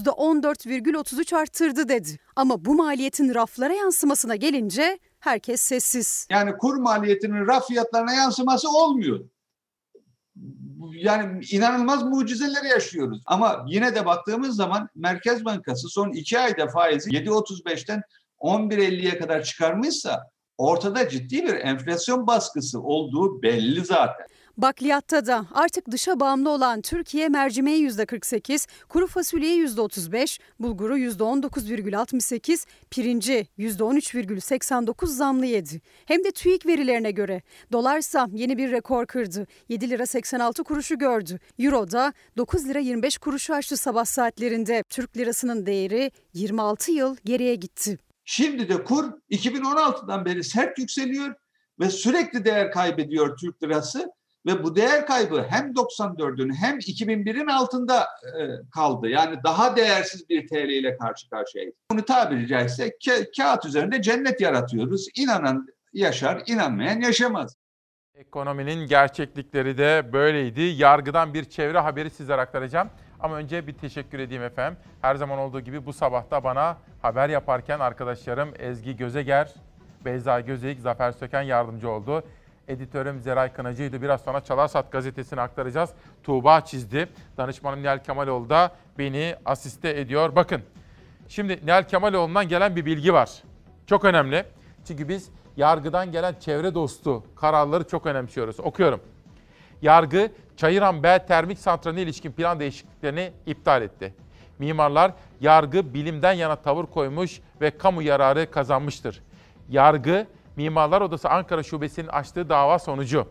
%14,33 arttırdı dedi. Ama bu maliyetin raflara yansımasına gelince herkes sessiz. Yani kur maliyetinin raf fiyatlarına yansıması olmuyor. Yani inanılmaz mucizeleri yaşıyoruz. Ama yine de baktığımız zaman Merkez Bankası son 2 ayda faizi 7,35'ten 11.50'ye kadar çıkarmışsa ortada ciddi bir enflasyon baskısı olduğu belli zaten. Bakliyatta da artık dışa bağımlı olan Türkiye mercimeği %48, kuru fasulyeyi %35, bulguru %19,68, pirinci %13,89 zamlı yedi. Hem de TÜİK verilerine göre. Dolarsa yeni bir rekor kırdı. 7 lira 86 kuruşu gördü. Euro da 9 lira 25 kuruşu aştı sabah saatlerinde. Türk lirasının değeri 26 yıl geriye gitti. Şimdi de kur 2016'dan beri sert yükseliyor ve sürekli değer kaybediyor Türk lirası. Ve bu değer kaybı hem 94'ün hem 2001'in altında kaldı. Yani daha değersiz bir TL ile karşı karşıyayız. Bunu tabiri caizse kağıt üzerinde cennet yaratıyoruz. İnanan yaşar, inanmayan yaşamaz. Ekonominin gerçeklikleri de böyleydi. Yargıdan bir çevre haberi sizlere aktaracağım. Ama önce bir teşekkür edeyim efendim. Her zaman olduğu gibi bu sabahta bana haber yaparken arkadaşlarım Ezgi Gözeger, Beyza Gözeyik, Zafer Söken yardımcı oldu. Editörüm Zeray Kınacı'ydı. Biraz sonra Çalarsat gazetesini aktaracağız. Tuğba çizdi. Danışmanım Nihal Kemaloğlu da beni asiste ediyor. Bakın, şimdi Nihal Kemaloğlu'ndan gelen bir bilgi var. Çok önemli. Çünkü biz yargıdan gelen çevre dostu kararları çok önemsiyoruz. Okuyorum. Yargı, Çayıran B Termik Santrali'ne ilişkin plan değişikliklerini iptal etti. Mimarlar, yargı bilimden yana tavır koymuş ve kamu yararı kazanmıştır. Yargı, Mimarlar Odası Ankara Şubesi'nin açtığı dava sonucu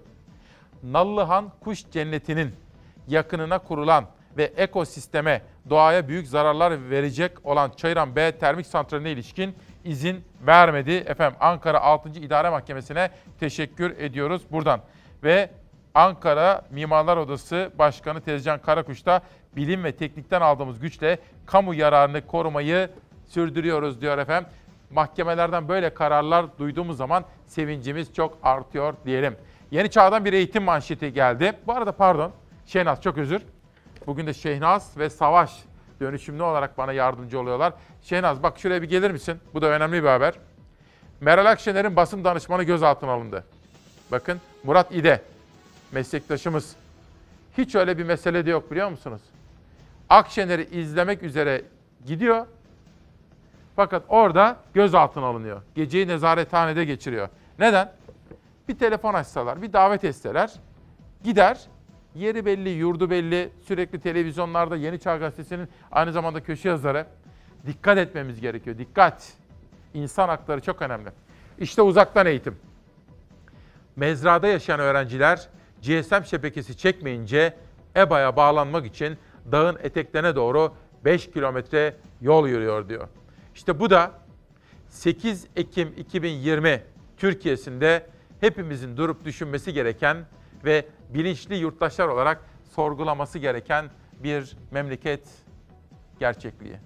Nallıhan Kuş Cenneti'nin yakınına kurulan ve ekosisteme, doğaya büyük zararlar verecek olan Çayıran B Termik Santrali'ne ilişkin izin vermedi. Efendim, Ankara 6. İdare Mahkemesi'ne teşekkür ediyoruz buradan. Ve Ankara Mimarlar Odası Başkanı Tezcan Karakuş da bilim ve teknikten aldığımız güçle kamu yararını korumayı sürdürüyoruz diyor efendim. Mahkemelerden böyle kararlar duyduğumuz zaman sevincimiz çok artıyor diyelim. Yeni Çağ'dan bir eğitim manşeti geldi. Bu arada pardon, Şehnaz çok özür. Bugün de Şehnaz ve Savaş dönüşümlü olarak bana yardımcı oluyorlar. Şehnaz bak şuraya bir gelir misin? Bu da önemli bir haber. Meral Akşener'in basın danışmanı gözaltına alındı. Bakın Murat İde, meslektaşımız. Hiç öyle bir mesele de yok biliyor musunuz? Akşener'i izlemek üzere gidiyor. Fakat orada gözaltına alınıyor. Geceyi nezarethanede geçiriyor. Neden? Bir telefon açsalar, bir davet etseler gider. Yeri belli, yurdu belli. Sürekli televizyonlarda Yeni Çağ Gazetesi'nin aynı zamanda köşe yazarı. Dikkat etmemiz gerekiyor. Dikkat. İnsan hakları çok önemli. İşte uzaktan eğitim. Mezrada yaşayan öğrenciler GSM şebekesi çekmeyince EBA'ya bağlanmak için dağın eteklerine doğru 5 kilometre yol yürüyor diyor. İşte bu da 8 Ekim 2020 Türkiye'sinde hepimizin durup düşünmesi gereken ve bilinçli yurttaşlar olarak sorgulaması gereken bir memleket gerçekliği.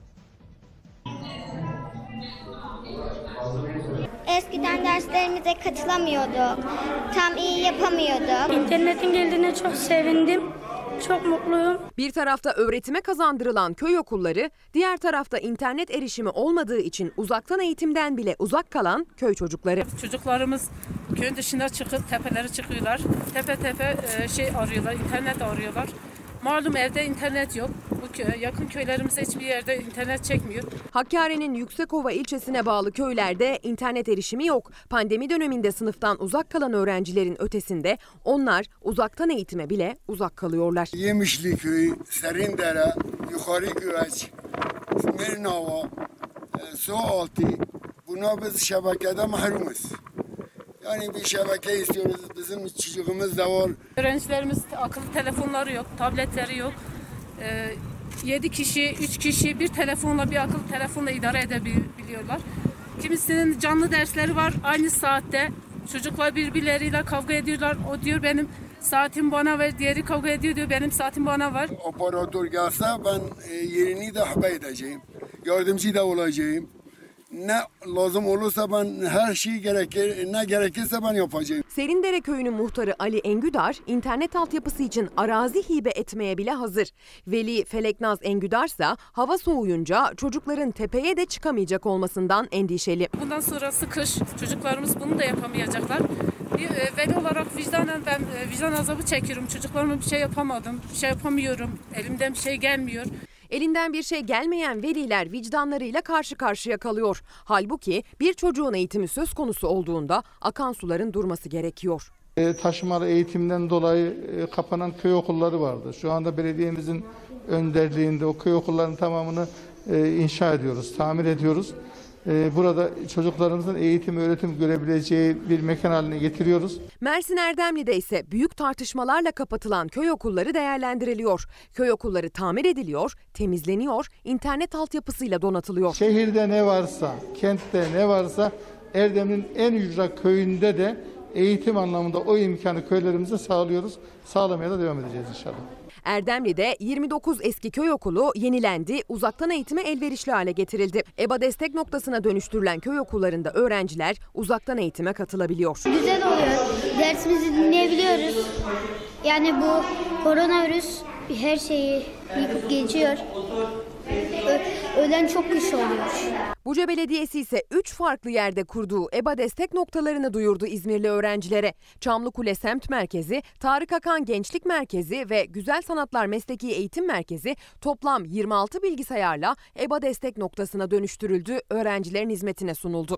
Eskiden derslerimize katılamıyorduk. Tam iyi yapamıyorduk. İnternetin geldiğine çok sevindim. Çok mutluyum. Bir tarafta öğretime kazandırılan köy okulları, diğer tarafta internet erişimi olmadığı için uzaktan eğitimden bile uzak kalan köy çocukları. Çocuklarımız köyün dışına çıkıp tepelere çıkıyorlar. Tepe arıyorlar, internet arıyorlar. Malum evde internet yok. Bu yakın köylerimize hiçbir yerde internet çekmiyor. Hakkari'nin Yüksekova ilçesine bağlı köylerde internet erişimi yok. Pandemi döneminde sınıftan uzak kalan öğrencilerin ötesinde onlar uzaktan eğitime bile uzak kalıyorlar. Yemişli Köyü, Serindere, Yukarı Güveç, Mirnava, Sualtı, buna biz şebekede mahrumuz. Yani bir şebeke istiyoruz. Bizim çocuğumuz da var. Öğrencilerimiz akıllı telefonları yok, tabletleri yok. 7 kişi, 3 kişi bir telefonla, bir akıllı telefonla idare edebiliyorlar. Kimisinin canlı dersleri var aynı saatte. Çocuklar birbirleriyle kavga ediyorlar. O diyor benim saatim bana ver, diğeri kavga ediyor diyor benim saatim bana ver. Operatör gelse ben yerini de haber edeceğim. Yardımcı da olacağım. Ne lazım olursa ben her şey ne gerekirse ben yapacağım. Serindere Köyü'nün muhtarı Ali Engüdar internet altyapısı için arazi hibe etmeye bile hazır. Veli Feleknaz Engüdarsa hava soğuyunca çocukların tepeye de çıkamayacak olmasından endişeli. Bundan sonrası kış, çocuklarımız bunu da yapamayacaklar. Bir veli olarak vicdanen ben vicdan azabı çekiyorum. Çocuklarıma bir şey yapamadım, bir şey yapamıyorum, elimden bir şey gelmiyor. Elinden bir şey gelmeyen veliler vicdanlarıyla karşı karşıya kalıyor. Halbuki bir çocuğun eğitimi söz konusu olduğunda akan suların durması gerekiyor. Taşımalı eğitimden dolayı kapanan köy okulları vardı. Şu anda belediyemizin önderliğinde o köy okullarının tamamını inşa ediyoruz, tamir ediyoruz. Burada çocuklarımızın eğitim, öğretim görebileceği bir mekan haline getiriyoruz. Mersin Erdemli'de ise büyük tartışmalarla kapatılan köy okulları değerlendiriliyor. Köy okulları tamir ediliyor, temizleniyor, internet altyapısıyla donatılıyor. Şehirde ne varsa, kentte ne varsa Erdemli'nin en ücra köyünde de eğitim anlamında o imkanı köylerimize sağlıyoruz. Sağlamaya da devam edeceğiz inşallah. Erdemli'de 29 eski köy okulu yenilendi, uzaktan eğitime elverişli hale getirildi. EBA destek noktasına dönüştürülen köy okullarında öğrenciler uzaktan eğitime katılabiliyor. Güzel oluyor. Dersimizi dinleyebiliyoruz. Yani bu koronavirüs her şeyi yıkıp geçiyor. Öğlen çok kış oluyor. Buca Belediyesi ise 3 farklı yerde kurduğu EBA destek noktalarını duyurdu İzmirli öğrencilere. Çamlıkule Semt Merkezi, Tarık Akan Gençlik Merkezi ve Güzel Sanatlar Mesleki Eğitim Merkezi toplam 26 bilgisayarla EBA destek noktasına dönüştürüldü, öğrencilerin hizmetine sunuldu.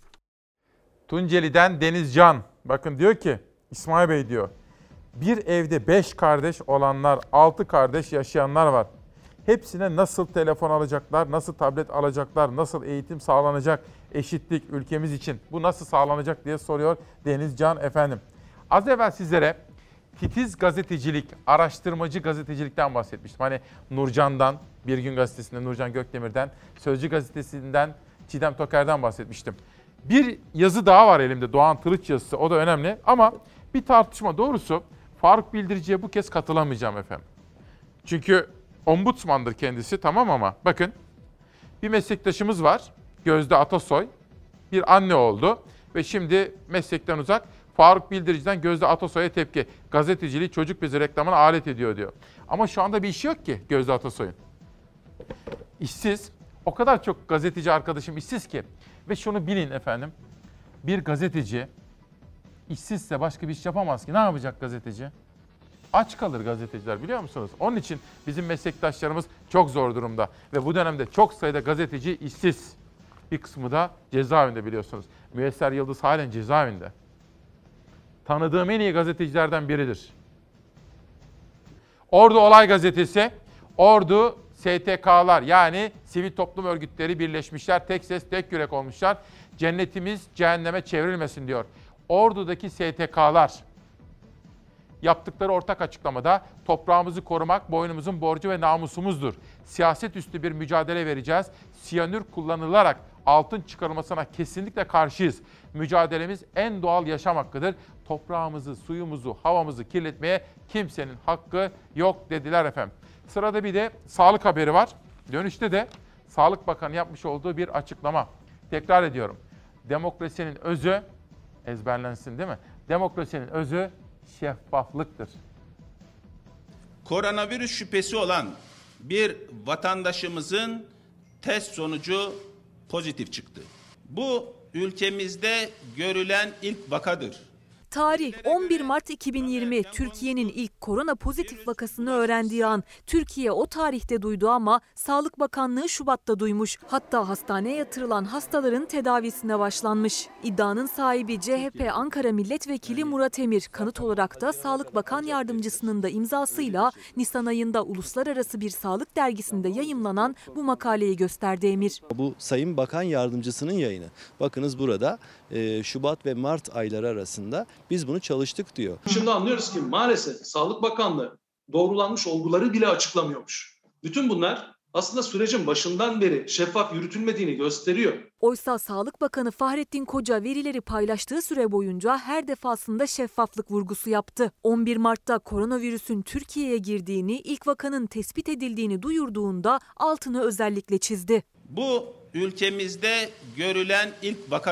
Tunceli'den Denizcan, bakın diyor ki, İsmail Bey diyor, bir evde 5 kardeş olanlar, 6 kardeş yaşayanlar var. Hepsine nasıl telefon alacaklar, nasıl tablet alacaklar, nasıl eğitim sağlanacak, eşitlik ülkemiz için bu nasıl sağlanacak diye soruyor Denizcan efendim. Az evvel sizlere titiz gazetecilik, araştırmacı gazetecilikten bahsetmiştim. Hani Nurcan'dan, Bir Gün Gazetesi'nde Nurcan Gökdemir'den, Sözcü Gazetesi'nden Çiğdem Toker'den bahsetmiştim. Bir yazı daha var elimde, Doğan Tılıç yazısı, o da önemli ama bir tartışma doğrusu Faruk Bildirici'ye bu kez katılamayacağım efendim. Çünkü ombudsmandır kendisi, tamam, ama bakın bir meslektaşımız var, Gözde Atasoy, bir anne oldu ve şimdi meslekten uzak. Faruk Bildirici'den Gözde Atasoy'a tepki. Gazeteciliği çocuk bezi reklamına alet ediyor diyor. Ama şu anda bir işi yok ki Gözde Atasoy'un. İşsiz, o kadar çok gazeteci arkadaşım işsiz ki. Ve şunu bilin efendim, bir gazeteci işsizse başka bir iş yapamaz ki. Ne yapacak gazeteci? Aç kalır gazeteciler, biliyor musunuz? Onun için bizim meslektaşlarımız çok zor durumda. Ve bu dönemde çok sayıda gazeteci işsiz. Bir kısmı da cezaevinde biliyorsunuz. Müyesser Yıldız halen cezaevinde. Tanıdığım en iyi gazetecilerden biridir. Ordu Olay Gazetesi, Ordu STK'lar yani sivil toplum örgütleri birleşmişler, tek ses tek yürek olmuşlar. Cennetimiz cehenneme çevrilmesin diyor. Ordu'daki STK'lar yaptıkları ortak açıklamada toprağımızı korumak boynumuzun borcu ve namusumuzdur. Siyaset üstü bir mücadele vereceğiz. Siyanür kullanılarak altın çıkarılmasına kesinlikle karşıyız. Mücadelemiz en doğal yaşam hakkıdır. Toprağımızı, suyumuzu, havamızı kirletmeye kimsenin hakkı yok dediler efendim. Sırada bir de sağlık haberi var. Dönüşte de Sağlık Bakanı yapmış olduğu bir açıklama. Tekrar ediyorum. Demokrasinin özü, ezberlensin değil mi? Demokrasinin özü şeffaflıktır. Koronavirüs şüphesi olan bir vatandaşımızın test sonucu pozitif çıktı. Bu ülkemizde görülen ilk vakadır. Tarih 11 Mart 2020, Türkiye'nin ilk korona pozitif vakasını öğrendiği an. Türkiye o tarihte duydu ama Sağlık Bakanlığı Şubat'ta duymuş. Hatta hastaneye yatırılan hastaların tedavisine başlanmış. İddianın sahibi CHP Ankara Milletvekili Murat Emir, kanıt olarak da Sağlık Bakan Yardımcısının da imzasıyla Nisan ayında uluslararası bir sağlık dergisinde yayımlanan bu makaleyi gösterdi Emir. Bu Sayın Bakan Yardımcısının yayını. Bakınız burada Şubat ve Mart ayları arasında biz bunu çalıştık diyor. Şimdi anlıyoruz ki maalesef Sağlık Bakanlığı doğrulanmış olguları bile açıklamıyormuş. Bütün bunlar aslında sürecin başından beri şeffaf yürütülmediğini gösteriyor. Oysa Sağlık Bakanı Fahrettin Koca verileri paylaştığı süre boyunca her defasında şeffaflık vurgusu yaptı. 11 Mart'ta koronavirüsün Türkiye'ye girdiğini, ilk vakanın tespit edildiğini duyurduğunda altını özellikle çizdi. Bu ülkemizde görülen ilk vakadır.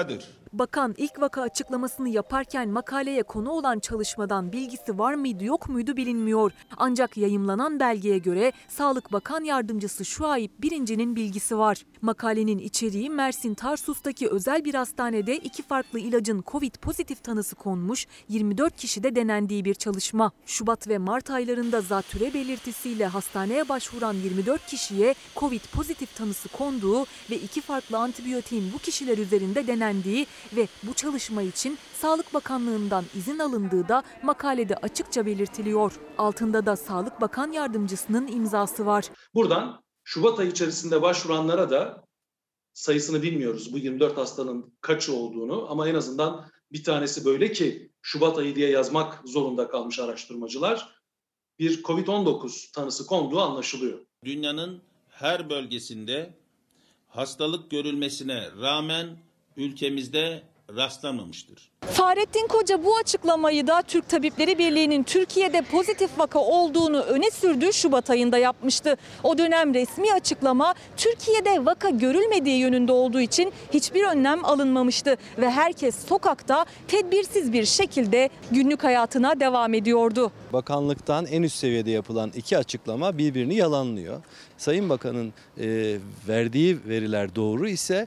Bakan ilk vaka açıklamasını yaparken makaleye konu olan çalışmadan bilgisi var mıydı yok muydu bilinmiyor. Ancak yayımlanan belgeye göre Sağlık Bakan Yardımcısı Şuayb Birinci'nin bilgisi var. Makalenin içeriği Mersin Tarsus'taki özel bir hastanede 2 farklı ilacın Covid pozitif tanısı konmuş, 24 kişide denendiği bir çalışma. Şubat ve Mart aylarında zatürre belirtisiyle hastaneye başvuran 24 kişiye Covid pozitif tanısı konduğu ve 2 farklı antibiyotiğin bu kişiler üzerinde denendiği ve bu çalışma için Sağlık Bakanlığı'ndan izin alındığı da makalede açıkça belirtiliyor. Altında da Sağlık Bakan Yardımcısının imzası var. Buradan Şubat ayı içerisinde başvuranlara da sayısını bilmiyoruz bu 24 hastanın kaçı olduğunu ama en azından bir tanesi böyle ki Şubat ayı diye yazmak zorunda kalmış araştırmacılar. Bir Covid-19 tanısı konduğu anlaşılıyor. Dünyanın her bölgesinde hastalık görülmesine rağmen ülkemizde rastlamamıştır. Fahrettin Koca bu açıklamayı da Türk Tabipleri Birliği'nin Türkiye'de pozitif vaka olduğunu öne sürdüğü Şubat ayında yapmıştı. O dönem resmi açıklama Türkiye'de vaka görülmediği yönünde olduğu için hiçbir önlem alınmamıştı ve herkes sokakta tedbirsiz bir şekilde günlük hayatına devam ediyordu. Bakanlıktan en üst seviyede yapılan 2 açıklama birbirini yalanlıyor. Sayın Bakan'ın verdiği veriler doğru ise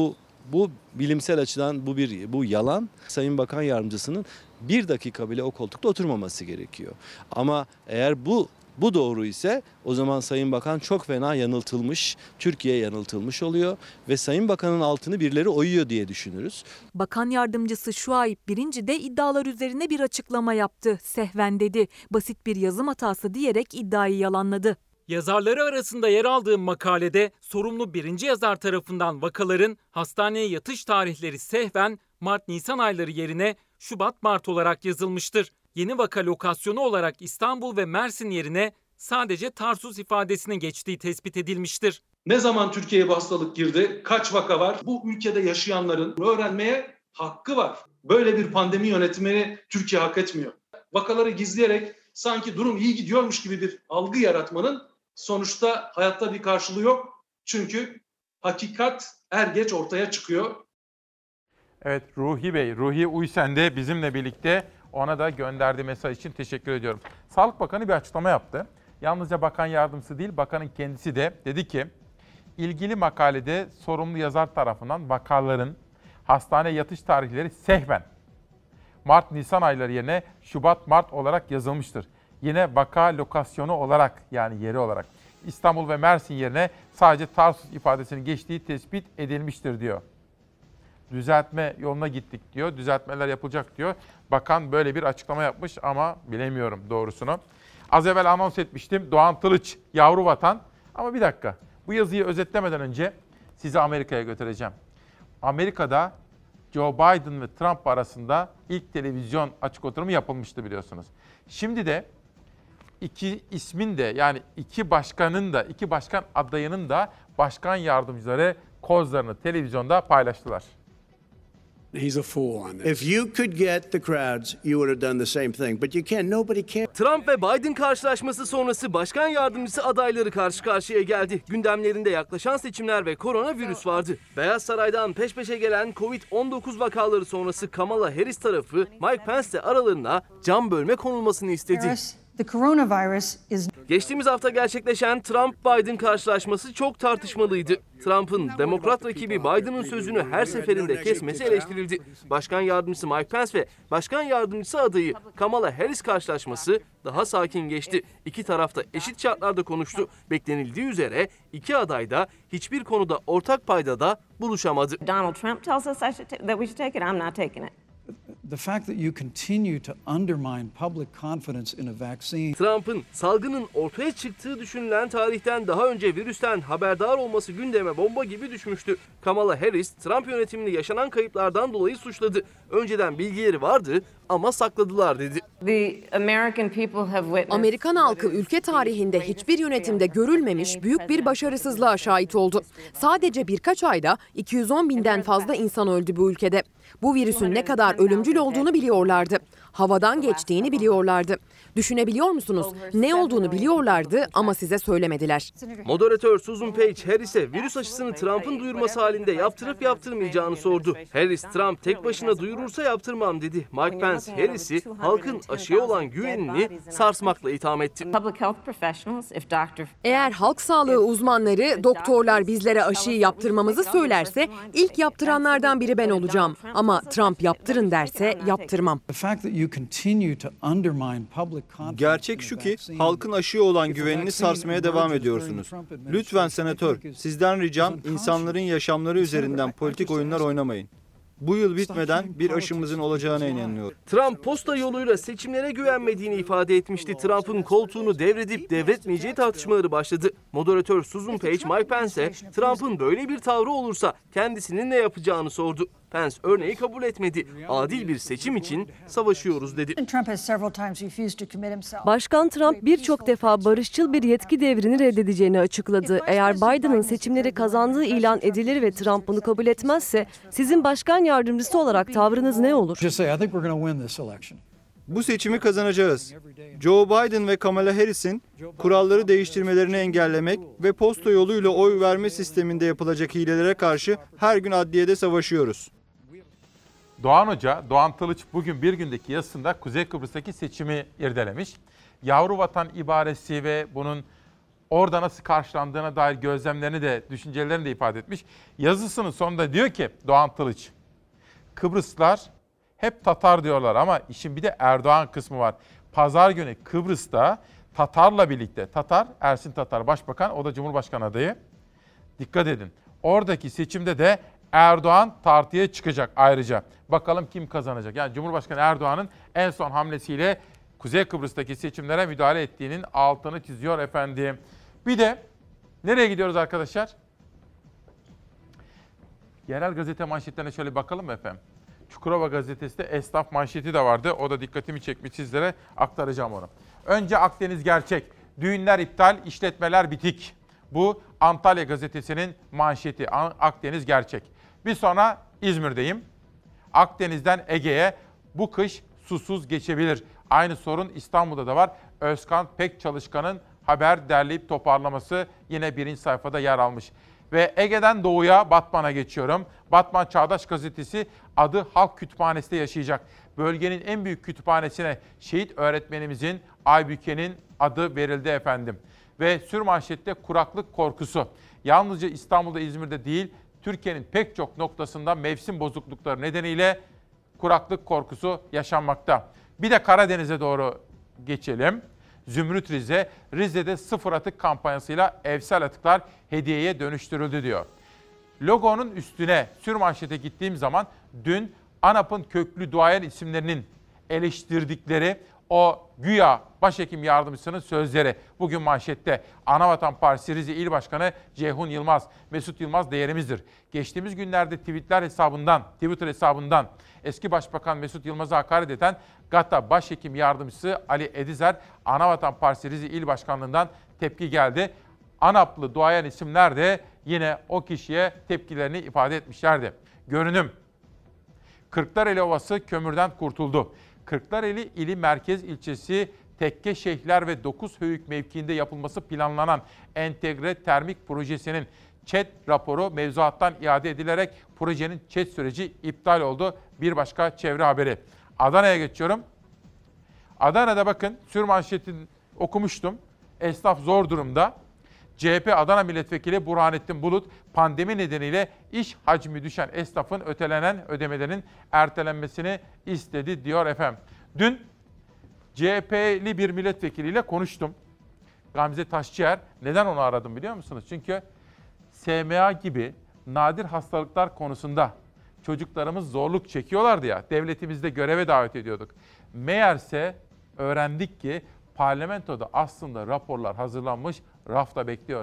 bu bilimsel açıdan bu yalan. Sayın Bakan Yardımcısının 1 dakika bile o koltukta oturmaması gerekiyor. Ama eğer bu doğru ise o zaman Sayın Bakan çok fena yanıltılmış, Türkiye yanıltılmış oluyor ve Sayın Bakan'ın altını birileri oyuyor diye düşünürüz. Bakan Yardımcısı Şuayb Birinci de iddialar üzerine bir açıklama yaptı. Sehven dedi. Basit bir yazım hatası diyerek iddiayı yalanladı. Yazarları arasında yer aldığım makalede sorumlu birinci yazar tarafından vakaların hastaneye yatış tarihleri sehven Mart-Nisan ayları yerine Şubat-Mart olarak yazılmıştır. Yeni vaka lokasyonu olarak İstanbul ve Mersin yerine sadece Tarsus ifadesinin geçtiği tespit edilmiştir. Ne zaman Türkiye'ye bu hastalık girdi? Kaç vaka var? Bu ülkede yaşayanların öğrenmeye hakkı var. Böyle bir pandemi yönetimini Türkiye hak etmiyor. Vakaları gizleyerek sanki durum iyi gidiyormuş gibi bir algı yaratmanın sonuçta hayatta bir karşılığı yok. Çünkü hakikat er geç ortaya çıkıyor. Evet Ruhi Bey, Ruhi Uysen de bizimle birlikte, ona da gönderdiği mesaj için teşekkür ediyorum. Sağlık Bakanı bir açıklama yaptı. Yalnızca bakan yardımcısı değil, bakanın kendisi de dedi ki ilgili makalede sorumlu yazar tarafından vakaların hastane yatış tarihleri sehven Mart-Nisan ayları yerine Şubat-Mart olarak yazılmıştır. Yine vaka lokasyonu olarak yani yeri olarak İstanbul ve Mersin yerine sadece Tarsus ifadesinin geçtiği tespit edilmiştir diyor. Düzeltme yoluna gittik diyor. Düzeltmeler yapılacak diyor. Bakan böyle bir açıklama yapmış ama bilemiyorum doğrusunu. Az evvel anons etmiştim. Doğan Tılıç, yavru vatan. Ama bir dakika. Bu yazıyı özetlemeden önce sizi Amerika'ya götüreceğim. Amerika'da Joe Biden ve Trump arasında ilk televizyon açık oturumu yapılmıştı biliyorsunuz. Şimdi de iki ismin de yani iki başkan adayının da başkan yardımcıları kozlarını televizyonda paylaştılar. He's a fool on this. If you could get the crowds, you would have done the same thing. But you can't. Nobody can. Trump ve Biden karşılaşması sonrası başkan yardımcısı adayları karşı karşıya geldi. Gündemlerinde yaklaşan seçimler ve koronavirüs vardı. Beyaz Saray'dan peş peşe gelen Covid-19 vakaları sonrası Kamala Harris tarafı Mike Pence'le aralarına cam bölme konulmasını istedi. Geçtiğimiz hafta gerçekleşen Trump-Biden karşılaşması çok tartışmalıydı. Trump'ın demokrat rakibi Biden'ın sözünü her seferinde kesmesi eleştirildi. Başkan yardımcısı Mike Pence ve başkan yardımcısı adayı Kamala Harris karşılaşması daha sakin geçti. İki taraf da eşit şartlarda konuştu. Beklenildiği üzere iki aday da hiçbir konuda ortak paydada buluşamadı. Donald Trump tells us that we should take it. I'm not taking it. The fact that you continue to undermine public confidence in a vaccine. Trump'ın salgının ortaya çıktığı düşünülen tarihten daha önce virüsten haberdar olması gündeme bomba gibi düşmüştü. Kamala Harris, Trump yönetiminde yaşanan kayıplardan dolayı suçladı. Önceden bilgileri vardı ama sakladılar dedi. Amerikan halkı ülke tarihinde hiçbir yönetimde görülmemiş büyük bir başarısızlığa şahit oldu. Sadece birkaç ayda 210 binden fazla insan öldü bu ülkede. Bu virüsün ne kadar ölümcül olduğunu biliyorlardı. Havadan geçtiğini biliyorlardı. Düşünebiliyor musunuz? Ne olduğunu biliyorlardı ama size söylemediler. Moderatör Susan Page, Harris'e virüs aşısını Trump'ın duyurması halinde yaptırıp yaptırmayacağını sordu. Harris, Trump tek başına duyurursa yaptırmam dedi. Mike Pence, Harris'i halkın aşıya olan güvenini sarsmakla itham etti. Eğer halk sağlığı uzmanları, doktorlar bizlere aşıyı yaptırmamızı söylerse ilk yaptıranlardan biri ben olacağım. Ama Trump yaptırın derse yaptırmam. Gerçek şu ki halkın aşıya olan güvenini sarsmaya devam ediyorsunuz. Lütfen senatör, sizden ricam insanların yaşamları üzerinden politik oyunlar oynamayın. Bu yıl bitmeden bir aşımızın olacağına inanıyorum. Trump posta yoluyla seçimlere güvenmediğini ifade etmişti. Trump'ın koltuğunu devredip devretmeyeceği tartışmaları başladı. Moderatör Susan Page, Mike Pence'e Trump'ın böyle bir tavrı olursa kendisinin ne yapacağını sordu. Pence örneği kabul etmedi. Adil bir seçim için savaşıyoruz dedi. Başkan Trump birçok defa barışçıl bir yetki devrini reddedeceğini açıkladı. Eğer Biden'ın seçimleri kazandığı ilan edilir ve Trump bunu kabul etmezse sizin başkan yardımcısı olarak tavrınız ne olur? Bu seçimi kazanacağız. Joe Biden ve Kamala Harris'in kuralları değiştirmelerini engellemek ve posta yoluyla oy verme sisteminde yapılacak hilelere karşı her gün adliyede savaşıyoruz. Doğan Hoca, Doğan Tılıç bugün bir gündeki yazısında Kuzey Kıbrıs'taki seçimi irdelemiş. Yavru vatan ibaresi ve bunun orada nasıl karşılandığına dair gözlemlerini de, düşüncelerini de ifade etmiş. Yazısının sonunda diyor ki Doğan Tılıç, Kıbrıslılar hep Tatar diyorlar ama işin bir de Erdoğan kısmı var. Pazar günü Kıbrıs'ta Tatar'la birlikte, Ersin Tatar Başbakan, o da Cumhurbaşkanı adayı. Dikkat edin, oradaki seçimde de Erdoğan tartıya çıkacak ayrıca. Bakalım kim kazanacak? Yani Cumhurbaşkanı Erdoğan'ın en son hamlesiyle Kuzey Kıbrıs'taki seçimlere müdahale ettiğinin altını çiziyor efendim. Bir de nereye gidiyoruz arkadaşlar? Yerel gazete manşetlerine şöyle bakalım mı efendim? Çukurova gazetesinde esnaf manşeti de vardı. O da dikkatimi çekmiş, sizlere aktaracağım onu. Önce Akdeniz gerçek. Düğünler iptal, işletmeler bitik. Bu Antalya gazetesinin manşeti. Akdeniz gerçek. Bir sonra İzmir'deyim. Akdeniz'den Ege'ye bu kış susuz geçebilir. Aynı sorun İstanbul'da da var. Özkan Pekçalışkan'ın haber derleyip toparlaması yine birinci sayfada yer almış. Ve Ege'den doğuya Batman'a geçiyorum. Batman Çağdaş Gazetesi adı Halk Kütüphanesi'nde yaşayacak. Bölgenin en büyük kütüphanesine şehit öğretmenimizin Aybüke'nin adı verildi efendim. Ve sürmanşette kuraklık korkusu. Yalnızca İstanbul'da, İzmir'de değil, Türkiye'nin pek çok noktasında mevsim bozuklukları nedeniyle kuraklık korkusu yaşanmakta. Bir de Karadeniz'e doğru geçelim. Zümrüt Rize'de sıfır atık kampanyasıyla evsel atıklar hediyeye dönüştürüldü diyor. Logonun üstüne sürmanşete gittiğim zaman dün ANAP'ın köklü duayen isimlerinin eleştirdikleri o güya başhekim yardımcısının sözleri bugün manşette. Anavatan Partisi Rize İl Başkanı Ceyhun Yılmaz, Mesut Yılmaz değerimizdir. Geçtiğimiz günlerde Twitter hesabından eski Başbakan Mesut Yılmaz'a hakaret eden GATA Başhekim Yardımcısı Ali Edizer, Anavatan Partisi Rize İl Başkanlığı'ndan tepki geldi. ANAP'lı duayen isimler de yine o kişiye tepkilerini ifade etmişlerdi. Görünüm. Kırklareli Ovası kömürden kurtuldu. Kırklareli ili merkez ilçesi Tekke Şeyhler ve Dokuzhöyük mevkiinde yapılması planlanan entegre termik projesinin ÇED raporu mevzuattan iade edilerek projenin ÇED süreci iptal oldu. Bir başka çevre haberi. Adana'ya geçiyorum. Adana'da bakın sürmanşetini okumuştum. Esnaf zor durumda. CHP Adana Milletvekili Burhanettin Bulut pandemi nedeniyle iş hacmi düşen esnafın ötelenen ödemelerin ertelenmesini istedi diyor efendim. Dün CHP'li bir milletvekiliyle konuştum. Gamze Taşçıyer. Neden onu aradım biliyor musunuz? Çünkü SMA gibi nadir hastalıklar konusunda çocuklarımız zorluk çekiyorlardı ya. Devletimizde göreve davet ediyorduk. Meğerse öğrendik ki parlamentoda aslında raporlar hazırlanmış, rafta bekliyor.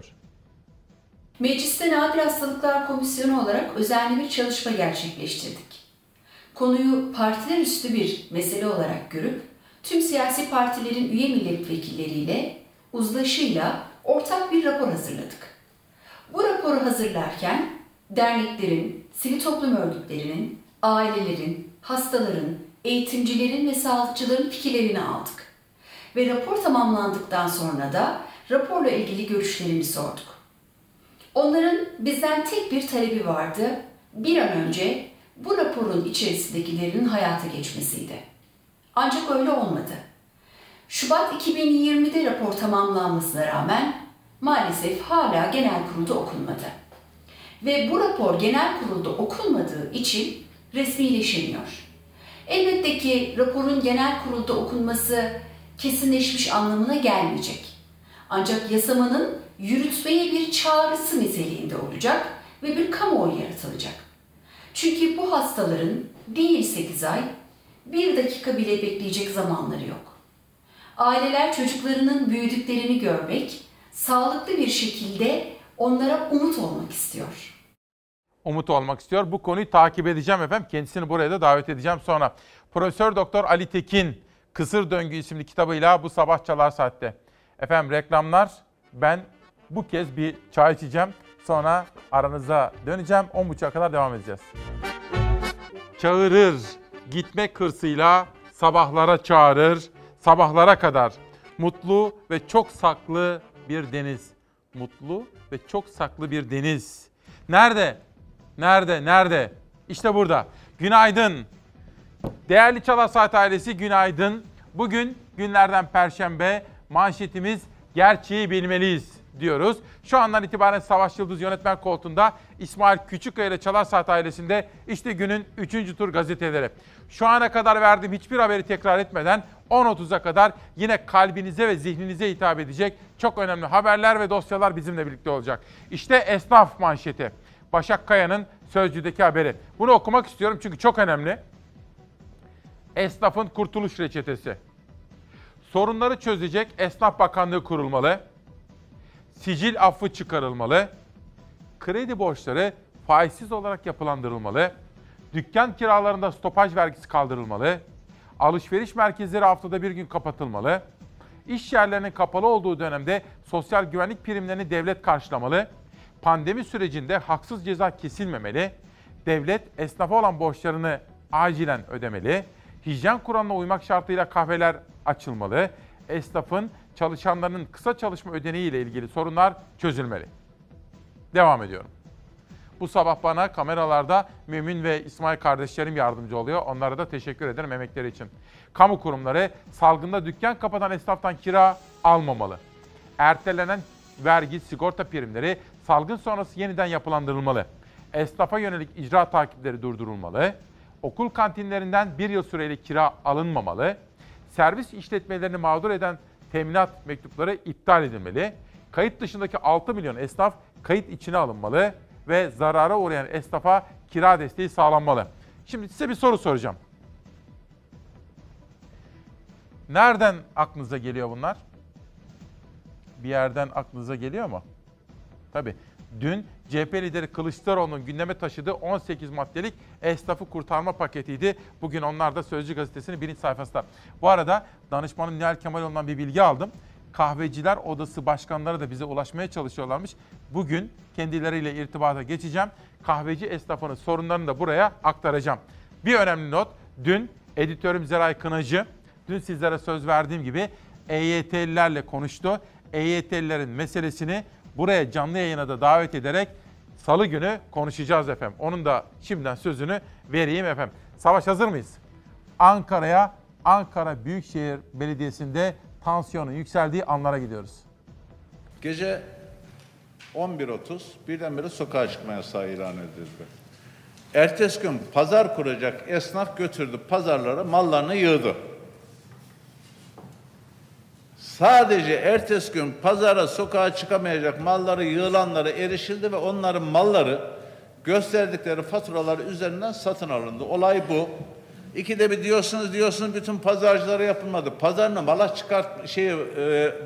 Mecliste Nadir Hastalıklar Komisyonu olarak özenli bir çalışma gerçekleştirdik. Konuyu partiler üstü bir mesele olarak görüp tüm siyasi partilerin üye milletvekilleriyle uzlaşıyla ortak bir rapor hazırladık. Bu raporu hazırlarken derneklerin, sivil toplum örgütlerinin, ailelerin, hastaların, eğitimcilerin ve sağlıkçıların fikirlerini aldık. Ve rapor tamamlandıktan sonra da raporla ilgili görüşlerini sorduk. Onların bizden tek bir talebi vardı. Bir an önce bu raporun içerisindekilerinin hayata geçmesiydi. Ancak öyle olmadı. Şubat 2020'de rapor tamamlanmasına rağmen maalesef hala genel kurulda okunmadı. Ve bu rapor genel kurulda okunmadığı için resmileşemiyor. Elbette ki raporun genel kurulda okunması kesinleşmiş anlamına gelmeyecek. Ancak yasamanın yürütmeye bir çağrısı niteliğinde olacak ve bir kamuoyu yaratılacak. Çünkü bu hastaların değil 8 ay, 1 dakika bile bekleyecek zamanları yok. Aileler çocuklarının büyüdüklerini görmek, sağlıklı bir şekilde onlara umut olmak istiyor. Umut olmak istiyor. Bu konuyu takip edeceğim efendim. Kendisini buraya da davet edeceğim sonra. Profesör Doktor Ali Tekin, Kısır Döngü isimli kitabıyla bu sabah Çalar Saat'te. Efendim reklamlar, ben bu kez bir çay içeceğim. Sonra aranıza döneceğim. 10.30'a kadar devam edeceğiz. Çağırır, gitmek hırsıyla sabahlara çağırır, sabahlara kadar. Mutlu ve çok saklı bir deniz. Mutlu ve çok saklı bir deniz. Nerede? Nerede? Nerede? İşte burada. Günaydın. Değerli Çalar Saat ailesi günaydın. Bugün günlerden Perşembe, manşetimiz gerçeği bilmeliyiz diyoruz. Şu andan itibaren Savaş Yıldız yönetmen koltuğunda, İsmail Küçükkaya ile Çalar Saat ailesinde işte günün 3. tur gazeteleri. Şu ana kadar verdiğim hiçbir haberi tekrar etmeden 10.30'a kadar yine kalbinize ve zihninize hitap edecek çok önemli haberler ve dosyalar bizimle birlikte olacak. İşte esnaf manşeti. Başak Kaya'nın Sözcü'deki haberi. Bunu okumak istiyorum çünkü çok önemli. Esnafın kurtuluş reçetesi. Sorunları çözecek Esnaf Bakanlığı kurulmalı. Sicil affı çıkarılmalı. Kredi borçları faizsiz olarak yapılandırılmalı. Dükkan kiralarında stopaj vergisi kaldırılmalı. Alışveriş merkezleri haftada bir gün kapatılmalı. İş yerlerinin kapalı olduğu dönemde sosyal güvenlik primlerini devlet karşılamalı. Pandemi sürecinde haksız ceza kesilmemeli. Devlet esnafa olan borçlarını acilen ödemeli. Hijyen kuralına uymak şartıyla kahveler açılmalı. Esnafın, çalışanlarının kısa çalışma ödeneği ile ilgili sorunlar çözülmeli. Devam ediyorum. Bu sabah bana kameralarda Mümin ve İsmail kardeşlerim yardımcı oluyor. Onlara da teşekkür ederim emekleri için. Kamu kurumları salgında dükkan kapatan esnaftan kira almamalı. Ertelenen vergi, sigorta primleri salgın sonrası yeniden yapılandırılmalı. Esnafa yönelik icra takipleri durdurulmalı. Okul kantinlerinden 1 yıl süreli kira alınmamalı. Servis işletmelerini mağdur eden teminat mektupları iptal edilmeli. Kayıt dışındaki 6 milyon esnaf kayıt içine alınmalı ve zarara uğrayan esnafa kira desteği sağlanmalı. Şimdi size bir soru soracağım. Nereden aklınıza geliyor bunlar? Bir yerden aklınıza geliyor mu? Tabii. Dün CHP lideri Kılıçdaroğlu'nun gündeme taşıdığı 18 maddelik esnafı kurtarma paketiydi. Bugün onlar da Sözcü gazetesinin 1. sayfasında. Bu arada danışmanım Nihal Kemaloğlu'ndan bir bilgi aldım. Kahveciler Odası başkanları da bize ulaşmaya çalışıyorlarmış. Bugün kendileriyle irtibata geçeceğim. Kahveci esnafının sorunlarını da buraya aktaracağım. Bir önemli not. Dün editörüm Zeray Kınacı, dün sizlere söz verdiğim gibi EYT'lilerle konuştu. EYT'lilerin meselesini buraya canlı yayına da davet ederek Salı günü konuşacağız efendim. Onun da şimdiden sözünü vereyim efendim. Savaş, hazır mıyız? Ankara'ya, Ankara Büyükşehir Belediyesi'nde tansiyonun yükseldiği anlara gidiyoruz. Gece 11.30 birdenbire sokağa çıkma yasağı ilan edildi. Ertesi gün pazar kuracak esnaf götürdü pazarlara, mallarını yığdı. Sadece ertesi gün pazara, sokağa çıkamayacak malları yığılanlara erişildi ve onların malları gösterdikleri faturalar üzerinden satın alındı. Olay bu. İkide bir diyorsunuz bütün pazarcılara yapılmadı. Pazarına mala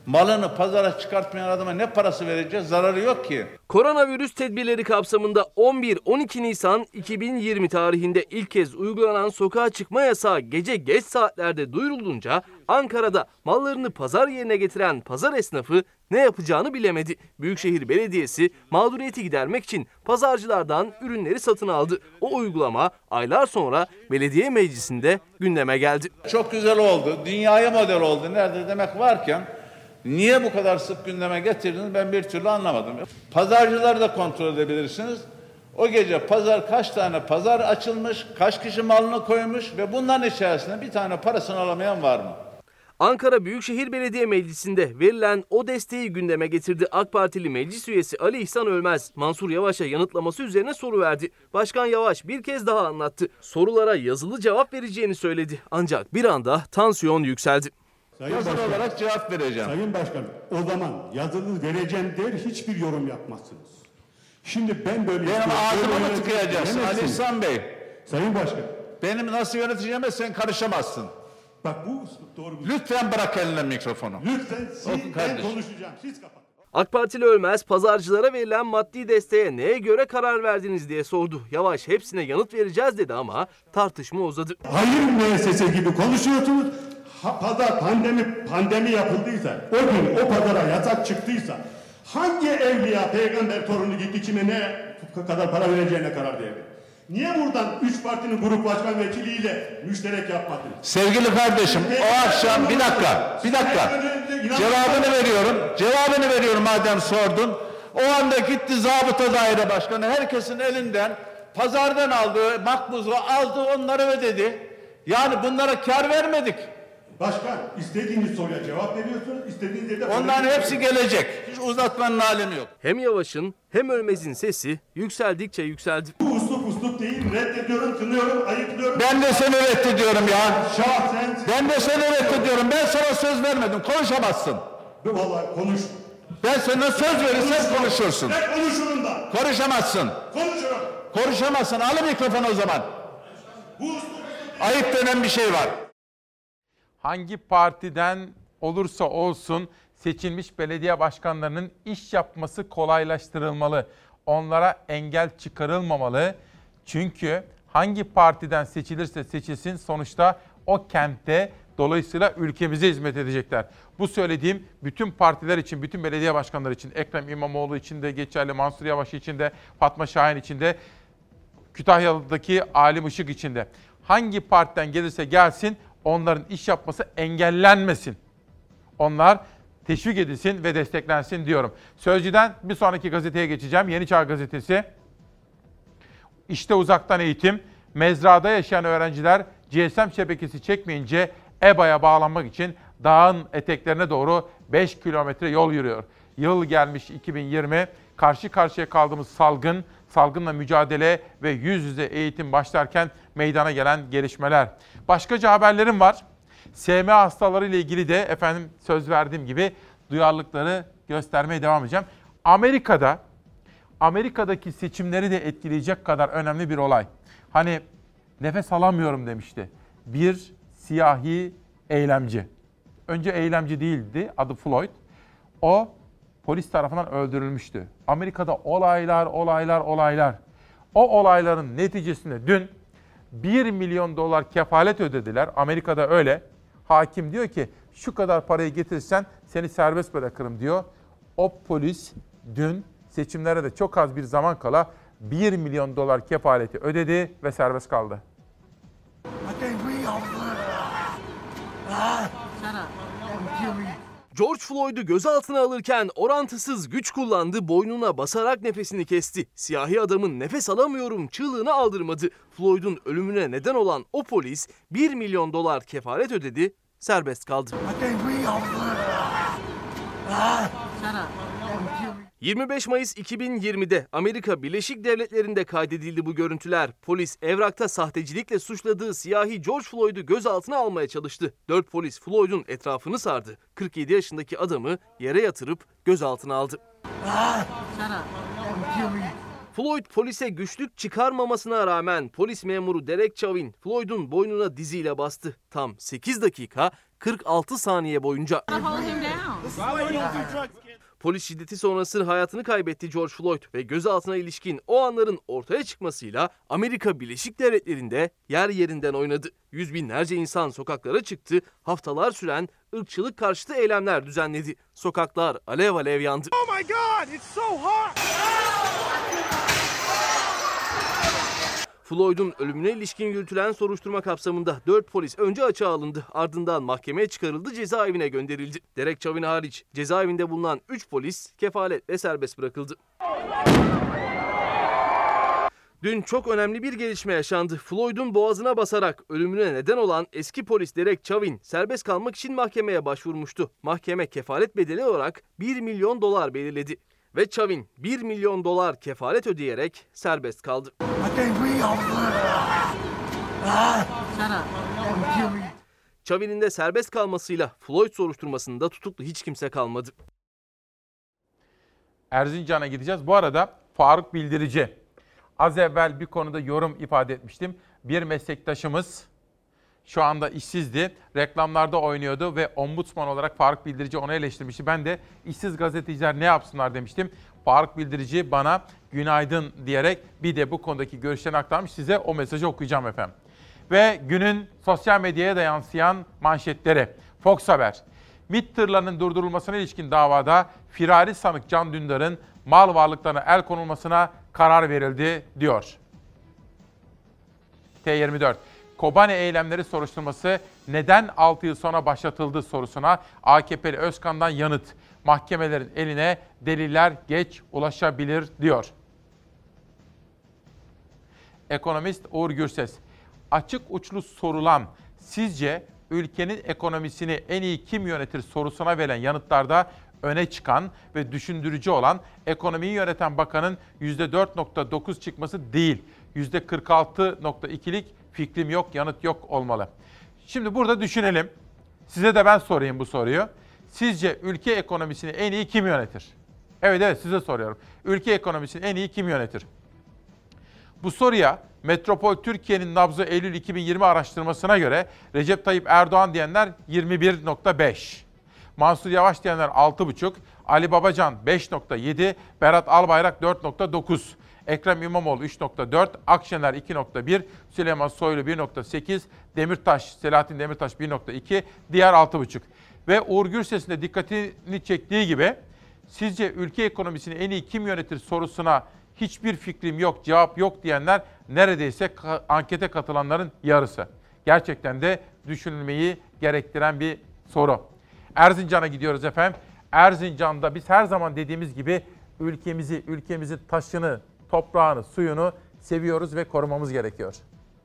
Malını pazara çıkartmayan adama ne parası vereceğiz? Zararı yok ki. Koronavirüs tedbirleri kapsamında 11-12 Nisan 2020 tarihinde ilk kez uygulanan sokağa çıkma yasağı gece geç saatlerde duyurulunca Ankara'da mallarını pazar yerine getiren pazar esnafı ne yapacağını bilemedi. Büyükşehir Belediyesi mağduriyeti gidermek için pazarcılardan ürünleri satın aldı. O uygulama aylar sonra belediye meclisinde gündeme geldi. Çok güzel oldu. Dünyaya model oldu. Nerede demek varken niye bu kadar sık gündeme getirdiniz ben bir türlü anlamadım. Pazarcıları da kontrol edebilirsiniz. O gece kaç tane pazar açılmış, kaç kişi malını koymuş ve bunların içerisinde bir tane parasını alamayan var mı? Ankara Büyükşehir Belediye Meclisi'nde verilen o desteği gündeme getirdi. AK Partili meclis üyesi Ali İhsan Ölmez, Mansur Yavaş'a yanıtlaması üzerine soru verdi. Başkan Yavaş bir kez daha anlattı. Sorulara yazılı cevap vereceğini söyledi. Ancak bir anda tansiyon yükseldi. Yazılı olarak cevap vereceğim. Sayın Başkanım, o zaman yazılı vereceğim der hiçbir yorum yapmazsınız. Şimdi ben böyle... Benim ağzıma mı tıkayacaksın Ali İhsan Bey? Sayın Başkanım. Benim nasıl yöneteceğime sen karışamazsın. Bak bu doğru bir... Lütfen bırak eline mikrofonu. Lütfen ben konuşacağım. Siz kapatın. AK Partili Ölmez, pazarcılara verilen maddi desteğe neye göre karar verdiniz diye sordu. Yavaş hepsine yanıt vereceğiz dedi ama tartışma uzadı. Hayır müessese gibi konuşuyorsunuz. Pazar pandemi yapıldıysa, o gün o pazara yasak çıktıysa hangi evliya peygamber torunu gitti kime ne kadar para vereceğine karar verdi? Niye buradan 3 partinin grup başkan vekiliyle müşterek yapmadınız? Sevgili kardeşim o akşam bir dakika cevabını veriyorum madem sordun. O anda gitti zabıta daire başkanı herkesin elinden pazardan aldığı makbuzu aldı onları ödedi. Yani bunlara kar vermedik. Başkan istediğiniz soruya cevap veriyorsunuz, istediğiniz yerde... Onların hepsi gelecek. Hiç uzatmanın alemi yok. Hem Yavaş'ın hem Ölmez'in sesi yükseldikçe yükseldi. Bu usluk değil, reddediyorum, kınıyorum, ayıplıyorum. Ben de seni reddediyorum ya. Şahsen... Ben de seni reddediyorum. Ben sana söz vermedim. Konuşamazsın. Vallahi konuş. Ben sana söz verirsem konuşursun. Ben konuşurum da. Konuşamazsın. Konuşurum. Konuşamazsın. Al mikrofonu o zaman. Ayıp denen bir şey var. Hangi partiden olursa olsun seçilmiş belediye başkanlarının iş yapması kolaylaştırılmalı. Onlara engel çıkarılmamalı. Çünkü hangi partiden seçilirse seçilsin sonuçta o kentte dolayısıyla ülkemize hizmet edecekler. Bu söylediğim bütün partiler için, bütün belediye başkanları için, Ekrem İmamoğlu için de geçerli, Mansur Yavaş için de, Fatma Şahin için de, Kütahya'daki Alim Işık için de. Hangi partiden gelirse gelsin onların iş yapması engellenmesin. Onlar teşvik edilsin ve desteklensin diyorum. Sözcü'den bir sonraki gazeteye geçeceğim. Yeni Çağ Gazetesi. İşte uzaktan eğitim. Mezrada yaşayan öğrenciler GSM şebekesi çekmeyince EBA'ya bağlanmak için dağın eteklerine doğru 5 kilometre yol yürüyor. Yıl gelmiş 2020. Karşı karşıya kaldığımız salgınla mücadele ve yüz yüze eğitim başlarken meydana gelen gelişmeler. Başkaca haberlerim var. SMA hastaları ile ilgili de efendim söz verdiğim gibi duyarlılıkları göstermeye devam edeceğim. Amerika'daki seçimleri de etkileyecek kadar önemli bir olay. Hani nefes alamıyorum demişti. Bir siyahi eylemci. Önce eylemci değildi, adı Floyd. O polis tarafından öldürülmüştü. Amerika'da olaylar. O olayların neticesinde dün $1 milyon kefalet ödediler. Amerika'da öyle. Hakim diyor ki şu kadar parayı getirirsen seni serbest bırakırım diyor. O polis dün seçimlere de çok az bir zaman kala $1 milyon kefaleti ödedi ve serbest kaldı. George Floyd'u gözaltına alırken orantısız güç kullandı, boynuna basarak nefesini kesti. Siyahi adamın nefes alamıyorum çığlığını aldırmadı. Floyd'un ölümüne neden olan o polis $1 milyon kefalet ödedi, serbest kaldı. 25 Mayıs 2020'de Amerika Birleşik Devletleri'nde kaydedildi bu görüntüler. Polis evrakta sahtecilikle suçladığı siyahi George Floyd'u gözaltına almaya çalıştı. 4 polis Floyd'un etrafını sardı. 47 yaşındaki adamı yere yatırıp gözaltına aldı. Floyd polise güçlük çıkarmamasına rağmen polis memuru Derek Chauvin Floyd'un boynuna diziyle bastı. Tam 8 dakika 46 saniye boyunca. Polis şiddeti sonrası hayatını kaybetti George Floyd ve gözaltına ilişkin o anların ortaya çıkmasıyla Amerika Birleşik Devletleri'nde yer yerinden oynadı. Yüz binlerce insan sokaklara çıktı, haftalar süren ırkçılık karşıtı eylemler düzenledi. Sokaklar alev alev yandı. Oh my God, it's so hot! Floyd'un ölümüne ilişkin yürütülen soruşturma kapsamında 4 polis önce açığa alındı. Ardından mahkemeye çıkarıldı, cezaevine gönderildi. Derek Chauvin hariç cezaevinde bulunan 3 polis kefaletle serbest bırakıldı. Dün çok önemli bir gelişme yaşandı. Floyd'un boğazına basarak ölümüne neden olan eski polis Derek Chauvin serbest kalmak için mahkemeye başvurmuştu. Mahkeme kefalet bedeli olarak $1 milyon belirledi. Ve Chauvin $1 milyon kefalet ödeyerek serbest kaldı. Chauvin'in de serbest kalmasıyla Floyd soruşturmasında tutuklu hiç kimse kalmadı. Erzincan'a gideceğiz. Bu arada Faruk Bildirici. Az evvel bir konuda yorum ifade etmiştim. Bir meslektaşımız şu anda işsizdi. Reklamlarda oynuyordu ve ombudsman olarak Faruk Bildirici onu eleştirmişti. Ben de işsiz gazeteciler ne yapsınlar demiştim. Faruk Bildirici bana günaydın diyerek bir de bu konudaki görüşlerini aktarmış. Size o mesajı okuyacağım efendim. Ve günün sosyal medyaya da yansıyan manşetleri. Fox Haber. MİT tırlarının durdurulmasına ilişkin davada firari sanık Can Dündar'ın mal varlıklarına el konulmasına karar verildi diyor. T24. Kobane eylemleri soruşturması neden 6 yıl sonra başlatıldı sorusuna AKP'li Özkan'dan yanıt. Mahkemelerin eline deliller geç ulaşabilir diyor. Ekonomist Uğur Gürses. Açık uçlu sorulan sizce ülkenin ekonomisini en iyi kim yönetir sorusuna verilen yanıtlarda öne çıkan ve düşündürücü olan ekonomiyi yöneten bakanın %4.9 çıkması değil, %46.2'lik fikrim yok, yanıt yok olmalı. Şimdi burada düşünelim. Size de ben sorayım bu soruyu. Sizce ülke ekonomisini en iyi kim yönetir? Evet size soruyorum. Ülke ekonomisini en iyi kim yönetir? Bu soruya Metropol Türkiye'nin nabzı Eylül 2020 araştırmasına göre Recep Tayyip Erdoğan diyenler 21.5. Mansur Yavaş diyenler 6.5, Ali Babacan 5.7, Berat Albayrak 4.9, Ekrem İmamoğlu 3.4, Akşener 2.1, Süleyman Soylu 1.8, Selahattin Demirtaş 1.2, diğer 6.5. Ve Uğur Gürses'in de dikkatini çektiği gibi sizce ülke ekonomisini en iyi kim yönetir sorusuna hiçbir fikrim yok, cevap yok diyenler neredeyse ankete katılanların yarısı. Gerçekten de düşünülmeyi gerektiren bir soru. Erzincan'a gidiyoruz efendim. Erzincan'da biz her zaman dediğimiz gibi ülkemizin taşını, toprağını, suyunu seviyoruz ve korumamız gerekiyor.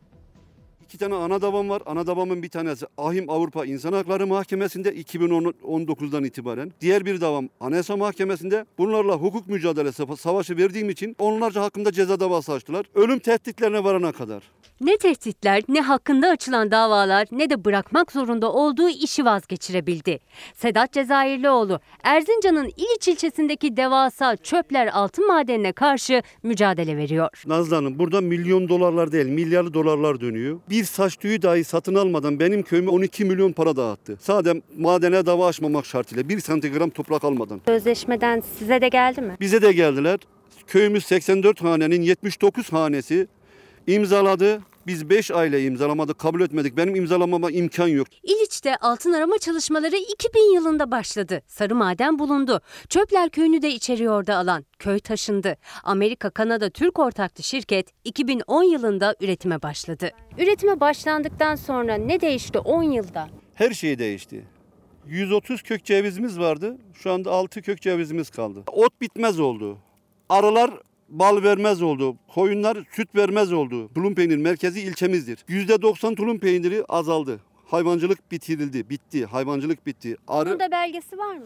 2 tane ana davam var. Ana davamın bir tanesi Ahim Avrupa İnsan Hakları Mahkemesi'nde 2019'dan itibaren. Diğer bir davam Anayasa Mahkemesi'nde. Bunlarla hukuk mücadelesi savaşı verdiğim için onlarca hakkında ceza davası açtılar. Ölüm tehditlerine varana kadar. Ne tehditler, ne hakkında açılan davalar, ne de bırakmak zorunda olduğu işi vazgeçirebildi. Sedat Cezayirlioğlu, Erzincan'ın İliç ilçesindeki devasa Çöpler altın madenine karşı mücadele veriyor. Nazlı Hanım, burada milyon dolarlar değil, milyarlı dolarlar dönüyor. Bir saç tüyü dahi satın almadan benim köyüme 12 milyon para dağıttı. Sadece madene dava açmamak şartıyla 1 santigram toprak almadan. Sözleşmeden size de geldi mi? Bize de geldiler. Köyümüz 84 hanenin 79 hanesi imzaladı. Biz 5 aile imzalamadık, kabul etmedik. Benim imzalamama imkan yok. İliç'te altın arama çalışmaları 2000 yılında başladı. Sarı maden bulundu. Çöpler köyünü de içeriyordu alan. Köy taşındı. Amerika, Kanada, Türk ortaklı şirket 2010 yılında üretime başladı. Üretime başlandıktan sonra ne değişti 10 yılda? Her şey değişti. 130 kök cevizimiz vardı. Şu anda 6 kök cevizimiz kaldı. Ot bitmez oldu. Arılar bal vermez oldu. Koyunlar süt vermez oldu. Tulum peynir merkezi ilçemizdir. %90 tulum peyniri azaldı. Hayvancılık bitirildi, bitti. Hayvancılık bitti. Bunun da belgesi var mı?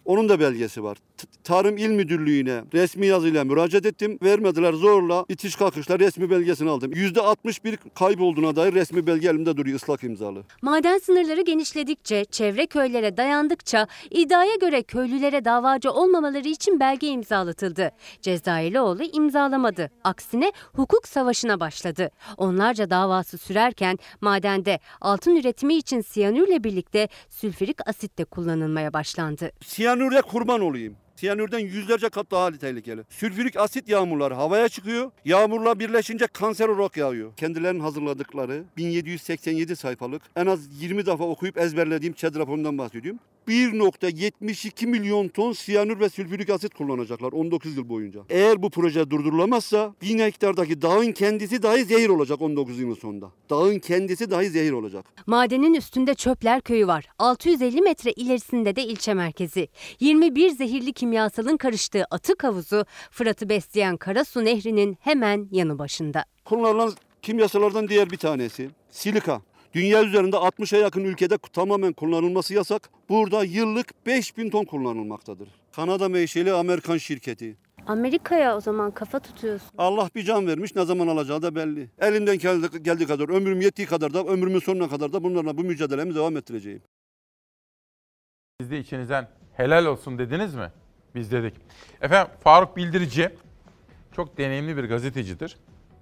Onun da belgesi var. Tarım İl Müdürlüğü'ne resmi yazıyla müracaat ettim. Vermediler, zorla itiş kakışla resmi belgesini aldım. %61 kaybolduğuna dair resmi belge elimde duruyor, ıslak imzalı. Maden sınırları genişledikçe, çevre köylere dayandıkça iddiaya göre köylülere davacı olmamaları için belge imzalatıldı. Cezayirlioğlu imzalamadı. Aksine hukuk savaşına başladı. Onlarca davası sürerken madende altın üretimi için siyanürle birlikte sülfürik asit de kullanılmaya başlandı. Siyanüre kurban olayım. Siyanürden yüzlerce kat daha tehlikeli. Sülfürik asit yağmurları havaya çıkıyor. Yağmurla birleşince kanser olarak yağıyor. Kendilerinin hazırladıkları 1787 sayfalık en az 20 defa okuyup ezberlediğim ÇED raporundan bahsediyorum. 1,72 milyon ton siyanür ve sülfürik asit kullanacaklar 19 yıl boyunca. Eğer bu proje durdurulamazsa 1000 hektardaki dağın kendisi dahi zehir olacak 19 yılın sonunda. Dağın kendisi dahi zehir olacak. Madenin üstünde Çöpler Köyü var. 650 metre ilerisinde de ilçe merkezi. 21 zehirli kimyasalın karıştığı atık havuzu Fırat'ı besleyen Karasu Nehri'nin hemen yanı başında. Kullanılan kimyasallardan diğer bir tanesi silika. Dünya üzerinde 60'a yakın ülkede tamamen kullanılması yasak. Burada yıllık 5000 ton kullanılmaktadır. Kanada menşeli Amerikan şirketi. Amerika'ya o zaman kafa tutuyorsun. Allah bir can vermiş, ne zaman alacağı da belli. Elimden geldiği kadar, ömrüm yettiği kadar da, ömrümün sonuna kadar da bunlarla bu mücadelemi devam ettireceğim. Siz de içinizden helal olsun dediniz mi? Biz dedik. Efendim Faruk Bildirici çok deneyimli bir gazetecidir.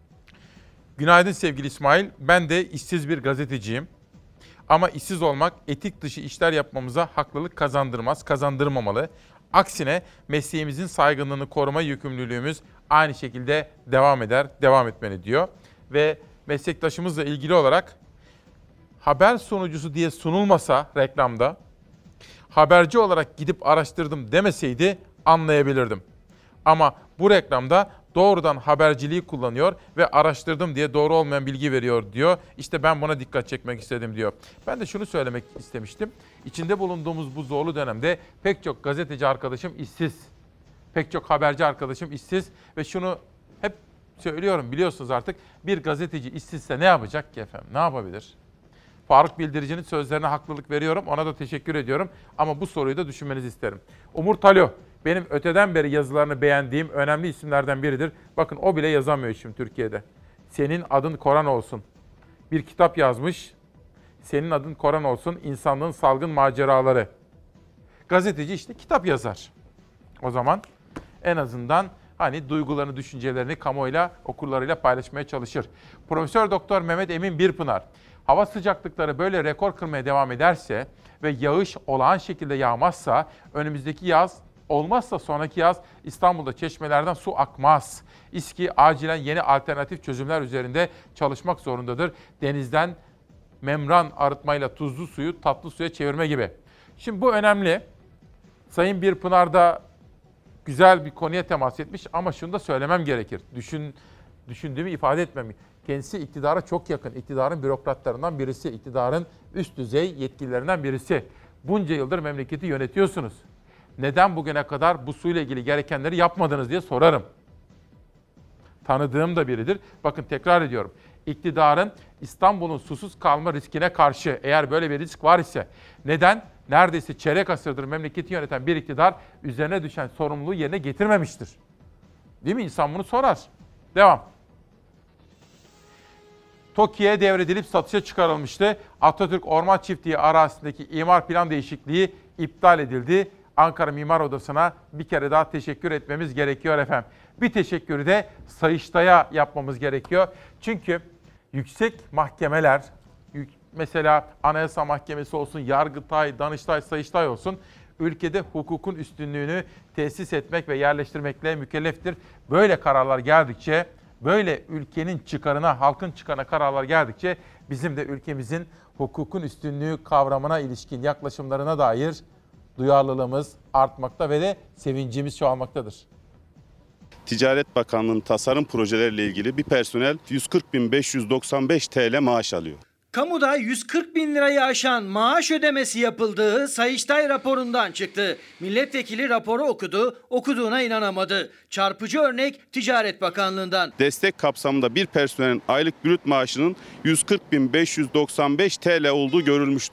Günaydın sevgili İsmail. Ben de işsiz bir gazeteciyim. Ama işsiz olmak etik dışı işler yapmamıza haklılık kazandırmamalı. Aksine mesleğimizin saygınlığını koruma yükümlülüğümüz aynı şekilde devam etmeli diyor. Ve meslektaşımızla ilgili olarak haber sunucusu diye sunulmasa reklamda, haberci olarak gidip araştırdım demeseydi anlayabilirdim. Ama bu reklamda doğrudan haberciliği kullanıyor ve araştırdım diye doğru olmayan bilgi veriyor diyor. İşte ben buna dikkat çekmek istedim diyor. Ben de şunu söylemek istemiştim. İçinde bulunduğumuz bu zorlu dönemde pek çok gazeteci arkadaşım işsiz. Pek çok haberci arkadaşım işsiz ve şunu hep söylüyorum, biliyorsunuz artık, bir gazeteci işsizse ne yapacak ki efendim? Ne yapabilir? Faruk Bildirici'nin sözlerine haklılık veriyorum. Ona da teşekkür ediyorum. Ama bu soruyu da düşünmenizi isterim. Umur Talo, benim öteden beri yazılarını beğendiğim önemli isimlerden biridir. Bakın o bile yazamıyor şimdi Türkiye'de. Senin adın Koran olsun. Bir kitap yazmış. Senin adın Koran olsun. İnsanlığın salgın maceraları. Gazeteci işte kitap yazar. O zaman en azından hani duygularını, düşüncelerini kamuoyuyla, okurlarıyla paylaşmaya çalışır. Profesör Doktor Mehmet Emin Birpınar, hava sıcaklıkları böyle rekor kırmaya devam ederse ve yağış olağan şekilde yağmazsa önümüzdeki yaz, olmazsa sonraki yaz İstanbul'da çeşmelerden su akmaz. İSKİ acilen yeni alternatif çözümler üzerinde çalışmak zorundadır. Denizden membran arıtmayla tuzlu suyu tatlı suya çevirme gibi. Şimdi bu önemli. Sayın Birpınar da güzel bir konuya temas etmiş ama şunu da söylemem gerekir. Düşündüğümü ifade etmem. Kendisi iktidara çok yakın. İktidarın bürokratlarından birisi, iktidarın üst düzey yetkililerinden birisi. Bunca yıldır memleketi yönetiyorsunuz. Neden bugüne kadar bu suyla ilgili gerekenleri yapmadınız diye sorarım. Tanıdığım da biridir. Bakın tekrar ediyorum. İktidarın İstanbul'un susuz kalma riskine karşı eğer böyle bir risk var ise neden neredeyse çeyrek asırdır memleketi yöneten bir iktidar üzerine düşen sorumluluğu yerine getirmemiştir? Değil mi? İnsan bunu sorar. Devam. TOKİ'ye devredilip satışa çıkarılmıştı. Atatürk Orman Çiftliği arazisindeki imar plan değişikliği iptal edildi. Ankara Mimar Odası'na bir kere daha teşekkür etmemiz gerekiyor efendim. Bir teşekkürü de Sayıştay'a yapmamız gerekiyor. Çünkü yüksek mahkemeler, mesela Anayasa Mahkemesi olsun, Yargıtay, Danıştay, Sayıştay olsun, ülkede hukukun üstünlüğünü tesis etmek ve yerleştirmekle mükelleftir. Böyle kararlar geldikçe, böyle ülkenin çıkarına, halkın çıkarına kararlar geldikçe bizim de ülkemizin hukukun üstünlüğü kavramına ilişkin yaklaşımlarına dair duyarlılığımız artmakta ve de sevincimiz çoğalmaktadır. Ticaret Bakanlığı'nın tasarım projeleriyle ilgili bir personel 140.595 TL maaş alıyor. Kamuda 140 bin lirayı aşan maaş ödemesi yapıldığı Sayıştay raporundan çıktı. Milletvekili raporu okudu, okuduğuna inanamadı. Çarpıcı örnek Ticaret Bakanlığı'ndan. Destek kapsamında bir personelin aylık brüt maaşının 140.595 TL olduğu görülmüştür.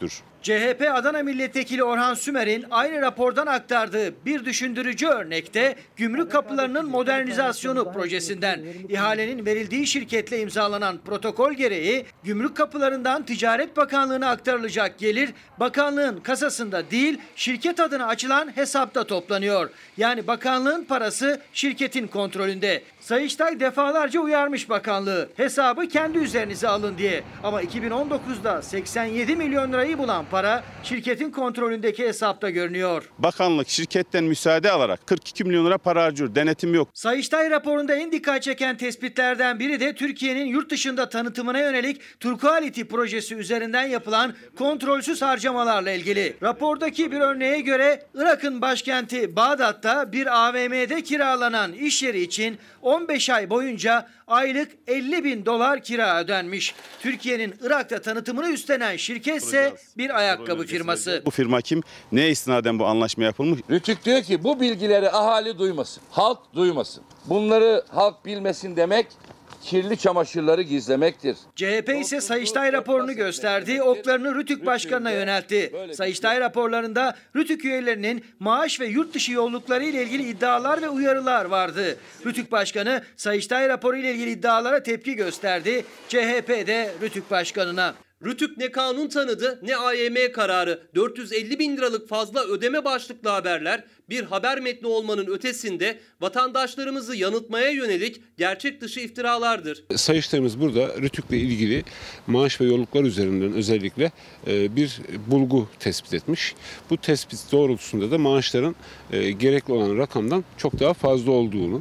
CHP Adana Milletvekili Orhan Sümer'in aynı rapordan aktardığı bir düşündürücü örnekte gümrük kapılarının modernizasyonu projesinden. İhalenin verildiği şirketle imzalanan protokol gereği gümrük kapılarından Ticaret Bakanlığı'na aktarılacak gelir bakanlığın kasasında değil şirket adına açılan hesapta toplanıyor. Yani bakanlığın parası şirketin kontrolünde. Sayıştay defalarca uyarmış bakanlığı hesabı kendi üzerinize alın diye. Ama 2019'da 87 milyon lirayı bulan para şirketin kontrolündeki hesapta görünüyor. Bakanlık şirketten müsaade alarak 42 milyon lira para harcıyor. Denetim yok. Sayıştay raporunda en dikkat çeken tespitlerden biri de Türkiye'nin yurt dışında tanıtımına yönelik Turquality projesi üzerinden yapılan kontrolsüz harcamalarla ilgili. Rapordaki bir örneğe göre Irak'ın başkenti Bağdat'ta bir AVM'de kiralanan iş yeri için 15 ay boyunca aylık 50 bin dolar kira ödenmiş. Türkiye'nin Irak'ta tanıtımını üstlenen şirketse bir ayakkabı firması. Bu firma kim? Neye istinaden bu anlaşma yapılmış? Rütük diyor ki bu bilgileri ahali duymasın, halk duymasın. Bunları halk bilmesin demek kirli çamaşırları gizlemektir. CHP ise Sayıştay raporunu gösterdi, oklarını Rütük Başkanı'na yöneltti. Sayıştay raporlarında Rütük üyelerinin maaş ve yurt dışı yollukları ile ilgili iddialar ve uyarılar vardı. Rütük Başkanı Sayıştay raporu ile ilgili iddialara tepki gösterdi. CHP de Rütük Başkanı'na. Rütük ne kanun tanıdı ne AYM kararı. 450 bin liralık fazla ödeme başlıklı haberler bir haber metni olmanın ötesinde vatandaşlarımızı yanıltmaya yönelik gerçek dışı iftiralardır. Sayıştayımız burada Rütük'le ilgili maaş ve yolluklar üzerinden özellikle bir bulgu tespit etmiş. Bu tespit doğrultusunda da maaşların gerekli olan rakamdan çok daha fazla olduğunu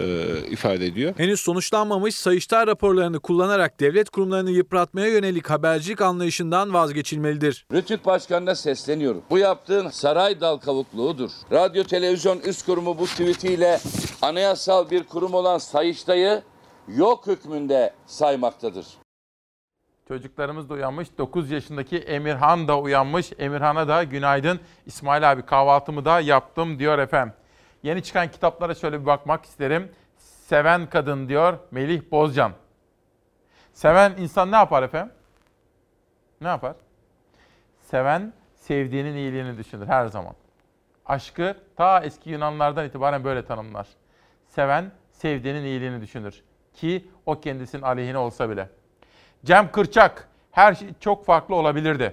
ifade ediyor. Henüz sonuçlanmamış Sayıştay raporlarını kullanarak devlet kurumlarını yıpratmaya yönelik habercilik anlayışından vazgeçilmelidir. Rütük Başkanı'na sesleniyorum. Bu yaptığın saray dal kavukluğudur. Radyo Televizyon Üst Kurumu bu tweetiyle anayasal bir kurum olan Sayıştay'ı yok hükmünde saymaktadır. Çocuklarımız da uyanmış. 9 yaşındaki Emirhan da uyanmış. Emirhan'a da günaydın. İsmail abi kahvaltımı da yaptım diyor efendim. Yeni çıkan kitaplara şöyle bir bakmak isterim. Seven Kadın diyor Melih Bozcan. Seven insan ne yapar efendim? Ne yapar? Seven sevdiğinin iyiliğini düşünür her zaman. Aşkı ta eski Yunanlardan itibaren böyle tanımlar. Seven sevdiğinin iyiliğini düşünür. Ki o kendisinin aleyhine olsa bile. Cem Kırçak, her şey çok farklı olabilirdi.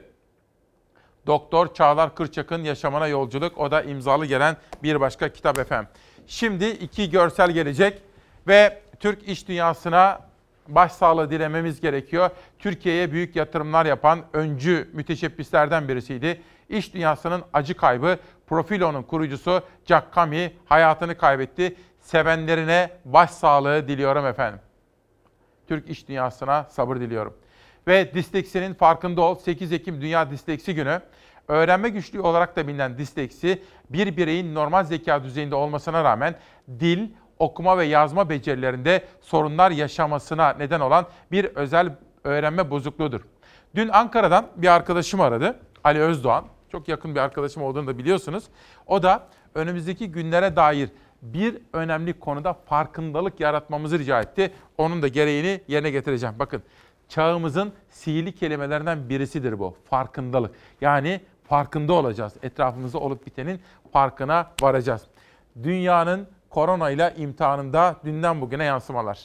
Doktor Çağlar Kırçak'ın yaşamına yolculuk, o da imzalı gelen bir başka kitap efendim. Şimdi 2 görsel gelecek ve Türk iş dünyasına başsağlığı dilememiz gerekiyor. Türkiye'ye büyük yatırımlar yapan öncü müteşebbislerden birisiydi. İş dünyasının acı kaybı, Profilo'nun kurucusu Jack Kami hayatını kaybetti. Sevenlerine başsağlığı diliyorum efendim. Türk iş dünyasına sabır diliyorum. Ve disleksinin farkında ol. 8 Ekim Dünya Disleksi Günü. Öğrenme güçlüğü olarak da bilinen disleksi, bir bireyin normal zeka düzeyinde olmasına rağmen dil, okuma ve yazma becerilerinde sorunlar yaşamasına neden olan bir özel öğrenme bozukluğudur. Dün Ankara'dan bir arkadaşım aradı, Ali Özdoğan. Çok yakın bir arkadaşım olduğunu da biliyorsunuz. O da önümüzdeki günlere dair bir önemli konuda farkındalık yaratmamızı rica etti. Onun da gereğini yerine getireceğim. Bakın, çağımızın sihirli kelimelerinden birisidir bu, farkındalık. Yani farkında olacağız. Etrafımızda olup bitenin farkına varacağız. Dünyanın koronayla imtihanında dünden bugüne yansımalar.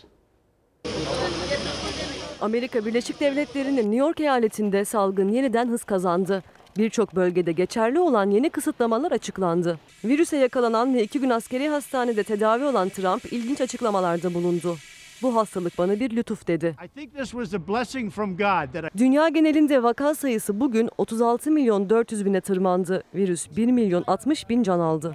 Amerika Birleşik Devletleri'nin New York eyaletinde salgın yeniden hız kazandı. Birçok bölgede geçerli olan yeni kısıtlamalar açıklandı. Virüse yakalanan ve 2 gün askeri hastanede tedavi olan Trump ilginç açıklamalarda bulundu. Bu hastalık bana bir lütuf dedi. Dünya genelinde vaka sayısı bugün 36 milyon 400 bine tırmandı. Virüs 1 milyon 60 bin can aldı.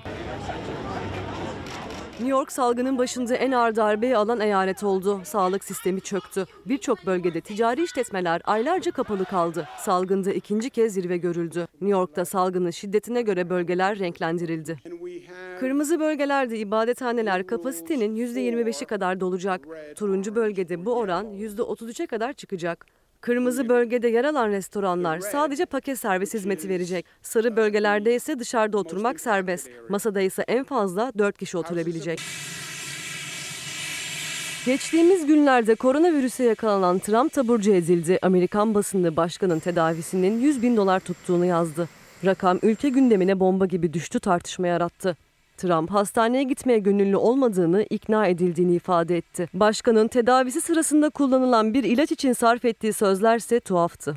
New York salgının başında en ağır darbeyi alan eyalet oldu. Sağlık sistemi çöktü. Birçok bölgede ticari işletmeler aylarca kapalı kaldı. Salgında ikinci kez zirve görüldü. New York'ta salgının şiddetine göre bölgeler renklendirildi. Kırmızı bölgelerde ibadethaneler kapasitenin %25'i kadar dolacak. Turuncu bölgede bu oran %33'e kadar çıkacak. Kırmızı bölgede yer alan restoranlar sadece paket servis hizmeti verecek. Sarı bölgelerde ise dışarıda oturmak serbest. Masada ise en fazla 4 kişi oturabilecek. Geçtiğimiz günlerde koronavirüse yakalanan Trump taburcu edildi. Amerikan basını başkanın tedavisinin $100.000 tuttuğunu yazdı. Rakam ülke gündemine bomba gibi düştü, tartışma yarattı. Trump hastaneye gitmeye gönüllü olmadığını, ikna edildiğini ifade etti. Başkanın tedavisi sırasında kullanılan bir ilaç için sarf ettiği sözlerse tuhaftı.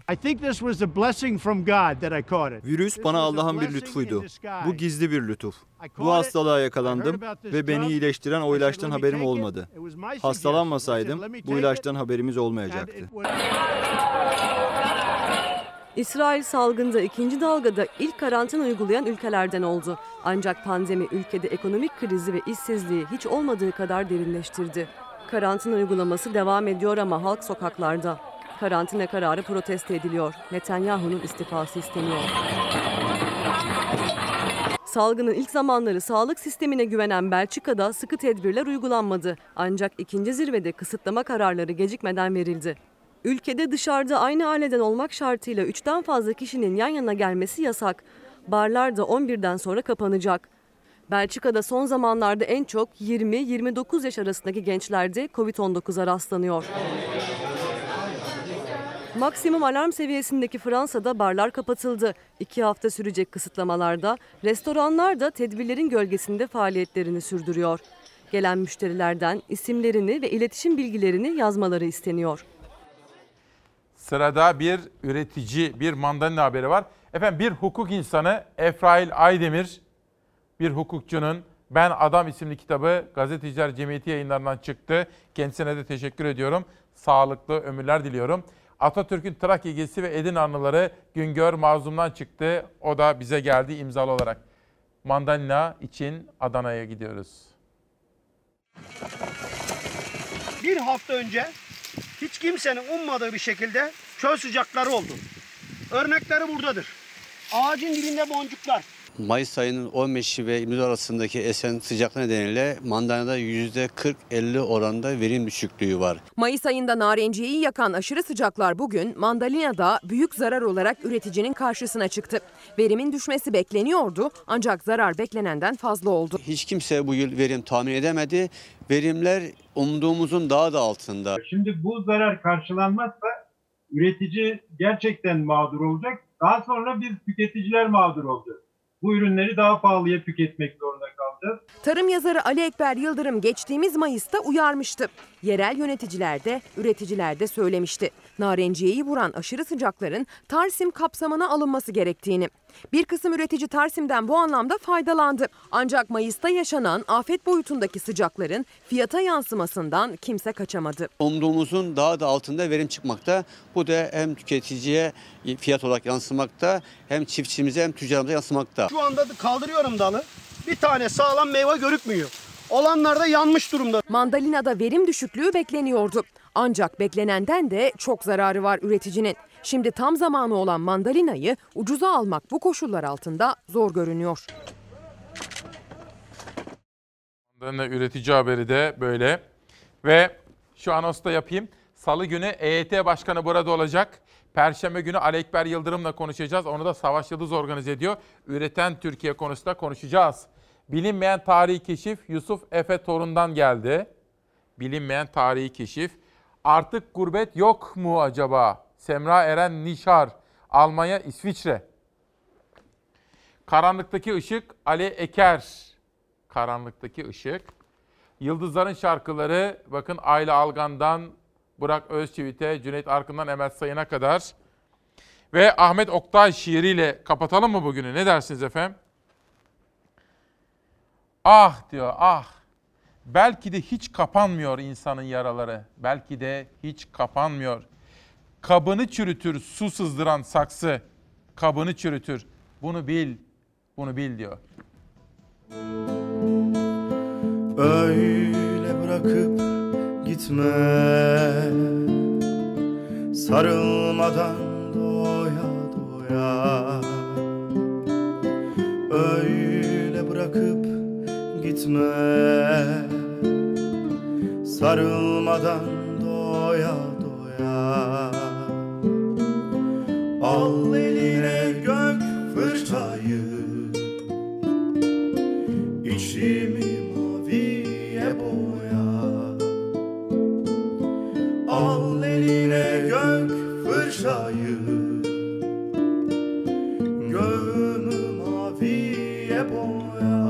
Virüs bana Allah'ın bir lütfuydu. Bu gizli bir lütuf. Bu hastalığa yakalandım ve beni iyileştiren o ilaçtan haberim olmadı. Hastalanmasaydım bu ilaçtan haberimiz olmayacaktı. İsrail salgında ikinci dalgada ilk karantina uygulayan ülkelerden oldu. Ancak pandemi ülkede ekonomik krizi ve işsizliği hiç olmadığı kadar derinleştirdi. Karantina uygulaması devam ediyor ama halk sokaklarda. Karantina kararı protesto ediliyor. Netanyahu'nun istifası isteniyor. Salgının ilk zamanları sağlık sistemine güvenen Belçika'da sıkı tedbirler uygulanmadı. Ancak ikinci zirvede kısıtlama kararları gecikmeden verildi. Ülkede dışarıda aynı aileden olmak şartıyla 3'ten fazla kişinin yan yana gelmesi yasak. Barlar da 11'den sonra kapanacak. Belçika'da son zamanlarda en çok 20-29 yaş arasındaki gençlerde Covid-19'a rastlanıyor. Maksimum alarm seviyesindeki Fransa'da barlar kapatıldı. 2 hafta sürecek kısıtlamalarda restoranlar da tedbirlerin gölgesinde faaliyetlerini sürdürüyor. Gelen müşterilerden isimlerini ve iletişim bilgilerini yazmaları isteniyor. Sırada bir üretici, bir mandalina haberi var. Efendim bir hukuk insanı Efrail Aydemir, bir hukukçunun Ben Adam isimli kitabı Gazeteciler Cemiyeti yayınlarından çıktı. Kendisine de teşekkür ediyorum. Sağlıklı ömürler diliyorum. Atatürk'ün Trakya gezisi ve Edirne anıları Güngör Mazlum'dan çıktı. O da bize geldi imzalı olarak. Mandalina için Adana'ya gidiyoruz. Bir hafta önce hiç kimsenin ummadığı bir şekilde çöl sıcakları oldu. Örnekleri buradadır. Ağacın dibinde boncuklar. Mayıs ayının 15'i ve 20 arasındaki esen sıcaklık nedeniyle mandalinada %40-50 oranında verim düşüklüğü var. Mayıs ayında narenciyeyi yakan aşırı sıcaklar bugün mandalinada büyük zarar olarak üreticinin karşısına çıktı. Verimin düşmesi bekleniyordu ancak zarar beklenenden fazla oldu. Hiç kimse bu yıl verim tahmin edemedi. Verimler umduğumuzun daha da altında. Şimdi bu zarar karşılanmazsa üretici gerçekten mağdur olacak. Daha sonra biz tüketiciler mağdur olacağız. Bu ürünleri daha pahalıya tüketmek zorunda kalacağız. Tarım yazarı Ali Ekber Yıldırım geçtiğimiz Mayıs'ta uyarmıştı. Yerel yöneticiler de, üreticiler de söylemişti. Narenciyeyi vuran aşırı sıcakların Tarsim kapsamına alınması gerektiğini. Bir kısım üretici Tarsim'den bu anlamda faydalandı. Ancak Mayıs'ta yaşanan afet boyutundaki sıcakların fiyata yansımasından kimse kaçamadı. Umduğumuzun daha da altında verim çıkmakta. Bu da hem tüketiciye fiyat olarak yansımakta, hem çiftçimize hem tüccarımıza yansımakta. Şu anda kaldırıyorum dalı. Bir tane sağlam meyve görükmüyor. Olanlar da yanmış durumda. Mandalinada verim düşüklüğü bekleniyordu. Ancak beklenenden de çok zararı var üreticinin. Şimdi tam zamanı olan mandalinayı ucuza almak bu koşullar altında zor görünüyor. Mandalina üretici haberi de böyle. Ve şu anonsu da yapayım. Salı günü EYT Başkanı burada olacak. Perşembe günü Ali Ekber Yıldırım'la konuşacağız. Onu da Savaş Yıldız organize ediyor. Üreten Türkiye konusunda konuşacağız. Bilinmeyen tarihi keşif Yusuf Efe Torun'dan geldi. Bilinmeyen tarihi keşif. Artık gurbet yok mu acaba? Semra Eren Nişar, Almanya, İsviçre. Karanlıktaki ışık Ali Eker. Karanlıktaki ışık. Yıldızların şarkıları bakın Ayla Algan'dan Burak Özçivit'e, Cüneyt Arkın'dan Emel Sayın'a kadar. Ve Ahmet Oktay şiiriyle kapatalım mı bugünü? Ne dersiniz efendim? Ah diyor, ah. Belki de hiç kapanmıyor insanın yaraları. Belki de hiç kapanmıyor. Kabını çürütür su sızdıran saksı. Kabını çürütür. Bunu bil, bunu bil diyor. Öyle bırakıp gitme, sarılmadan doya doya. Öyle bırakıp gitme, sarılmadan doya doya. Al eline gök fırçayı, içimi maviye boya. gök fırçayı, göğümü maviye boya.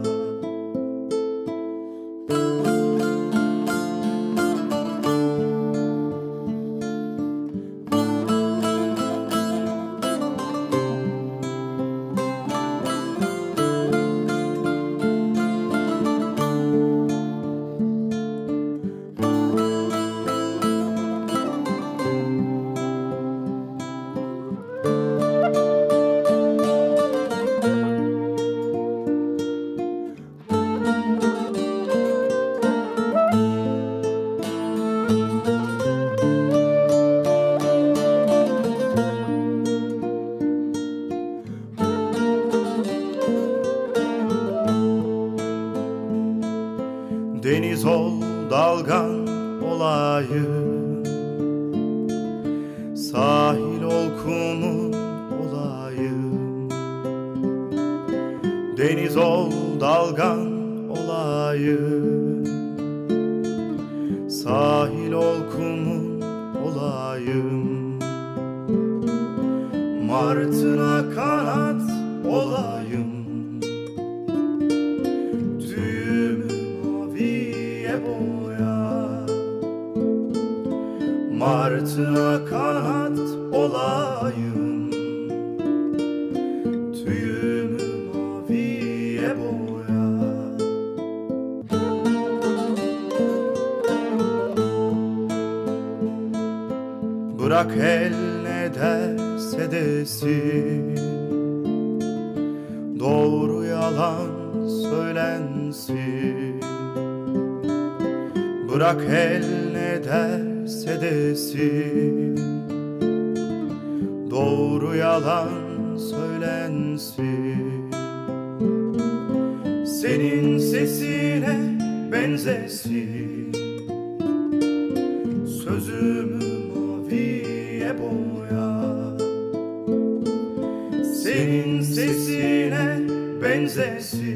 Deniz ol, dalgan olayım, sahil ol, kumun olayım. Deniz ol, dalgan olayım, sahil ol, kumun olayım. Martına kanat olayım, martına kanat olayım, tüyümü maviye boya. Bırak el ne derse desin, doğru yalan söylensin. Bırak el ne derse desin, doğru yalan söylensin. Senin sesine benzesin, sözümü maviye boya. Senin sesine benzesin,